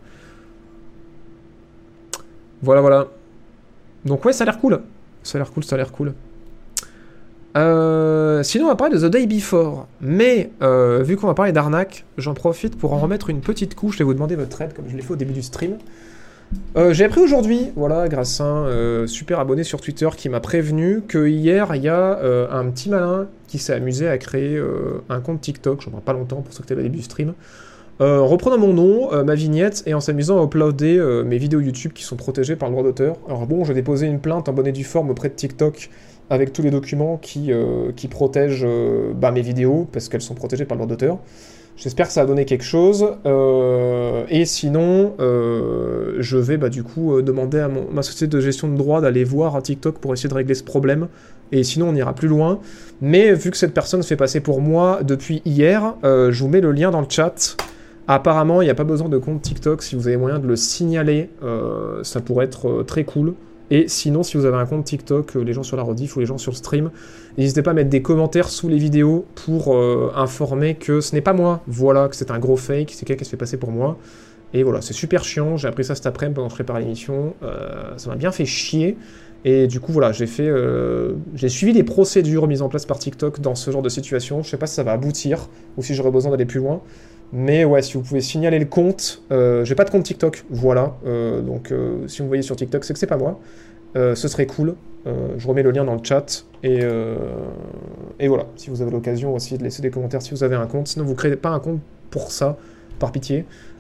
Voilà. Donc ouais, ça a l'air cool. Ça a l'air cool. Sinon, on va parler de The Day Before. Mais, vu qu'on va parler d'arnaque, j'en profite pour en remettre une petite couche et vous demander votre aide, comme je l'ai fait au début du stream. J'ai appris aujourd'hui, voilà, grâce à un super abonné sur Twitter qui m'a prévenu que hier, il y a un petit malin qui s'est amusé à créer un compte TikTok, j'en parle pas longtemps pour ceux qui étaient au début du stream, en reprenant mon nom, ma vignette, et en s'amusant à uploader mes vidéos YouTube qui sont protégées par le droit d'auteur. Alors bon, j'ai déposé une plainte en bonne et due forme auprès de TikTok avec tous les documents qui protègent mes vidéos, parce qu'elles sont protégées par le droit d'auteur. J'espère que ça a donné quelque chose, et sinon, je vais du coup demander à ma société de gestion de droits d'aller voir à TikTok pour essayer de régler ce problème, et sinon on ira plus loin. Mais vu que cette personne se fait passer pour moi depuis hier, je vous mets le lien dans le chat. Apparemment, il n'y a pas besoin de compte TikTok, si vous avez moyen de le signaler, ça pourrait être très cool. Et sinon, si vous avez un compte TikTok, les gens sur la rediff ou les gens sur le stream, n'hésitez pas à mettre des commentaires sous les vidéos pour informer que ce n'est pas moi, voilà, que c'est un gros fake, c'est quelqu'un qui se fait passer pour moi. Et voilà, c'est super chiant, j'ai appris ça cet après-midi pendant que je préparais l'émission, ça m'a bien fait chier. Et du coup, voilà, j'ai suivi les procédures mises en place par TikTok dans ce genre de situation. Je sais pas si ça va aboutir ou si j'aurai besoin d'aller plus loin. Mais ouais, si vous pouvez signaler le compte, j'ai pas de compte TikTok, voilà. Donc si vous me voyez sur TikTok, c'est que c'est pas moi. Ce serait cool. Je remets le lien dans le chat. Et voilà, si vous avez l'occasion aussi de laisser des commentaires si vous avez un compte. Sinon, vous créez pas un compte pour ça, par pitié.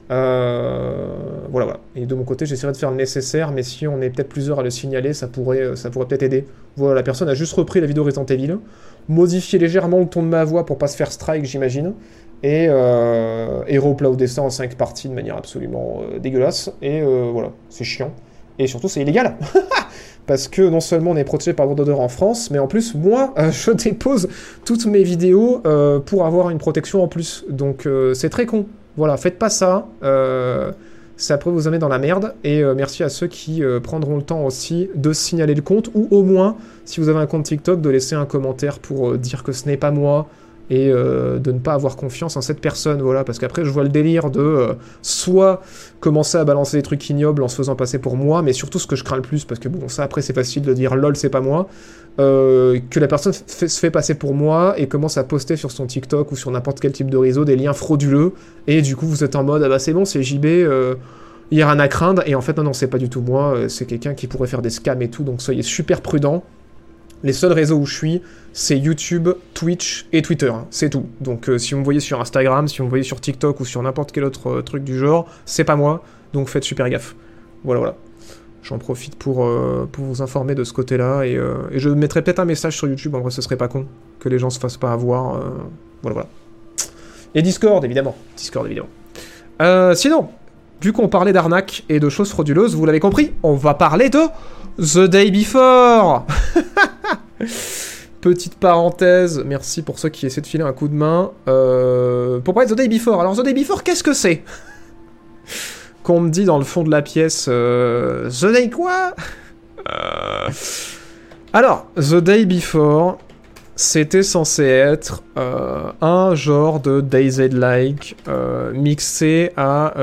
Voilà. Et de mon côté, j'essaierai de faire le nécessaire, mais si on est peut-être plusieurs à le signaler, ça pourrait peut-être aider. Voilà, la personne a juste repris la vidéo Resident Evil, modifié légèrement le ton de ma voix pour pas se faire strike, j'imagine, et re-uploadé ça en 5 parties de manière absolument dégueulasse, et voilà, c'est chiant. Et surtout, c'est illégal. Parce que non seulement on est protégé par le droit d'auteur en France, mais en plus, moi, je dépose toutes mes vidéos pour avoir une protection en plus. Donc, c'est très con. Voilà, faites pas ça. Ça pourrait vous amener dans la merde. Et merci à ceux qui prendront le temps aussi de signaler le compte, ou au moins, si vous avez un compte TikTok, de laisser un commentaire pour dire que ce n'est pas moi, et de ne pas avoir confiance en cette personne, voilà, parce qu'après je vois le délire de soit commencer à balancer des trucs ignobles en se faisant passer pour moi, mais surtout ce que je crains le plus, parce que bon, ça après c'est facile de dire lol c'est pas moi, que la personne se fait passer pour moi et commence à poster sur son TikTok ou sur n'importe quel type de réseau des liens frauduleux, et du coup vous êtes en mode ah bah c'est bon, c'est JB, il y a rien à craindre, et en fait non c'est pas du tout moi, c'est quelqu'un qui pourrait faire des scams et tout, donc soyez super prudents. Les seuls réseaux où je suis, c'est YouTube, Twitch et Twitter, hein, c'est tout. Donc si vous me voyez sur Instagram, si vous me voyez sur TikTok ou sur n'importe quel autre truc du genre, c'est pas moi, donc faites super gaffe. Voilà. J'en profite pour vous informer de ce côté-là, et je mettrai peut-être un message sur YouTube, en vrai ce serait pas con, que les gens se fassent pas avoir, voilà. Et Discord, évidemment. Sinon, vu qu'on parlait d'arnaque et de choses frauduleuses, vous l'avez compris, on va parler de The Day Before. Petite parenthèse, merci pour ceux qui essaient de filer un coup de main. Pour parler de The Day Before, alors The Day Before, qu'est-ce que c'est? Qu'on me dit dans le fond de la pièce, The Day quoi? Alors, The Day Before, c'était censé être un genre de DayZ-like mixé à...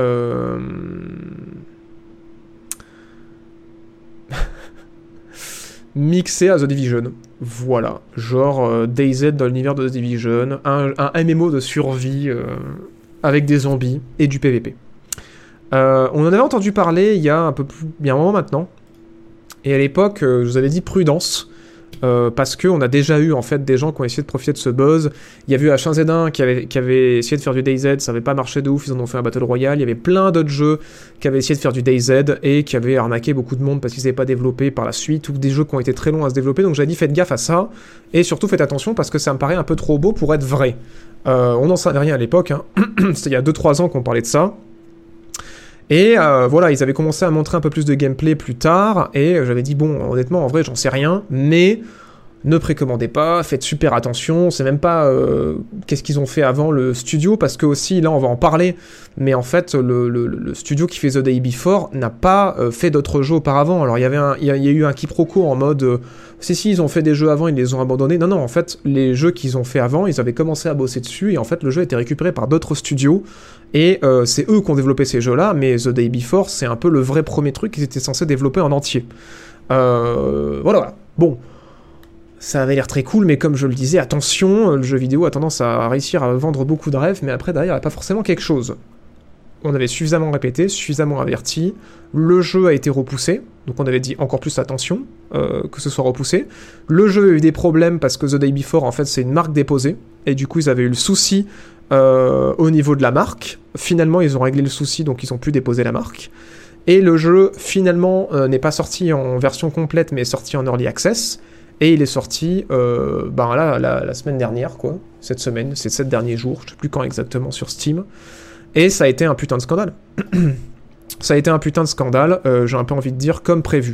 mixé à The Division. Voilà. Genre DayZ dans l'univers de The Division, un MMO de survie avec des zombies et du PVP. On en avait entendu parler il y a un moment maintenant, et à l'époque, je vous avais dit prudence, parce qu'on a déjà eu en fait des gens qui ont essayé de profiter de ce buzz. Il y avait eu H1Z1 qui avait essayé de faire du DayZ, ça n'avait pas marché de ouf, ils en ont fait un Battle Royale. Il y avait plein d'autres jeux qui avaient essayé de faire du DayZ et qui avaient arnaqué beaucoup de monde parce qu'ils n'avaient pas développé par la suite, ou des jeux qui ont été très longs à se développer. Donc j'avais dit faites gaffe à ça, et surtout faites attention parce que ça me paraît un peu trop beau pour être vrai. On n'en savait rien à l'époque, hein. C'était il y a 2-3 ans qu'on parlait de ça. Et voilà, ils avaient commencé à montrer un peu plus de gameplay plus tard, et j'avais dit, bon, honnêtement, en vrai, j'en sais rien, mais ne précommandez pas, faites super attention, c'est même pas qu'est-ce qu'ils ont fait avant le studio, parce que aussi, là, on va en parler, mais en fait, le studio qui fait The Day Before n'a pas fait d'autres jeux auparavant. Alors, il y a eu un quiproquo en mode, si, ils ont fait des jeux avant, ils les ont abandonnés. Non, en fait, les jeux qu'ils ont fait avant, ils avaient commencé à bosser dessus, et en fait, le jeu a été récupéré par d'autres studios, et c'est eux qui ont développé ces jeux-là, mais The Day Before, c'est un peu le vrai premier truc qu'ils étaient censés développer en entier. Voilà. Bon. Ça avait l'air très cool, mais comme je le disais, attention, le jeu vidéo a tendance à réussir à vendre beaucoup de rêves, mais après, derrière, il n'y a pas forcément quelque chose. On avait suffisamment répété, suffisamment averti, le jeu a été repoussé, donc on avait dit encore plus attention que ce soit repoussé. Le jeu a eu des problèmes parce que The Day Before, en fait, c'est une marque déposée, et du coup, ils avaient eu le souci au niveau de la marque. Finalement, ils ont réglé le souci, donc ils ont pu déposer la marque. Et le jeu, finalement, n'est pas sorti en version complète, mais est sorti en Early Access. Et il est sorti la semaine dernière, quoi. Cette semaine, ces 7 derniers jours, je sais plus quand exactement, sur Steam. Et ça a été un putain de scandale. Ça a été un putain de scandale, j'ai un peu envie de dire, comme prévu.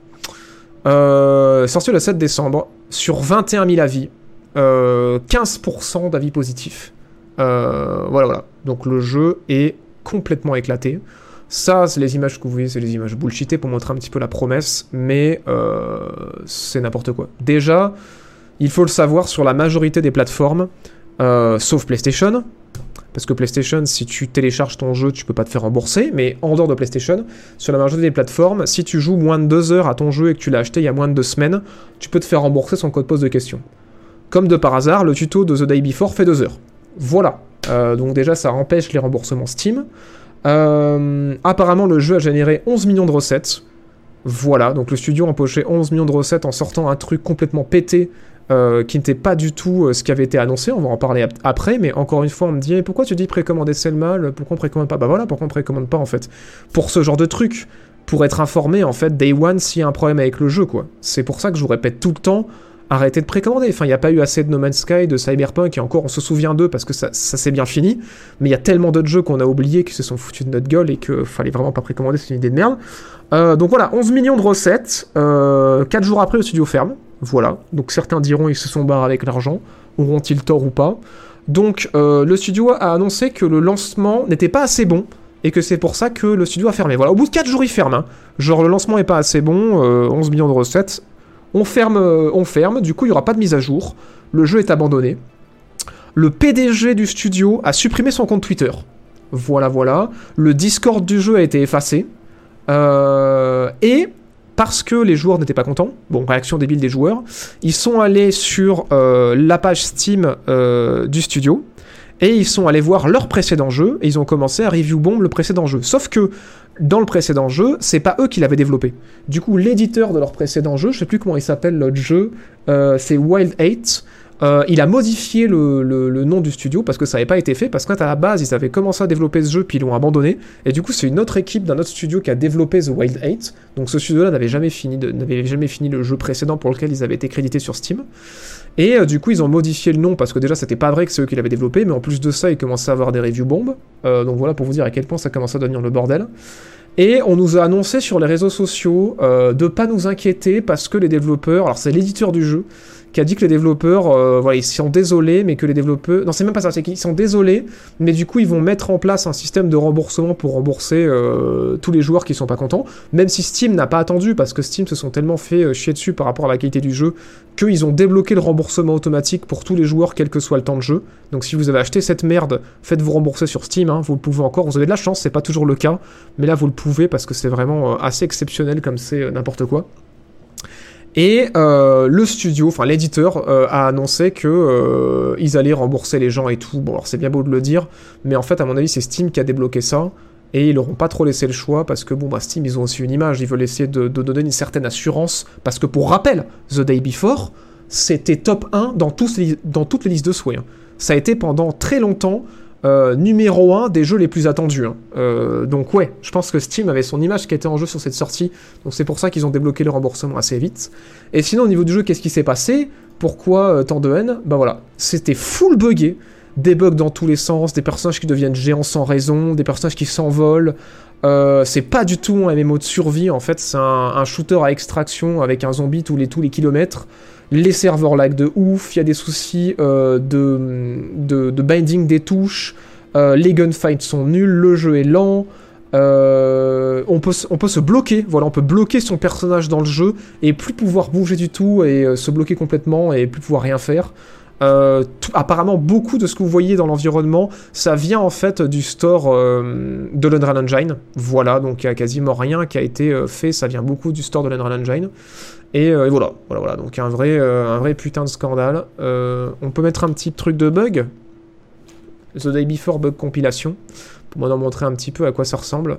Sorti le 7 décembre, sur 21 000 avis, 15% d'avis positifs. Voilà. Donc le jeu est complètement éclaté. Ça, c'est les images que vous voyez, c'est les images bullshitées pour montrer un petit peu la promesse, mais c'est n'importe quoi. Déjà, il faut le savoir, sur la majorité des plateformes, sauf PlayStation, parce que PlayStation, si tu télécharges ton jeu, tu peux pas te faire rembourser, mais en dehors de PlayStation, sur la majorité des plateformes, si tu joues moins de 2 heures à ton jeu et que tu l'as acheté il y a moins de 2 semaines, tu peux te faire rembourser sans code pose de questions. Comme de par hasard, le tuto de The Day Before fait 2 heures. Voilà. Donc déjà, ça empêche les remboursements Steam. Apparemment le jeu a généré 11 millions de recettes. Voilà, donc le studio a empoché 11 millions de recettes en sortant un truc complètement pété qui n'était pas du tout ce qui avait été annoncé, on va en parler après, mais encore une fois on me dit pourquoi tu dis précommander c'est le mal, pourquoi on précommande pas ? Bah voilà, pourquoi on précommande pas en fait, pour ce genre de truc, pour être informé en fait day one s'il y a un problème avec le jeu quoi. C'est pour ça que je vous répète tout le temps, arrêtez de précommander, enfin il n'y a pas eu assez de No Man's Sky, de Cyberpunk, et encore on se souvient d'eux parce que ça s'est bien fini, mais il y a tellement d'autres jeux qu'on a oubliés qui se sont foutus de notre gueule et qu'il fallait vraiment pas précommander, c'est une idée de merde. Donc voilà, 11 millions de recettes, 4 jours après le studio ferme. Voilà, donc certains diront ils se sont barrés avec l'argent, auront-ils tort ou pas. Donc le studio a annoncé que le lancement n'était pas assez bon, et que c'est pour ça que le studio a fermé. Voilà, au bout de 4 jours il ferme, hein. Genre le lancement est pas assez bon, 11 millions de recettes, on ferme, du coup il n'y aura pas de mise à jour, le jeu est abandonné. Le PDG du studio a supprimé son compte Twitter. Voilà, le Discord du jeu a été effacé, et... parce que les joueurs n'étaient pas contents, bon, réaction débile des joueurs, ils sont allés sur la page Steam du studio, et ils sont allés voir leur précédent jeu, et ils ont commencé à review bomb le précédent jeu. Sauf que, dans le précédent jeu, c'est pas eux qui l'avaient développé. Du coup, l'éditeur de leur précédent jeu, je sais plus comment il s'appelle l'autre jeu, c'est Wild 8, il a modifié le nom du studio parce que ça n'avait pas été fait, parce qu'à la base ils avaient commencé à développer ce jeu puis ils l'ont abandonné, et du coup c'est une autre équipe d'un autre studio qui a développé The Wild 8, donc ce studio là n'avait jamais fini le jeu précédent pour lequel ils avaient été crédités sur Steam, et du coup ils ont modifié le nom parce que déjà c'était pas vrai que c'est eux qui l'avaient développé, mais en plus de ça ils commençaient à avoir des review bombes, donc voilà pour vous dire à quel point ça commençait à devenir le bordel. Et on nous a annoncé sur les réseaux sociaux de pas nous inquiéter parce que les développeurs, alors c'est l'éditeur du jeu qui a dit que les développeurs, voilà, ils sont désolés, mais que les développeurs... Non, c'est même pas ça, c'est qu'ils sont désolés, mais du coup, ils vont mettre en place un système de remboursement pour rembourser tous les joueurs qui sont pas contents, même si Steam n'a pas attendu, parce que Steam se sont tellement fait chier dessus par rapport à la qualité du jeu, qu'ils ont débloqué le remboursement automatique pour tous les joueurs, quel que soit le temps de jeu. Donc si vous avez acheté cette merde, faites-vous rembourser sur Steam, hein, vous le pouvez encore, vous avez de la chance, c'est pas toujours le cas, mais là, vous le pouvez, parce que c'est vraiment assez exceptionnel, comme c'est n'importe quoi. Et le studio, enfin l'éditeur, a annoncé que ils allaient rembourser les gens et tout. Bon, alors c'est bien beau de le dire, mais en fait, à mon avis, c'est Steam qui a débloqué ça, et ils leur ont pas trop laissé le choix, parce que bon, bah Steam, ils ont aussi une image, ils veulent essayer de donner une certaine assurance, parce que pour rappel, The Day Before, c'était top 1 dans toutes les listes de souhaits. Hein. Ça a été pendant très longtemps numéro 1 des jeux les plus attendus. Hein. Donc ouais, je pense que Steam avait son image qui était en jeu sur cette sortie, donc c'est pour ça qu'ils ont débloqué le remboursement assez vite. Et sinon au niveau du jeu, qu'est-ce qui s'est passé ? Pourquoi tant de haine ? Bah voilà, c'était full buggé, des bugs dans tous les sens, des personnages qui deviennent géants sans raison, des personnages qui s'envolent, c'est pas du tout un MMO de survie, en fait c'est un shooter à extraction avec un zombie tous les kilomètres. Les serveurs lag de ouf, il y a des soucis de binding des touches, les gunfights sont nuls, le jeu est lent, on peut se bloquer, voilà, on peut bloquer son personnage dans le jeu et plus pouvoir bouger du tout et se bloquer complètement et plus pouvoir rien faire. Apparemment beaucoup de ce que vous voyez dans l'environnement, ça vient en fait du store de l'Unreal Engine, voilà, donc il n'y a quasiment rien qui a été fait, ça vient beaucoup du store de l'Unreal Engine. Et voilà, donc un vrai putain de scandale. On peut mettre un petit truc de bug. The Day Before bug compilation. Pour m'en montrer un petit peu à quoi ça ressemble.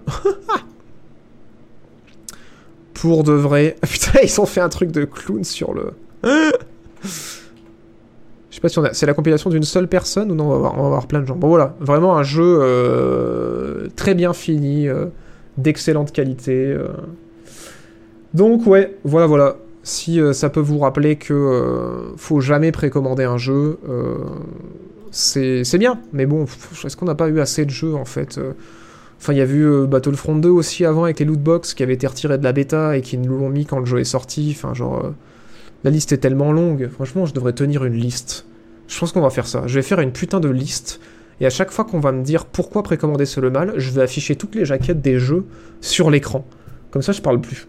Pour de vrai. Putain, ils ont fait un truc de clown sur le... Je sais pas si c'est la compilation d'une seule personne ou non, on va avoir plein de gens. Bon voilà, vraiment un jeu très bien fini, d'excellente qualité. Donc ouais, voilà. Si ça peut vous rappeler que faut jamais précommander un jeu, c'est bien. Mais bon, est-ce qu'on n'a pas eu assez de jeux en fait Enfin, il y a vu Battlefront 2 aussi avant avec les lootbox qui avaient été retirés de la bêta et qui nous l'ont mis quand le jeu est sorti. Enfin, genre, la liste est tellement longue. Franchement, je devrais tenir une liste. Je pense qu'on va faire ça. Je vais faire une putain de liste. Et à chaque fois qu'on va me dire pourquoi précommander c'est le mal, je vais afficher toutes les jaquettes des jeux sur l'écran. Comme ça, je parle plus.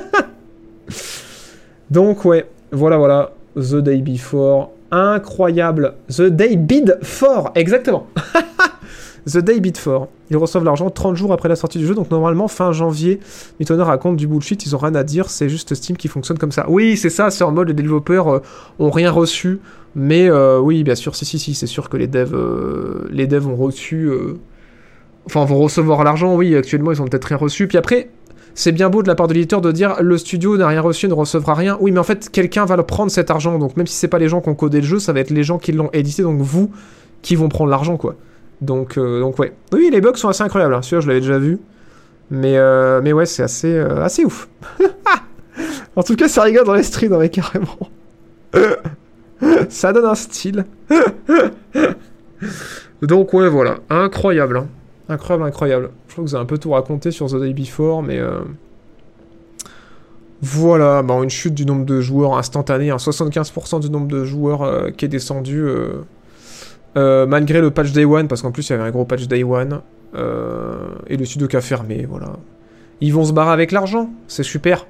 Donc ouais, voilà, The Day Before, incroyable, The Day Before, exactement. The Day Before, ils reçoivent l'argent 30 jours après la sortie du jeu, donc normalement fin janvier, Mythona raconte du bullshit, ils ont rien à dire, c'est juste Steam qui fonctionne comme ça. Oui, c'est ça, c'est en mode les développeurs ont rien reçu, mais oui, bien sûr, si, c'est sûr que les devs ont reçu... Enfin, vont recevoir l'argent, oui, actuellement ils ont peut-être rien reçu, puis après... c'est bien beau de la part de l'éditeur de dire le studio n'a rien reçu, ne recevra rien. Oui, mais en fait, quelqu'un va le prendre cet argent. Donc, même si c'est pas les gens qui ont codé le jeu, ça va être les gens qui l'ont édité, donc vous, qui vont prendre l'argent, quoi. Donc ouais. Oui, les bugs sont assez incroyables. Hein. Celui-là, je l'avais déjà vu. Mais ouais, c'est assez ouf. En tout cas, ça rigole dans les streams, ouais, carrément. Ça donne un style. Donc ouais, voilà. Incroyable. Hein. Incroyable. Je crois que vous avez un peu tout raconté sur The Day Before, mais... Voilà, bon, une chute du nombre de joueurs instantanée, hein, 75% du nombre de joueurs qui est descendu, malgré le patch Day One, parce qu'en plus il y avait un gros patch Day One, et le studio qui a fermé, voilà. Ils vont se barrer avec l'argent, c'est super.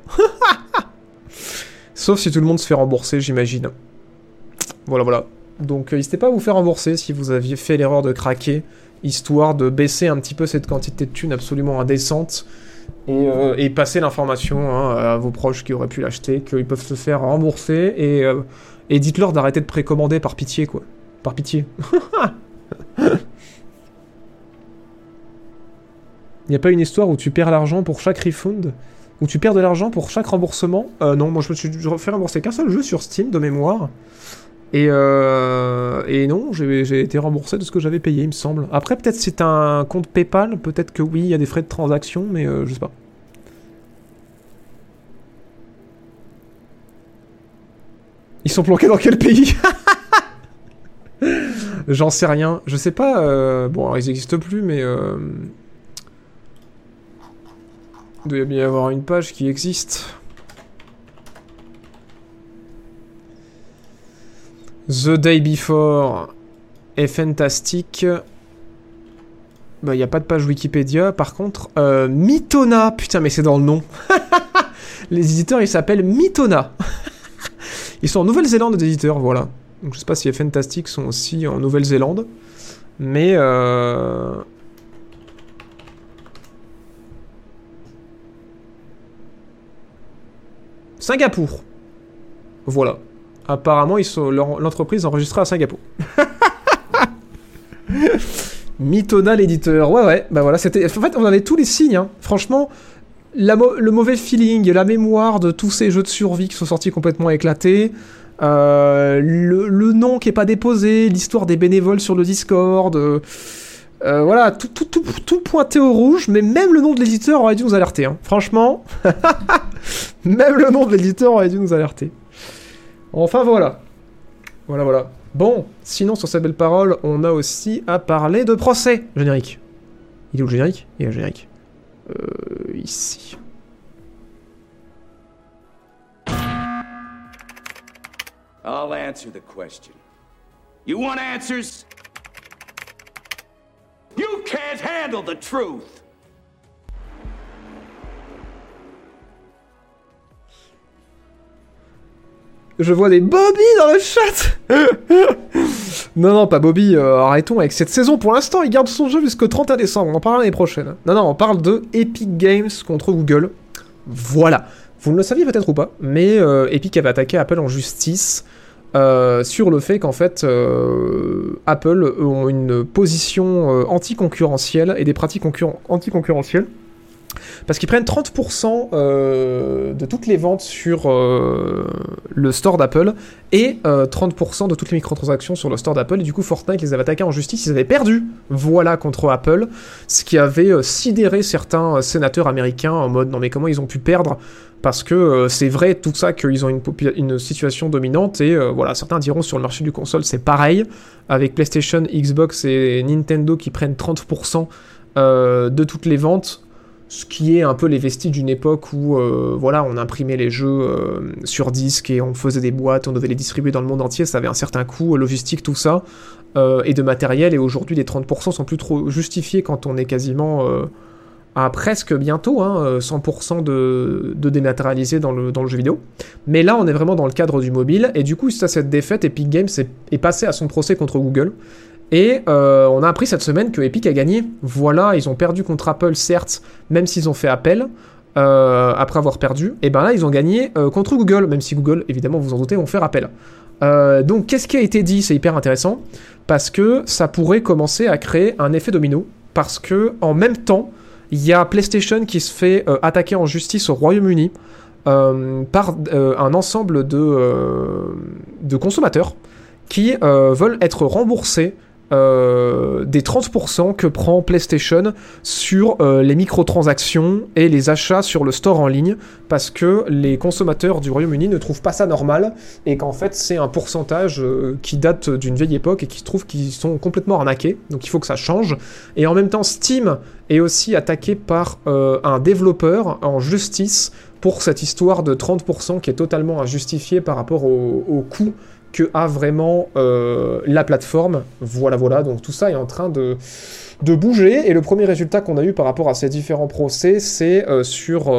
Sauf si tout le monde se fait rembourser, j'imagine. Voilà. Donc n'hésitez pas à vous faire rembourser si vous aviez fait l'erreur de craquer, histoire de baisser un petit peu cette quantité de thunes absolument indécente, et passer l'information hein, à vos proches qui auraient pu l'acheter, qu'ils peuvent se faire rembourser, et dites-leur d'arrêter de précommander par pitié, quoi. Par pitié. Il n'y a pas une histoire où tu perds l'argent pour chaque refund? Où tu perds de l'argent pour chaque remboursement? Non, moi je me suis fait rembourser qu'un seul jeu sur Steam de mémoire. Et non, j'ai été remboursé de ce que j'avais payé, il me semble. Après, peut-être si c'est un compte PayPal, peut-être que oui, il y a des frais de transaction, mais je sais pas. Ils sont planqués dans quel pays? J'en sais rien. Je sais pas. Bon, alors, ils n'existent plus, mais... Il doit bien y avoir une page qui existe. The Day Before est fantastique. Bah, il n'y a pas de page Wikipédia. Par contre, Mythona. Putain, mais c'est dans le nom. Les éditeurs, ils s'appellent Mythona. Ils sont en Nouvelle-Zélande, les éditeurs, voilà. Donc, je sais pas si Fantastic sont aussi en Nouvelle-Zélande. Mais... Singapour. Voilà. Apparemment, l'entreprise est enregistrée à Singapour. Mythona, l'éditeur. Ouais. Bah voilà, c'était... En fait, on avait tous les signes. Hein. Franchement, le mauvais feeling, la mémoire de tous ces jeux de survie qui sont sortis complètement éclatés. Le nom qui est pas déposé. L'histoire des bénévoles sur le Discord. Voilà, tout pointé au rouge. Mais même le nom de l'éditeur aurait dû nous alerter. Hein. Franchement. Même le nom de l'éditeur aurait dû nous alerter. Enfin voilà. Voilà. Bon, sinon sur cette belle parole, on a aussi à parler de procès. Générique. Il est où le générique? Il y a le générique. Ici. I'll answer the question. You want answers? You can't handle the truth! Je vois des Bobby dans le chat. Non, pas Bobby, arrêtons avec cette saison. Pour l'instant, il garde son jeu jusqu'au 31 décembre. On en parlera l'année prochaine. Non, on parle de Epic Games contre Google. Voilà. Vous ne le saviez peut-être ou pas, mais Epic avait attaqué Apple en justice sur le fait qu'en fait, Apple ont une position anticoncurrentielle et des pratiques anticoncurrentielles. Parce qu'ils prennent 30% de toutes les ventes sur le store d'Apple et 30% de toutes les microtransactions sur le store d'Apple. Et du coup, Fortnite les avait attaqués en justice. Ils avaient perdu, voilà, contre Apple. Ce qui avait sidéré certains sénateurs américains en mode « Non mais comment ils ont pu perdre ?» Parce que c'est vrai, tout ça, qu'ils ont une situation dominante. Et voilà, certains diront sur le marché du console, c'est pareil. Avec PlayStation, Xbox et Nintendo qui prennent 30% de toutes les ventes. Ce qui est un peu les vestiges d'une époque où voilà, on imprimait les jeux sur disque et on faisait des boîtes, on devait les distribuer dans le monde entier, ça avait un certain coût logistique, tout ça, et de matériel, et aujourd'hui les 30% sont plus trop justifiés quand on est quasiment à presque bientôt 100% de dématérialisé dans le jeu vidéo. Mais là on est vraiment dans le cadre du mobile, et du coup suite à cette défaite, Epic Games est passé à son procès contre Google. Et on a appris cette semaine que Epic a gagné. Voilà, ils ont perdu contre Apple, certes, même s'ils ont fait appel après avoir perdu. Et ben là, ils ont gagné contre Google, même si Google, évidemment, vous en doutez, vont faire appel. Donc, qu'est-ce qui a été dit? C'est hyper intéressant, parce que ça pourrait commencer à créer un effet domino, parce que en même temps, Il y a PlayStation qui se fait attaquer en justice au Royaume-Uni par un ensemble de consommateurs qui veulent être remboursés des 30% que prend PlayStation sur les microtransactions et les achats sur le store en ligne, parce que les consommateurs du Royaume-Uni ne trouvent pas ça normal, et qu'en fait c'est un pourcentage qui date d'une vieille époque et qui trouvent qu'ils sont complètement arnaqués, donc il faut que ça change. Et en même temps, Steam est aussi attaqué par un développeur en justice pour cette histoire de 30% qui est totalement injustifiée par rapport au coût que a vraiment la plateforme. Voilà, donc tout ça est en train de bouger, et le premier résultat qu'on a eu par rapport à ces différents procès, c'est sur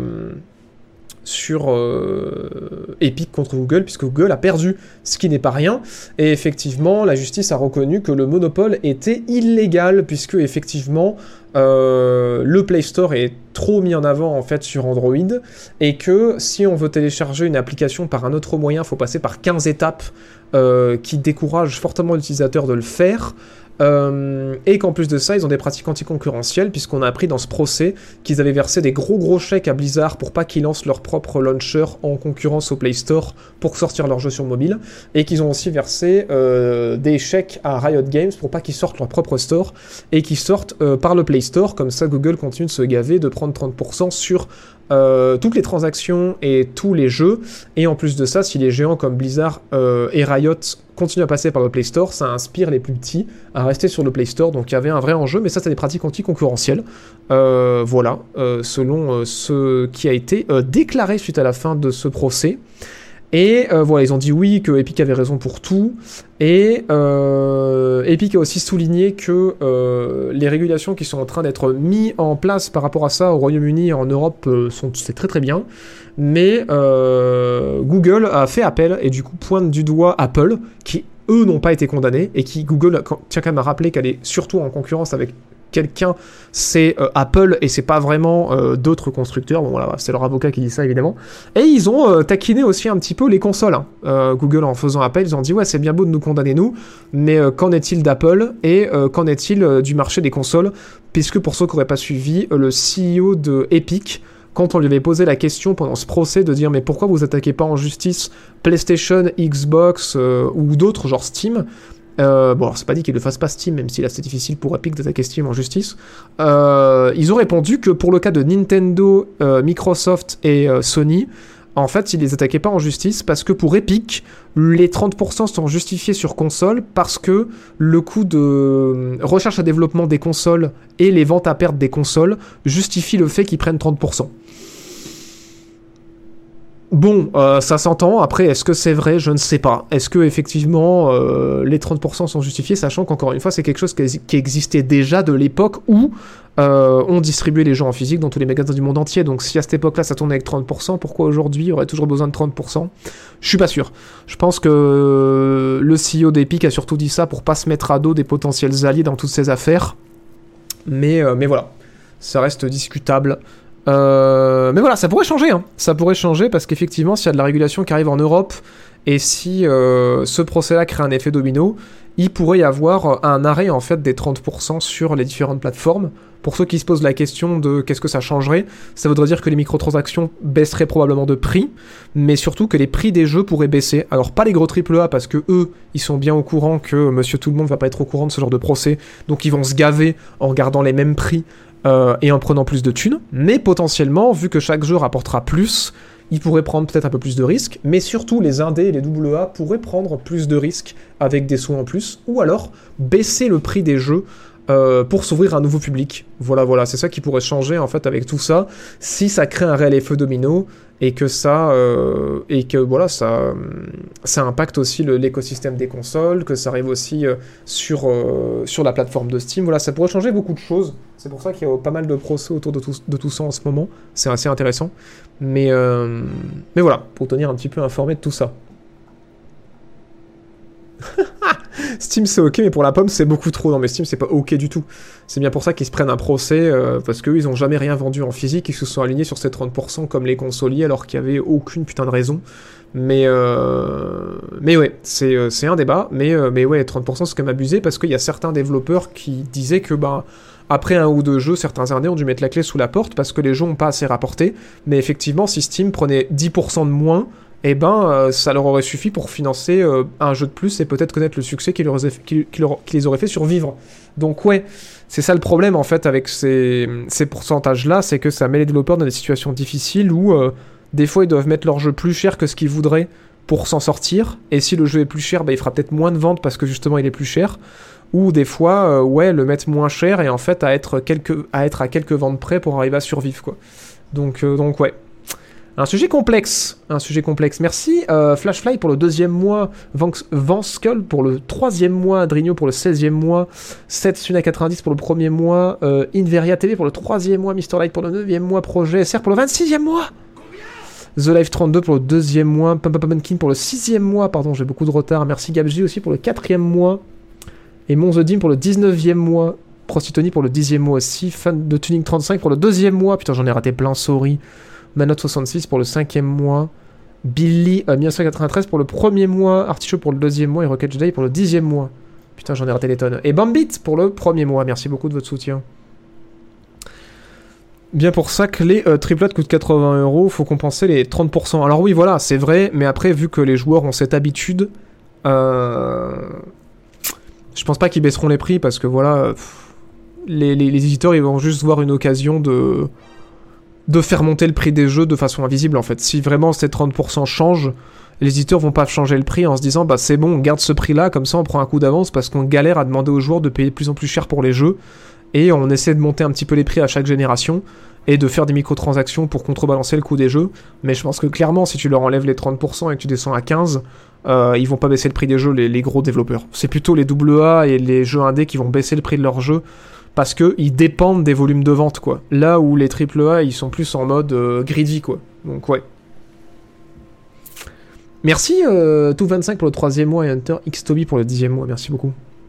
Epic contre Google, puisque Google a perdu, ce qui n'est pas rien, et effectivement la justice a reconnu que le monopole était illégal, puisque effectivement le Play Store est trop mis en avant en fait sur Android, et que si on veut télécharger une application par un autre moyen, il faut passer par 15 étapes qui découragent fortement l'utilisateur de le faire. Et qu'en plus de ça, ils ont des pratiques anticoncurrentielles, puisqu'on a appris dans ce procès qu'ils avaient versé des gros chèques à Blizzard pour pas qu'ils lancent leur propre launcher en concurrence au Play Store pour sortir leurs jeux sur mobile, et qu'ils ont aussi versé des chèques à Riot Games pour pas qu'ils sortent leur propre store et qu'ils sortent par le Play Store. Comme ça, Google continue de se gaver de prendre 30% sur toutes les transactions et tous les jeux. Et en plus de ça, si les géants comme Blizzard et Riot continuent à passer par le Play Store, ça inspire les plus petits à rester sur le Play Store. Donc il y avait un vrai enjeu, mais ça c'est des pratiques anticoncurrentielles. Voilà, selon ce qui a été déclaré suite à la fin de ce procès. Et voilà, ils ont dit oui, que Epic avait raison pour tout. Et Epic a aussi souligné que les régulations qui sont en train d'être mises en place par rapport à ça au Royaume-Uni et en Europe, c'est très très bien. Mais Google a fait appel et du coup pointe du doigt Apple, qui eux n'ont pas été condamnés, et qui Google tient quand même à rappeler qu'elle est surtout en concurrence avec quelqu'un, c'est Apple, et c'est pas vraiment d'autres constructeurs. Bon voilà, c'est leur avocat qui dit ça évidemment. Et ils ont taquiné aussi un petit peu les consoles, hein. Google, en faisant appel, ils ont dit ouais, c'est bien beau de nous condamner nous, mais qu'en est-il d'Apple, et qu'en est-il du marché des consoles, puisque pour ceux qui n'auraient pas suivi, le CEO de Epic, quand on lui avait posé la question pendant ce procès de dire mais pourquoi vous attaquez pas en justice PlayStation, Xbox ou d'autres genre Steam, bon alors c'est pas dit qu'il ne fasse pas Steam, même si là c'est difficile pour Epic d'attaquer Steam en justice, ils ont répondu que pour le cas de Nintendo, Microsoft et Sony, en fait ils les attaquaient pas en justice parce que pour Epic les 30% sont justifiés sur console, parce que le coût de recherche et développement des consoles et les ventes à perte des consoles justifient le fait qu'ils prennent 30%. Bon, ça s'entend. Après, est-ce que c'est vrai ? Je ne sais pas. Est-ce que effectivement les 30% sont justifiés, sachant qu'encore une fois, c'est quelque chose qui existait déjà de l'époque où on distribuait les jeux en physique dans tous les magasins du monde entier. Donc si à cette époque-là, ça tournait avec 30%, pourquoi aujourd'hui, il y aurait toujours besoin de 30% ? Je suis pas sûr. Je pense que le CEO d'Epic a surtout dit ça pour pas se mettre à dos des potentiels alliés dans toutes ces affaires. Mais voilà, ça reste discutable. Mais voilà, ça pourrait changer, hein. Ça pourrait changer parce qu'effectivement, s'il y a de la régulation qui arrive en Europe, et si ce procès-là crée un effet domino, il pourrait y avoir un arrêt en fait des 30% sur les différentes plateformes. Pour ceux qui se posent la question de qu'est-ce que ça changerait, ça voudrait dire que les microtransactions baisseraient probablement de prix, mais surtout que les prix des jeux pourraient baisser. Alors pas les gros AAA, parce que eux, ils sont bien au courant que Monsieur Tout-le-Monde va pas être au courant de ce genre de procès, donc ils vont se gaver en gardant les mêmes prix et en prenant plus de thunes, mais potentiellement, vu que chaque jeu rapportera plus, ils pourraient prendre peut-être un peu plus de risques, mais surtout les indés et les AA pourraient prendre plus de risques avec des sous en plus, ou alors baisser le prix des jeux pour s'ouvrir à un nouveau public. Voilà, c'est ça qui pourrait changer en fait avec tout ça, si ça crée un réel effet domino, et que ça impacte aussi l'écosystème des consoles, que ça arrive aussi sur la plateforme de Steam. Voilà, ça pourrait changer beaucoup de choses. C'est pour ça qu'il y a pas mal de procès autour de tout ça en ce moment. C'est assez intéressant. Mais voilà, pour tenir un petit peu informé de tout ça. Steam c'est ok, mais pour la pomme c'est beaucoup trop. Non mais Steam c'est pas ok du tout. C'est bien pour ça qu'ils se prennent un procès, parce qu'eux ils ont jamais rien vendu en physique, ils se sont alignés sur ces 30% comme les consoliers, alors qu'il y avait aucune putain de raison. Mais ouais, c'est un débat, mais ouais, 30% c'est quand même abusé, parce qu'il y a certains développeurs qui disaient que Après un ou deux jeux, certains indés ont dû mettre la clé sous la porte parce que les jeux n'ont pas assez rapporté. Mais effectivement, si Steam prenait 10% de moins, eh ben, ça leur aurait suffi pour financer un jeu de plus et peut-être connaître le succès qui les aurait fait survivre. Donc ouais, c'est ça le problème en fait avec ces pourcentages-là, c'est que ça met les développeurs dans des situations difficiles où des fois ils doivent mettre leur jeu plus cher que ce qu'ils voudraient pour s'en sortir, et si le jeu est plus cher, bah, il fera peut-être moins de ventes parce que justement il est plus cher, ou des fois, le mettre moins cher et en fait à être à quelques ventes près pour arriver à survivre, quoi. Donc ouais. Un sujet complexe. Merci Flashfly pour le 2e mois, Vanskull pour le 3e mois, Drigno pour le 16e mois, Setsuna90 pour le 1er mois, Inveria TV pour le 3e mois, Mr. Light pour le 9e mois, Projet SR pour le 26e mois, The Life 32 pour le 2e mois, Pumpkin pour le 6e mois, pardon, j'ai beaucoup de retard, merci Gabji aussi pour le 4e mois, et Mon The Dim pour le 19e mois, Prostitoni pour le 10e mois aussi, Fan de Tuning 35 pour le 2e mois, putain j'en ai raté plein, sorry, Manot 66 pour le 5e mois, Billy 1993 pour le 1er mois, Artichaut pour le 2e mois et Rocket Jedi pour le 10e mois. Putain, j'en ai raté des tonnes. Et Bambit pour le 1er mois. Merci beaucoup de votre soutien. Bien pour ça que les triplats coûtent 80€, faut compenser les 30%. Alors oui, voilà, c'est vrai, mais après, vu que les joueurs ont cette habitude, je pense pas qu'ils baisseront les prix parce que voilà, les éditeurs, ils vont juste voir une occasion de faire monter le prix des jeux de façon invisible en fait. Si vraiment ces 30% changent, les éditeurs vont pas changer le prix en se disant bah c'est bon, on garde ce prix là, comme ça on prend un coup d'avance parce qu'on galère à demander aux joueurs de payer de plus en plus cher pour les jeux, et on essaie de monter un petit peu les prix à chaque génération et de faire des microtransactions pour contrebalancer le coût des jeux. Mais je pense que clairement si tu leur enlèves les 30% et que tu descends à 15%, ils vont pas baisser le prix des jeux, les gros développeurs. C'est plutôt les AA et les jeux indés qui vont baisser le prix de leurs jeux parce qu'ils dépendent des volumes de vente, quoi. Là où les AAA, ils sont plus en mode greedy, quoi. Donc, ouais. Merci, Tout25 pour le 3e mois et Hunter X Toby pour le 10e mois. Merci beaucoup.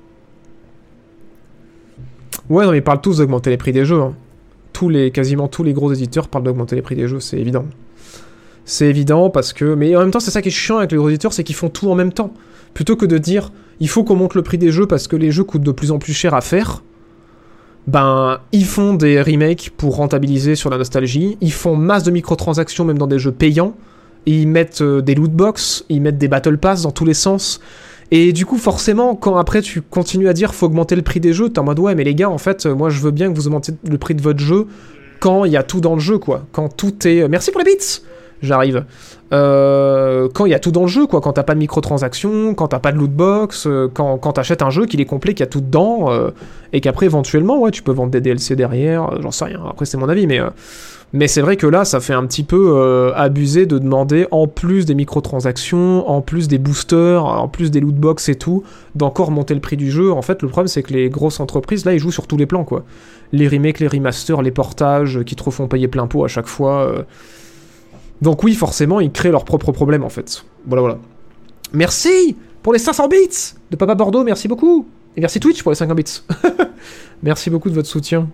Ouais, non, mais ils parlent tous d'augmenter les prix des jeux. Hein. Quasiment tous les gros éditeurs parlent d'augmenter les prix des jeux, c'est évident. C'est évident parce que... Mais en même temps, c'est ça qui est chiant avec les gros éditeurs, c'est qu'ils font tout en même temps. Plutôt que de dire, il faut qu'on monte le prix des jeux parce que les jeux coûtent de plus en plus cher à faire... Ben, ils font des remakes pour rentabiliser sur la nostalgie, ils font masse de microtransactions même dans des jeux payants, ils mettent des lootbox, ils mettent des battle pass dans tous les sens, et du coup forcément, quand après tu continues à dire faut augmenter le prix des jeux, t'es en mode ouais mais les gars en fait, moi je veux bien que vous augmentiez le prix de votre jeu quand il y a tout dans le jeu quoi, quand tout est... Merci pour les bits. J'arrive. Quand il y a tout dans le jeu, quoi, quand t'as pas de microtransactions, quand t'as pas de lootbox, quand t'achètes un jeu qu'il est complet, qu'il y a tout dedans, et qu'après éventuellement, ouais, tu peux vendre des DLC derrière, j'en sais rien, après c'est mon avis, mais c'est vrai que là, ça fait un petit peu abuser de demander, en plus des microtransactions, en plus des boosters, en plus des lootbox et tout, d'encore monter le prix du jeu. En fait, le problème, c'est que les grosses entreprises, là, ils jouent sur tous les plans, quoi. Les remakes, les remasters, les portages, qui te refont payer plein pot à chaque fois... Donc oui, forcément, ils créent leurs propres problèmes, en fait. Voilà. Merci pour les 500 bits de Papa Bordeaux, merci beaucoup. Et merci Twitch pour les 50 bits. Merci beaucoup de votre soutien.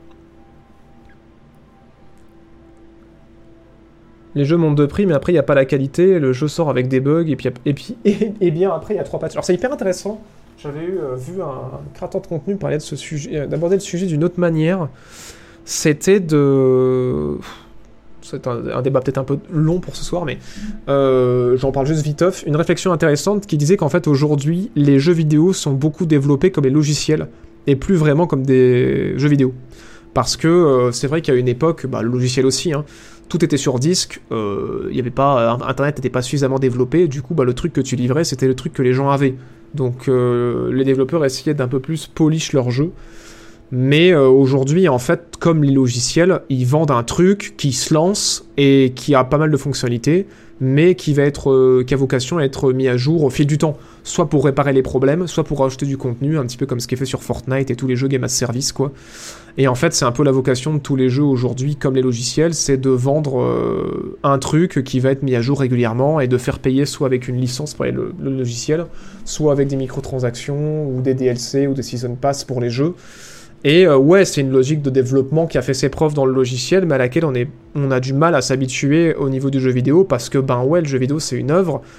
Les jeux montent de prix, mais après, il n'y a pas la qualité, le jeu sort avec des bugs, et bien après, il y a 3 patchs. Alors c'est hyper intéressant. J'avais vu un créateur de contenu parler de ce sujet, d'aborder le sujet d'une autre manière. C'était de... C'est un débat peut-être un peu long pour ce soir, mais j'en parle juste viteuf. Une réflexion intéressante qui disait qu'en fait aujourd'hui, les jeux vidéo sont beaucoup développés comme des logiciels et plus vraiment comme des jeux vidéo. Parce que c'est vrai qu'à une époque, le logiciel aussi, hein, tout était sur disque, y avait pas, Internet n'était pas suffisamment développé, du coup le truc que tu livrais c'était le truc que les gens avaient. Donc les développeurs essayaient d'un peu plus polish leur jeu. Mais aujourd'hui, en fait, comme les logiciels, ils vendent un truc qui se lance et qui a pas mal de fonctionnalités, mais qui a vocation à être mis à jour au fil du temps. Soit pour réparer les problèmes, soit pour rajouter du contenu, un petit peu comme ce qui est fait sur Fortnite et tous les jeux Game as Service, quoi. Et en fait, c'est un peu la vocation de tous les jeux aujourd'hui, comme les logiciels, c'est de vendre un truc qui va être mis à jour régulièrement et de faire payer soit avec une licence pour le logiciel, soit avec des microtransactions ou des DLC ou des Season Pass pour les jeux. Et ouais, c'est une logique de développement qui a fait ses preuves dans le logiciel, mais à laquelle on a du mal à s'habituer au niveau du jeu vidéo, parce que, le jeu vidéo, c'est une œuvre,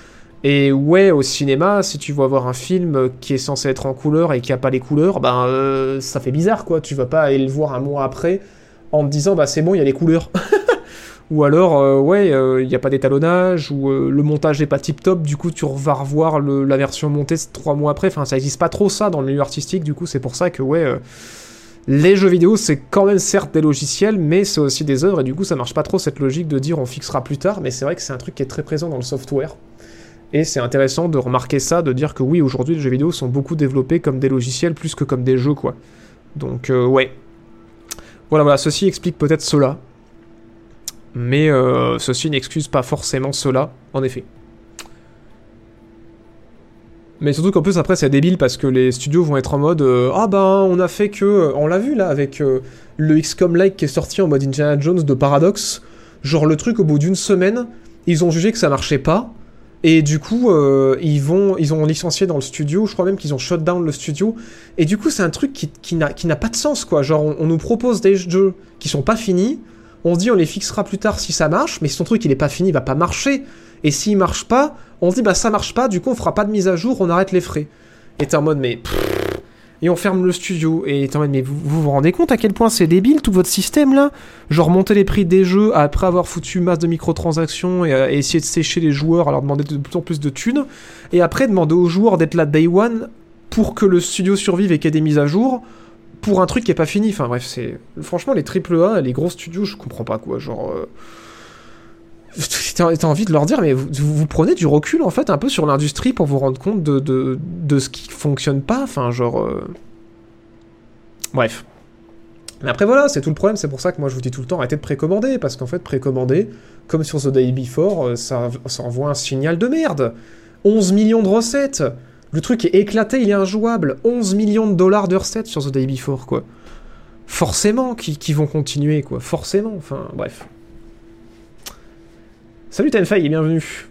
Et ouais, au cinéma, si tu vas voir un film qui est censé être en couleur et qui a pas les couleurs, ben ça fait bizarre quoi. Tu vas pas aller le voir un mois après en te disant bah c'est bon, il y a les couleurs. Ou alors il y a pas d'étalonnage, ou le montage est pas tip top, du coup tu vas revoir la version montée 3 mois après. Enfin ça existe pas trop ça dans le milieu artistique, du coup c'est pour ça que les jeux vidéo c'est quand même certes des logiciels, mais c'est aussi des œuvres, et du coup ça marche pas trop cette logique de dire on fixera plus tard, mais c'est vrai que c'est un truc qui est très présent dans le software. Et c'est intéressant de remarquer ça, de dire que oui, aujourd'hui, les jeux vidéo sont beaucoup développés comme des logiciels plus que comme des jeux, quoi. Donc, ouais. Voilà, ceci explique peut-être cela. Mais ceci n'excuse pas forcément cela, en effet. Mais surtout qu'en plus, après, c'est débile parce que les studios vont être en mode ah ben, on a fait que... on l'a vu, là, avec le XCOM-like qui est sorti en mode Indiana Jones de Paradox. Genre, le truc, au bout d'une semaine, ils ont jugé que ça marchait pas. Et du coup, ils ont licencié dans le studio, je crois même qu'ils ont shut down le studio. Et du coup, c'est un truc qui n'a pas de sens, quoi. Genre, on nous propose des jeux qui sont pas finis, on se dit on les fixera plus tard si ça marche, mais si ton truc il est pas fini, il va pas marcher. Et s'il marche pas, on se dit bah ça marche pas, du coup on fera pas de mise à jour, on arrête les frais. Et t'es en mode mais... Et on ferme le studio, et t'es en mode mais vous rendez compte à quel point c'est débile tout votre système là? Genre monter les prix des jeux après avoir foutu masse de microtransactions et essayer de sécher les joueurs à leur demander de plus en plus de thunes, et après demander aux joueurs d'être là day one pour que le studio survive et qu'il y ait des mises à jour pour un truc qui est pas fini. Enfin bref, c'est... Franchement les AAA, les gros studios, je comprends pas quoi, genre... T'as envie de leur dire, mais vous prenez du recul en fait un peu sur l'industrie pour vous rendre compte de ce qui fonctionne pas, enfin genre... Bref. Mais après voilà, c'est tout le problème, c'est pour ça que moi je vous dis tout le temps arrêtez de précommander, parce qu'en fait précommander, comme sur The Day Before, ça envoie un signal de merde. 11 millions de recettes, le truc est éclaté, il est injouable, 11 millions de dollars de recettes sur The Day Before quoi. Forcément qu'ils vont continuer quoi, forcément, enfin bref. Salut Tenfei et bienvenue.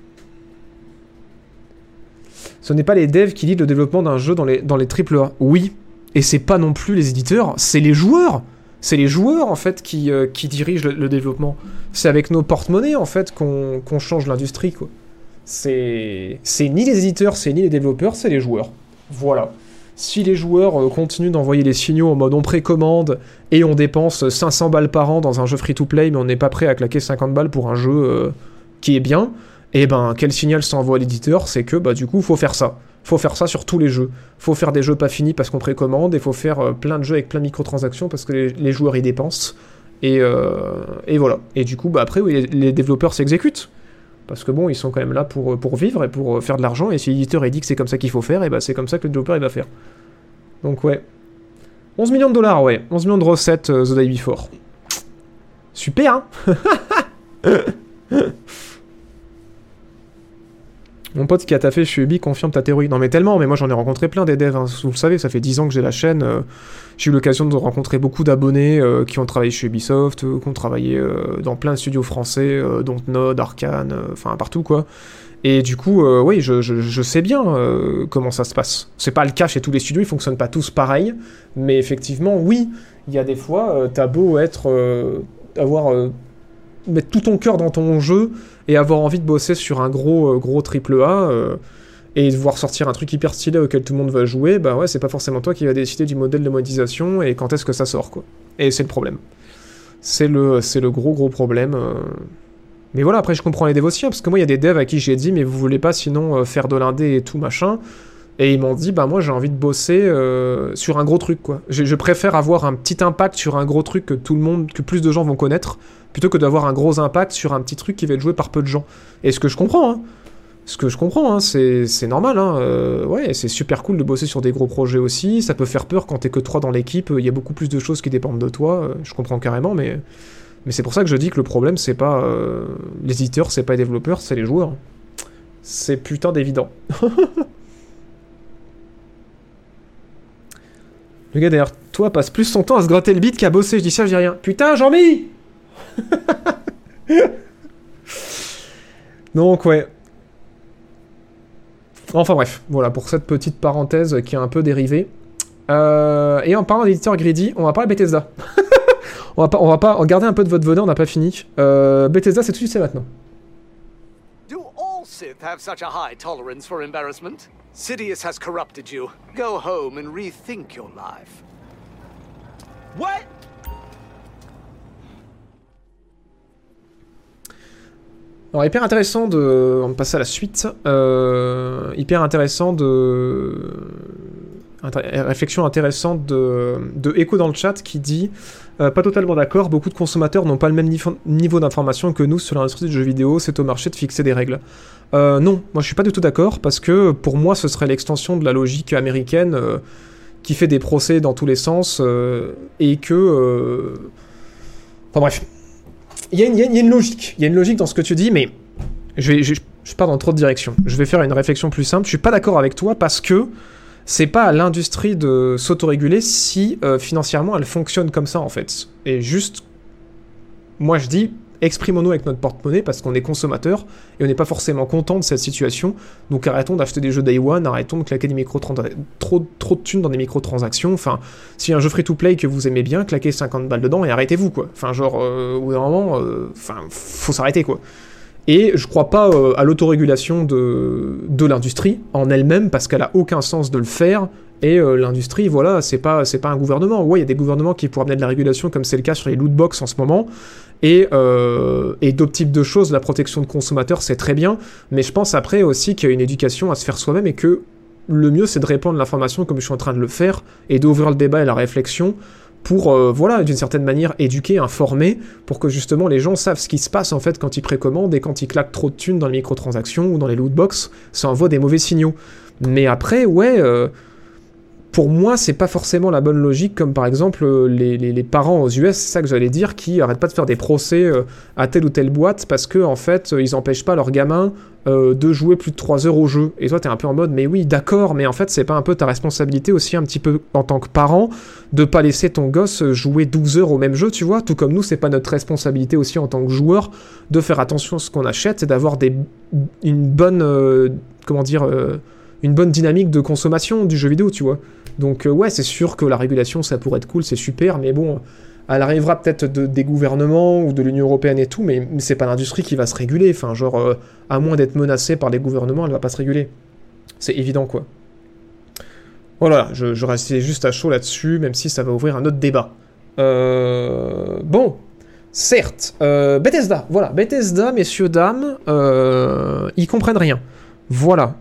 Ce n'est pas les devs qui lident le développement d'un jeu dans les AAA. Oui, et c'est pas non plus les éditeurs, c'est les joueurs. C'est les joueurs en fait qui dirigent le développement. C'est avec nos porte-monnaies en fait qu'on change l'industrie quoi. C'est ni les éditeurs, c'est ni les développeurs, c'est les joueurs. Voilà. Si les joueurs continuent d'envoyer les signaux en mode on précommande et on dépense 500 balles par an dans un jeu free-to-play mais on n'est pas prêt à claquer 50 balles pour un jeu... qui est bien, et ben quel signal ça envoie à l'éditeur, c'est que bah du coup faut faire ça. Faut faire ça sur tous les jeux. Faut faire des jeux pas finis parce qu'on précommande, et faut faire plein de jeux avec plein de microtransactions parce que les joueurs y dépensent. Et voilà. Et du coup bah après oui, les développeurs s'exécutent. Parce que bon, ils sont quand même là pour vivre et pour faire de l'argent, et si l'éditeur il dit que c'est comme ça qu'il faut faire, et bah c'est comme ça que le développeur il va faire. Donc ouais. 11 millions de dollars, ouais. 11 millions de recettes The Day Before. Super, hein. Mon pote qui a taffé chez Ubi confirme ta théorie. Non mais tellement, mais moi j'en ai rencontré plein des devs, hein. Vous le savez, ça fait 10 ans que j'ai la chaîne, j'ai eu l'occasion de rencontrer beaucoup d'abonnés qui ont travaillé chez Ubisoft, qui ont travaillé dans plein de studios français, dont Node, Arkane, enfin partout quoi. Et du coup, oui, je sais bien comment ça se passe. C'est pas le cas chez tous les studios, ils fonctionnent pas tous pareil, mais effectivement, oui, il y a des fois, t'as beau mettre tout ton cœur dans ton jeu et avoir envie de bosser sur un gros AAA et de voir sortir un truc hyper stylé auquel tout le monde va jouer, bah ouais, c'est pas forcément toi qui va décider du modèle de monétisation et quand est-ce que ça sort, quoi. Et c'est le problème. C'est le gros problème. Mais voilà, après je comprends les devs aussi, hein, parce que moi il y a des devs à qui j'ai dit mais vous voulez pas sinon faire de l'indé et tout machin, et ils m'ont dit bah moi j'ai envie de bosser sur un gros truc quoi. Je préfère avoir un petit impact sur un gros truc que plus de gens vont connaître, plutôt que d'avoir un gros impact sur un petit truc qui va être joué par peu de gens. Et ce que je comprends, hein, c'est normal, hein, ouais, c'est super cool de bosser sur des gros projets aussi, ça peut faire peur quand t'es que 3 dans l'équipe, il y a beaucoup plus de choses qui dépendent de toi, je comprends carrément, mais c'est pour ça que je dis que le problème c'est pas les éditeurs, c'est pas les développeurs, c'est les joueurs. C'est putain d'évident. Le gars derrière toi passe plus son temps à se gratter le bide qu'à bosser, je dis ça, je dis rien. Putain, Jean-Mi. Donc ouais. Enfin bref, voilà pour cette petite parenthèse qui est un peu dérivée. Et en parlant d'éditeur greedy, on va parler Bethesda. on va pas garder un peu de votre venin, on n'a pas fini. Bethesda, c'est tout de suite, c'est maintenant. Do all Sith have such a high tolerance for embarrassment? Sidious has corrupted you. Go home and rethink your life. What? Alors, hyper intéressant de... On passe à la suite. Hyper intéressant de... Réflexion intéressante de Echo dans le chat qui dit pas totalement d'accord, beaucoup de consommateurs n'ont pas le même niveau d'information que nous sur l'industrie du jeu vidéo, c'est au marché de fixer des règles. Non, moi je suis pas du tout d'accord, parce que pour moi ce serait l'extension de la logique américaine qui fait des procès dans tous les sens et que... Enfin bref. Il y a une logique. Il y a une logique dans ce que tu dis, mais je pars dans trop de directions. Je vais faire une réflexion plus simple. Je suis pas d'accord avec toi parce que c'est pas à l'industrie de s'autoréguler si financièrement elle fonctionne comme ça en fait. Et juste, moi je dis, exprimons-nous avec notre porte-monnaie parce qu'on est consommateur et on n'est pas forcément content de cette situation. Donc arrêtons d'acheter des jeux Day One, arrêtons de claquer des trop de thunes dans des microtransactions. Enfin, s'il y a un jeu free-to-play que vous aimez bien, claquez 50 balles dedans et arrêtez-vous quoi. Enfin genre, au bout d'un moment, faut s'arrêter quoi. Et je crois pas à l'autorégulation de l'industrie en elle-même parce qu'elle a aucun sens de le faire. Et l'industrie, voilà, c'est pas un gouvernement. Ouais, il y a des gouvernements qui pourraient amener de la régulation, comme c'est le cas sur les lootbox en ce moment. Et d'autres types de choses, la protection de consommateurs, c'est très bien. Mais je pense après aussi qu'il y a une éducation à se faire soi-même et que le mieux, c'est de répandre l'information comme je suis en train de le faire et d'ouvrir le débat et la réflexion pour, voilà, d'une certaine manière, éduquer, informer, pour que justement les gens savent ce qui se passe en fait quand ils précommandent et quand ils claquent trop de thunes dans les microtransactions ou dans les lootbox, ça envoie des mauvais signaux. Mais après, ouais... pour moi, c'est pas forcément la bonne logique, comme par exemple les parents aux US, c'est ça que j'allais dire, qui arrêtent pas de faire des procès à telle ou telle boîte parce que en fait, ils empêchent pas leurs gamins de jouer plus de 3 heures au jeu. Et toi, t'es un peu en mode, mais oui, d'accord, mais en fait, c'est pas un peu ta responsabilité aussi un petit peu en tant que parent de pas laisser ton gosse jouer 12 heures au même jeu, tu vois, tout comme nous, c'est pas notre responsabilité aussi en tant que joueur de faire attention à ce qu'on achète et d'avoir une bonne, une bonne dynamique de consommation du jeu vidéo, tu vois. Donc ouais, c'est sûr que la régulation, ça pourrait être cool, c'est super, mais bon, elle arrivera peut-être des gouvernements ou de l'Union Européenne et tout, mais c'est pas l'industrie qui va se réguler, enfin genre, à moins d'être menacée par les gouvernements, elle va pas se réguler. C'est évident, quoi. Voilà, je restais juste à chaud là-dessus, même si ça va ouvrir un autre débat. Bon, certes, Bethesda, voilà, Bethesda, messieurs, dames, ils comprennent rien. Voilà.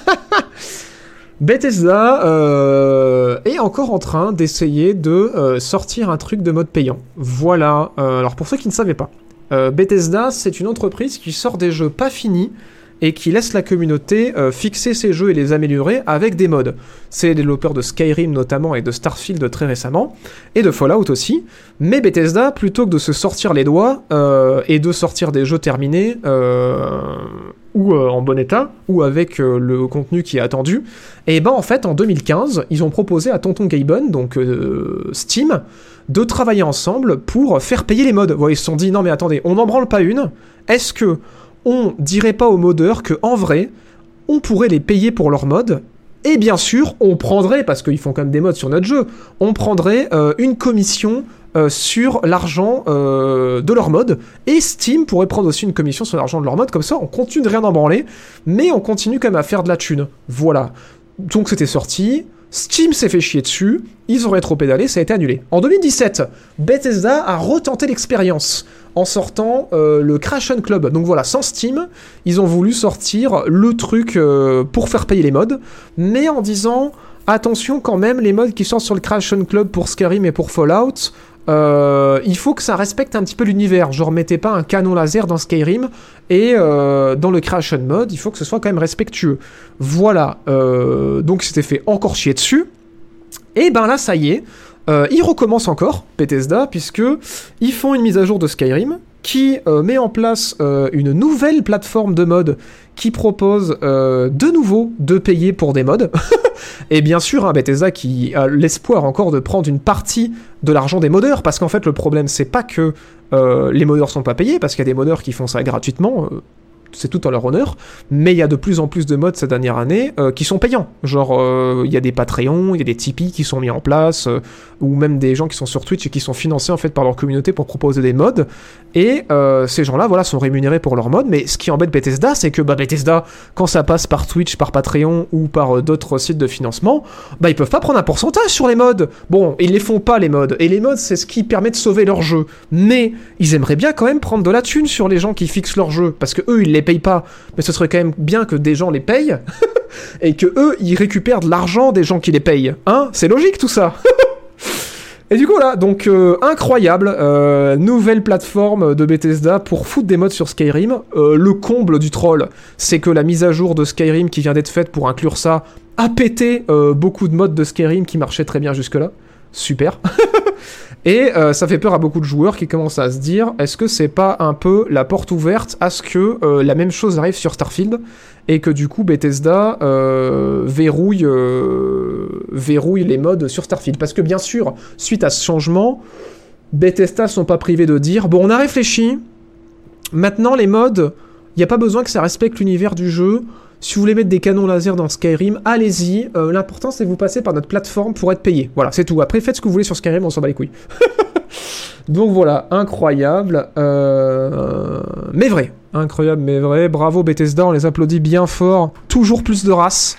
Bethesda est encore en train d'essayer de sortir un truc de mode payant. Voilà. Alors pour ceux qui ne savaient pas, Bethesda, c'est une entreprise qui sort des jeux pas finis et qui laisse la communauté fixer ses jeux et les améliorer avec des mods. C'est les développeurs de Skyrim notamment et de Starfield très récemment, et de Fallout aussi. Mais Bethesda, plutôt que de se sortir les doigts et de sortir des jeux terminés ou en bon état, ou avec le contenu qui est attendu, et ben en fait en 2015, ils ont proposé à Tonton Gaben, donc Steam, de travailler ensemble pour faire payer les mods. Voilà, ils se sont dit, non mais attendez, on n'en branle pas une, est-ce que on dirait pas aux modeurs que en vrai, on pourrait les payer pour leurs mods, et bien sûr, on prendrait, parce qu'ils font quand même des mods sur notre jeu, on prendrait une commission sur l'argent de leur mode, et Steam pourrait prendre aussi une commission sur l'argent de leur mode, comme ça on continue de rien en branler, mais on continue quand même à faire de la thune. Voilà. Donc c'était sorti, Steam s'est fait chier dessus, ils ont rétro-pédalé, ça a été annulé. En 2017, Bethesda a retenté l'expérience en sortant le Creation Club. Donc voilà, sans Steam, ils ont voulu sortir le truc pour faire payer les mods, mais en disant, attention quand même, les mods qui sortent sur le Creation Club pour Skyrim et pour Fallout, il faut que ça respecte un petit peu l'univers. Genre, mettez pas un canon laser dans Skyrim et dans le Creation Mode, il faut que ce soit quand même respectueux. Voilà. Donc, c'était fait encore chier dessus. Et ben là, ça y est. Ils recommencent encore, Bethesda, puisque ils font une mise à jour de Skyrim qui met en place une nouvelle plateforme de mode qui propose de nouveau de payer pour des mods. Et bien sûr, Bethesda qui a l'espoir encore de prendre une partie de l'argent des modeurs, parce qu'en fait le problème c'est pas que les modeurs sont pas payés, parce qu'il y a des modeurs qui font ça gratuitement, c'est tout en leur honneur, mais il y a de plus en plus de mods cette dernière année qui sont payants. Genre, il y a des Patreons, il y a des Tipeee qui sont mis en place, ou même des gens qui sont sur Twitch et qui sont financés en fait par leur communauté pour proposer des mods. Et ces gens-là, voilà, sont rémunérés pour leurs mods. Mais ce qui embête Bethesda, c'est que Bethesda, quand ça passe par Twitch, par Patreon ou par d'autres sites de financement, ils peuvent pas prendre un pourcentage sur les mods. Bon, ils les font pas les mods. Et les mods, c'est ce qui permet de sauver leur jeu. Mais ils aimeraient bien quand même prendre de la thune sur les gens qui fixent leur jeu, parce que eux, ils les payent pas. Mais ce serait quand même bien que des gens les payent et que eux, ils récupèrent de l'argent des gens qui les payent. Hein ? C'est logique tout ça. Et du coup là, donc incroyable, nouvelle plateforme de Bethesda pour foutre des mods sur Skyrim. Le comble du troll, c'est que la mise à jour de Skyrim qui vient d'être faite pour inclure ça a pété beaucoup de mods de Skyrim qui marchaient très bien jusque-là. Super. Et ça fait peur à beaucoup de joueurs qui commencent à se dire, est-ce que c'est pas un peu la porte ouverte à ce que la même chose arrive sur Starfield et que du coup Bethesda verrouille les mods sur Starfield? Parce que bien sûr, suite à ce changement, Bethesda sont pas privés de dire, bon, on a réfléchi, maintenant les mods, il n'y a pas besoin que ça respecte l'univers du jeu. Si vous voulez mettre des canons laser dans Skyrim, allez-y. L'important, c'est que vous passez par notre plateforme pour être payé. Voilà, c'est tout. Après, faites ce que vous voulez sur Skyrim, on s'en bat les couilles. Donc voilà, incroyable. Mais vrai. Incroyable, mais vrai. Bravo Bethesda, on les applaudit bien fort. Toujours plus de races.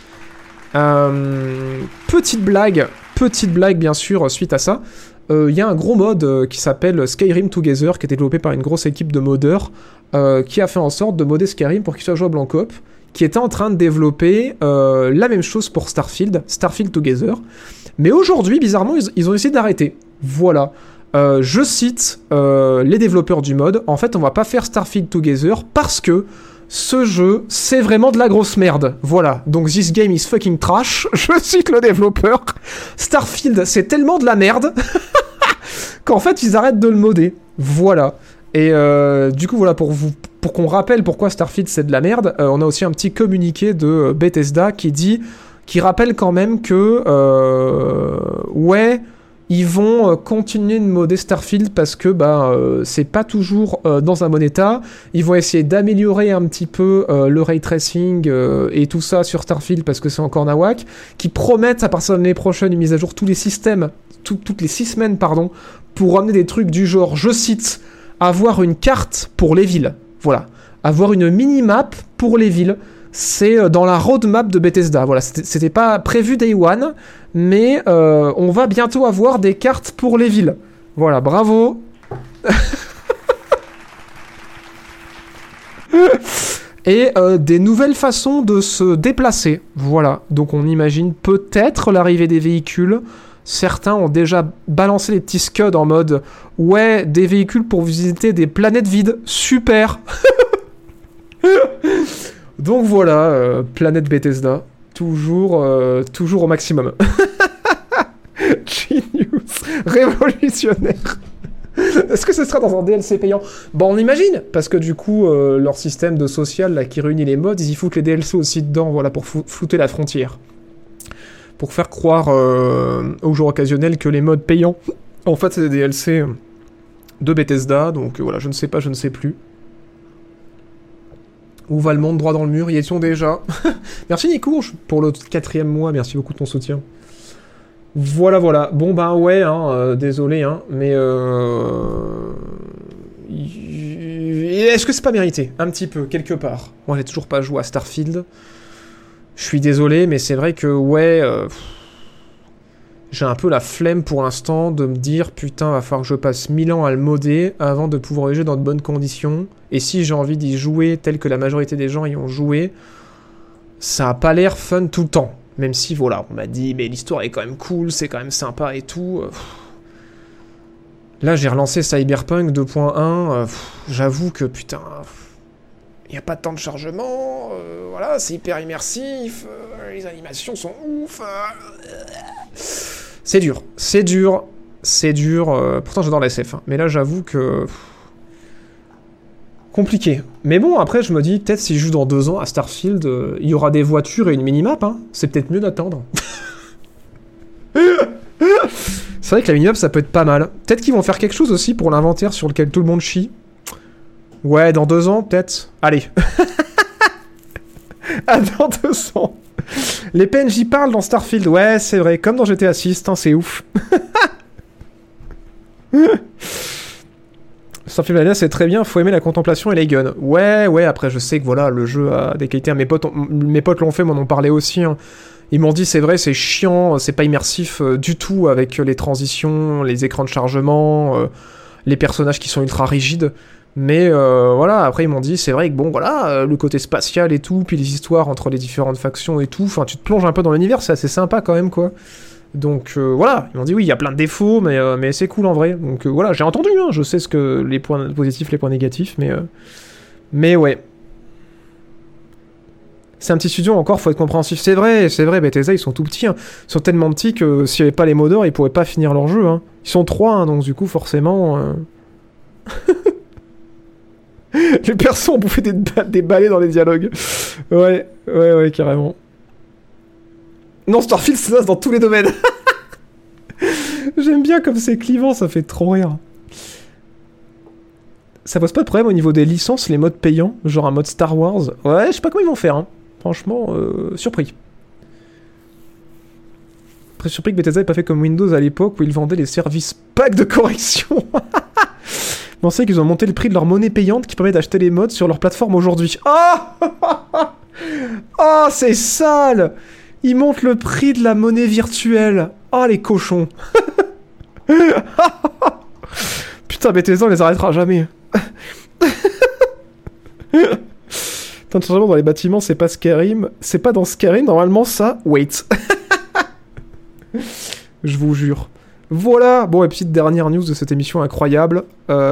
Petite blague bien sûr, suite à ça. Il y a un gros mode qui s'appelle Skyrim Together, qui est développé par une grosse équipe de modeurs, qui a fait en sorte de modder Skyrim pour qu'il soit jouable en coop, qui était en train de développer la même chose pour Starfield Together. Mais aujourd'hui, bizarrement, ils ont décidé d'arrêter. Voilà. Je cite les développeurs du mode. En fait, on va pas faire Starfield Together parce que ce jeu, c'est vraiment de la grosse merde. Voilà. Donc, this game is fucking trash. Je cite le développeur. Starfield, c'est tellement de la merde qu'en fait, ils arrêtent de le modder. Voilà. Et du coup, voilà, pour qu'on rappelle pourquoi Starfield c'est de la merde, on a aussi un petit communiqué de Bethesda qui rappelle quand même que ils vont continuer de modder Starfield parce que c'est pas toujours dans un bon état. Ils vont essayer d'améliorer un petit peu le ray tracing et tout ça sur Starfield parce que c'est encore nawak, qui promettent à partir de l'année prochaine une mise à jour tous les systèmes, toutes les 6 semaines pour amener des trucs du genre, je cite, avoir une carte pour les villes. Voilà. Avoir une mini-map pour les villes. C'est dans la roadmap de Bethesda. Voilà. C'était pas prévu Day One, mais on va bientôt avoir des cartes pour les villes. Voilà. Bravo. Et des nouvelles façons de se déplacer. Voilà. Donc on imagine peut-être l'arrivée des véhicules. Certains ont déjà balancé les petits scuds en mode « Ouais, des véhicules pour visiter des planètes vides, super !» Donc voilà, planète Bethesda, toujours au maximum. Genius, révolutionnaire. Est-ce que ce sera dans un DLC payant ? Bon, on imagine, parce que du coup, leur système de social là, qui réunit les mods, ils y foutent les DLC aussi dedans, voilà, pour flouter la frontière. Pour faire croire aux joueurs occasionnels que les mods payants, en fait, c'est des DLC de Bethesda, donc voilà, je ne sais pas, je ne sais plus. Où va le monde droit dans le mur ? Y étions déjà. Merci Nico pour le 4e mois, merci beaucoup de ton soutien. Voilà. Bon ouais, désolé, mais est-ce que c'est pas mérité ? Un petit peu, quelque part. Moi, j'ai toujours pas joué à Starfield. Je suis désolé, mais c'est vrai que, j'ai un peu la flemme pour l'instant de me dire, putain, va falloir que je passe 1000 ans à le modder avant de pouvoir y jouer dans de bonnes conditions. Et si j'ai envie d'y jouer tel que la majorité des gens y ont joué, ça a pas l'air fun tout le temps. Même si, voilà, on m'a dit, mais l'histoire est quand même cool, c'est quand même sympa et tout. Là, j'ai relancé Cyberpunk 2.1, j'avoue que, putain... Il n'y a pas de temps de chargement, voilà, c'est hyper immersif, les animations sont ouf. C'est dur. Pourtant, j'adore la SF, mais là, j'avoue que... Compliqué. Mais bon, après, je me dis, peut-être si je joue dans 2 ans à Starfield, il y aura des voitures et une minimap, c'est peut-être mieux d'attendre. C'est vrai que la minimap, ça peut être pas mal. Peut-être qu'ils vont faire quelque chose aussi pour l'inventaire sur lequel tout le monde chie. Ouais, dans 2 ans, peut-être. Allez. Ah, dans 200. Les PNJ parlent dans Starfield. Ouais, c'est vrai. Comme dans GTA 6, c'est ouf. Starfield Valhalla, c'est très bien. Faut aimer la contemplation et les guns. Ouais. Après, je sais que voilà, le jeu a des qualités. Mes potes l'ont fait, m'en ont parlé aussi. Hein. Ils m'ont dit, c'est vrai, c'est chiant. C'est pas immersif du tout avec les transitions, les écrans de chargement, les personnages qui sont ultra rigides. Mais voilà, après ils m'ont dit, c'est vrai que bon, voilà, le côté spatial et tout, puis les histoires entre les différentes factions et tout, enfin tu te plonges un peu dans l'univers, c'est assez sympa quand même, quoi. Donc voilà, ils m'ont dit oui, il y a plein de défauts, mais c'est cool en vrai. Donc voilà, j'ai entendu, hein, je sais ce que les points positifs, les points négatifs, mais ouais. C'est un petit studio encore, faut être compréhensif. C'est vrai, Bethesda, ils sont tout petits, hein. Ils sont tellement petits que s'il n'y avait pas les modeurs, ils pourraient pas finir leur jeu, hein. Ils sont 3, hein, donc du coup, forcément... Les persos ont bouffé des balais dans les dialogues. Ouais, carrément. Non, Starfield, c'est ça dans tous les domaines. J'aime bien comme c'est clivant, ça fait trop rire. Ça pose pas de problème au niveau des licences, les modes payants, genre un mode Star Wars. Ouais, je sais pas comment ils vont faire, hein. Franchement, surpris. Après, surpris que Bethesda ait pas fait comme Windows à l'époque où ils vendaient les services packs de correction. Vous pensez qu'ils ont monté le prix de leur monnaie payante qui permet d'acheter les mods sur leur plateforme aujourd'hui. Oh, c'est sale. Ils montent le prix de la monnaie virtuelle. Oh, les cochons. Putain, Bethesda, on les arrêtera jamais. Tant de changements dans les bâtiments, c'est pas Skyrim. C'est pas dans Skyrim, normalement, ça... Wait. Je vous jure. Voilà, bon, et petite dernière news de cette émission incroyable.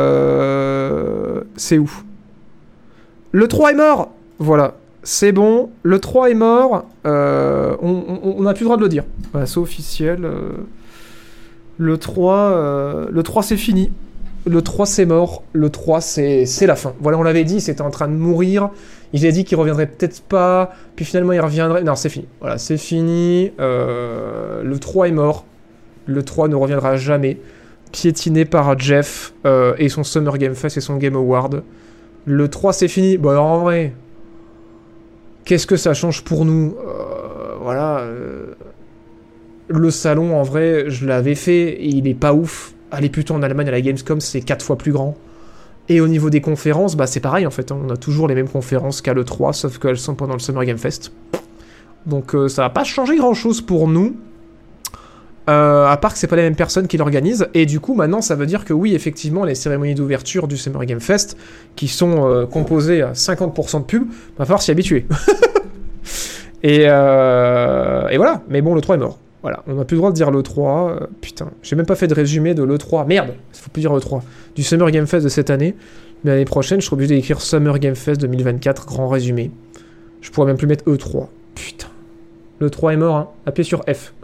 C'est où ? Le 3 est mort. Voilà, c'est bon, le 3 est mort. On n'a plus le droit de le dire. Voilà, c'est officiel. Le 3 c'est fini. Le 3 c'est mort. Le 3 c'est la fin. Voilà, on l'avait dit, c'était en train de mourir. Il a dit qu'il reviendrait peut-être pas. Puis finalement, il reviendrait. Non, c'est fini. Voilà, c'est fini. Le 3 est mort. Le 3 ne reviendra jamais. Piétiné par Jeff et son Summer Game Fest et son Game Award. Le 3 c'est fini. Bon alors en vrai, qu'est-ce que ça change pour nous ? Voilà. Le salon en vrai, je l'avais fait et il est pas ouf. Allez plutôt en Allemagne à la Gamescom, c'est 4 fois plus grand. Et au niveau des conférences, bah c'est pareil en fait. Hein. On a toujours les mêmes conférences qu'à l'E3, sauf qu'elles sont pendant le Summer Game Fest. Donc ça va pas changer grand chose pour nous. À part que c'est pas les mêmes personnes qui l'organisent, et du coup maintenant ça veut dire que oui, effectivement, les cérémonies d'ouverture du Summer Game Fest, qui sont composées à 50% de pub, va falloir s'y habituer. et voilà, mais bon, le 3 est mort. Voilà, on n'a plus le droit de dire le 3, putain, j'ai même pas fait de résumé de l'E3, merde, il faut plus dire le 3, du Summer Game Fest de cette année, mais l'année prochaine, je serai obligé d'écrire Summer Game Fest 2024, grand résumé. Je pourrais même plus mettre E3, putain. Le 3 est mort, hein, appuyez sur F.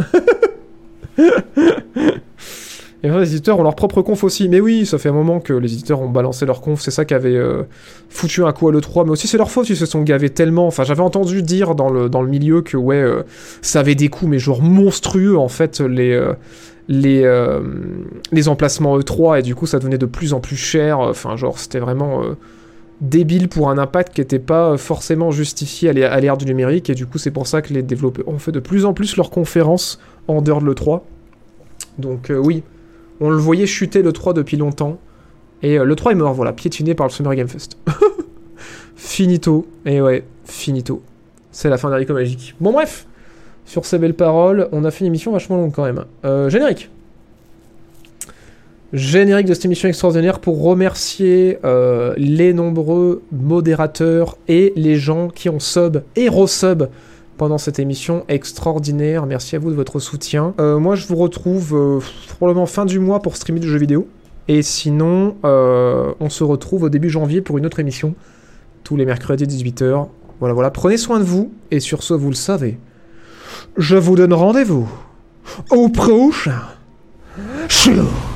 Et les éditeurs ont leur propre conf aussi. Mais oui, ça fait un moment que les éditeurs ont balancé leur conf. C'est ça qui avait foutu un coup à l'E3. Mais aussi, c'est leur faute, ils se sont gavés tellement. Enfin, j'avais entendu dire dans le milieu que, ouais, ça avait des coûts, mais genre monstrueux, en fait, les emplacements E3. Et du coup, ça devenait de plus en plus cher. Enfin, genre, c'était vraiment débile pour un impact qui n'était pas forcément justifié à l'ère du numérique. Et du coup, c'est pour ça que les développeurs ont fait de plus en plus leurs conférences en dehors de l'E3. Donc oui, on le voyait chuter l'E3 depuis longtemps. Et l'E3 est mort, voilà, piétiné par le Summer Game Fest. Finito. Et ouais, finito. C'est la fin d'Haricot Magique. Bon bref, sur ces belles paroles, on a fait une émission vachement longue quand même. Générique. Générique de cette émission extraordinaire pour remercier les nombreux modérateurs et les gens qui ont sub et resub pendant cette émission extraordinaire. Merci à vous de votre soutien. Moi, je vous retrouve probablement fin du mois pour streamer du jeu vidéo. Et sinon, on se retrouve au début janvier pour une autre émission, tous les mercredis 18h. Voilà. Prenez soin de vous. Et sur ce, vous le savez, je vous donne rendez-vous au prochain show.